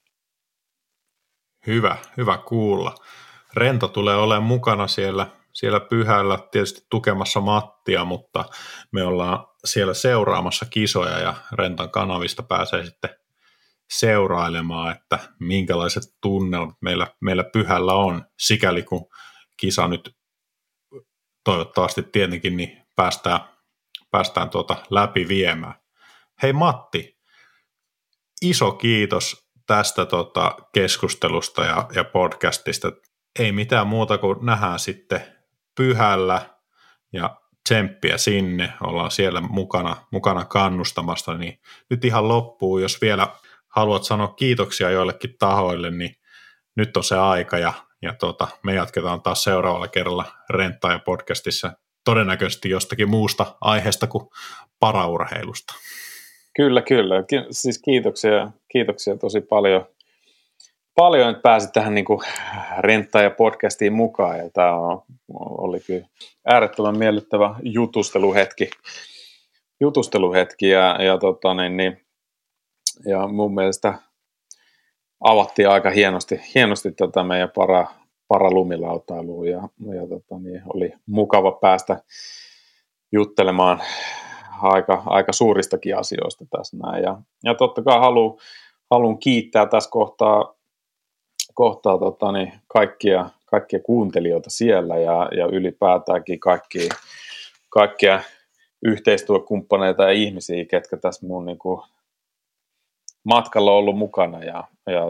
Hyvä kuulla. Renta tulee olemaan mukana siellä pyhällä tietysti tukemassa Mattia, mutta me ollaan siellä seuraamassa kisoja ja Rentan kanavista pääsee sitten seurailemaan, että minkälaiset tunnelmat meillä pyhällä on, sikäli kun kisa nyt toivottavasti tietenkin niin päästään läpi viemään. Hei Matti, iso kiitos tästä keskustelusta ja podcastista. Ei mitään muuta kuin nähdään sitten pyhällä ja tsemppiä sinne, ollaan siellä mukana kannustamassa, niin nyt ihan loppuun, jos vielä haluat sanoa kiitoksia joillekin tahoille, niin nyt on se aika ja me jatketaan taas seuraavalla kerralla Rentta ja podcastissa todennäköisesti jostakin muusta aiheesta kuin paraurheilusta. Kyllä. Siis kiitoksia tosi paljon, että pääsit tähän niin kuin Rentta ja podcastiin mukaan. Ja tämä oli kyllä äärettömän miellyttävä jutusteluhetki ja mun mielestä avattiin aika hienosti tätä meidän paralumilautailuun ja oli mukava päästä juttelemaan aika suuristakin asioista tässä näin. Ja totta kai haluan kiittää tässä kohtaa kaikkia kuuntelijoita siellä ja ylipäätäänkin kaikkia yhteistyökumppaneita ja ihmisiä, ketkä tässä mun niin kuin matkalla on ollut mukana ja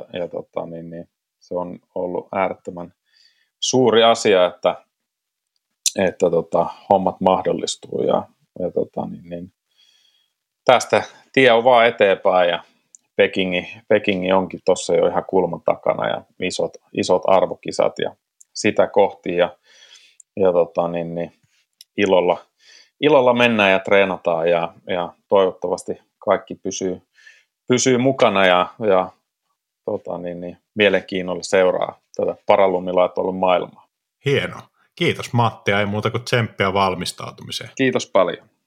se on ollut äärettömän suuri asia, että hommat mahdollistuu ja tästä tie on vaan eteenpäin ja Pekingi onkin tuossa jo ihan kulman takana ja isot arvokisat ja sitä kohti ja ilolla mennään ja treenataan ja toivottavasti kaikki pysyy mukana ja mielenkiinnolla seuraa tätä paralumilautailuun maailmaa. Hienoa. Kiitos Matti, ei muuta kuin tsemppiä valmistautumiseen. Kiitos paljon.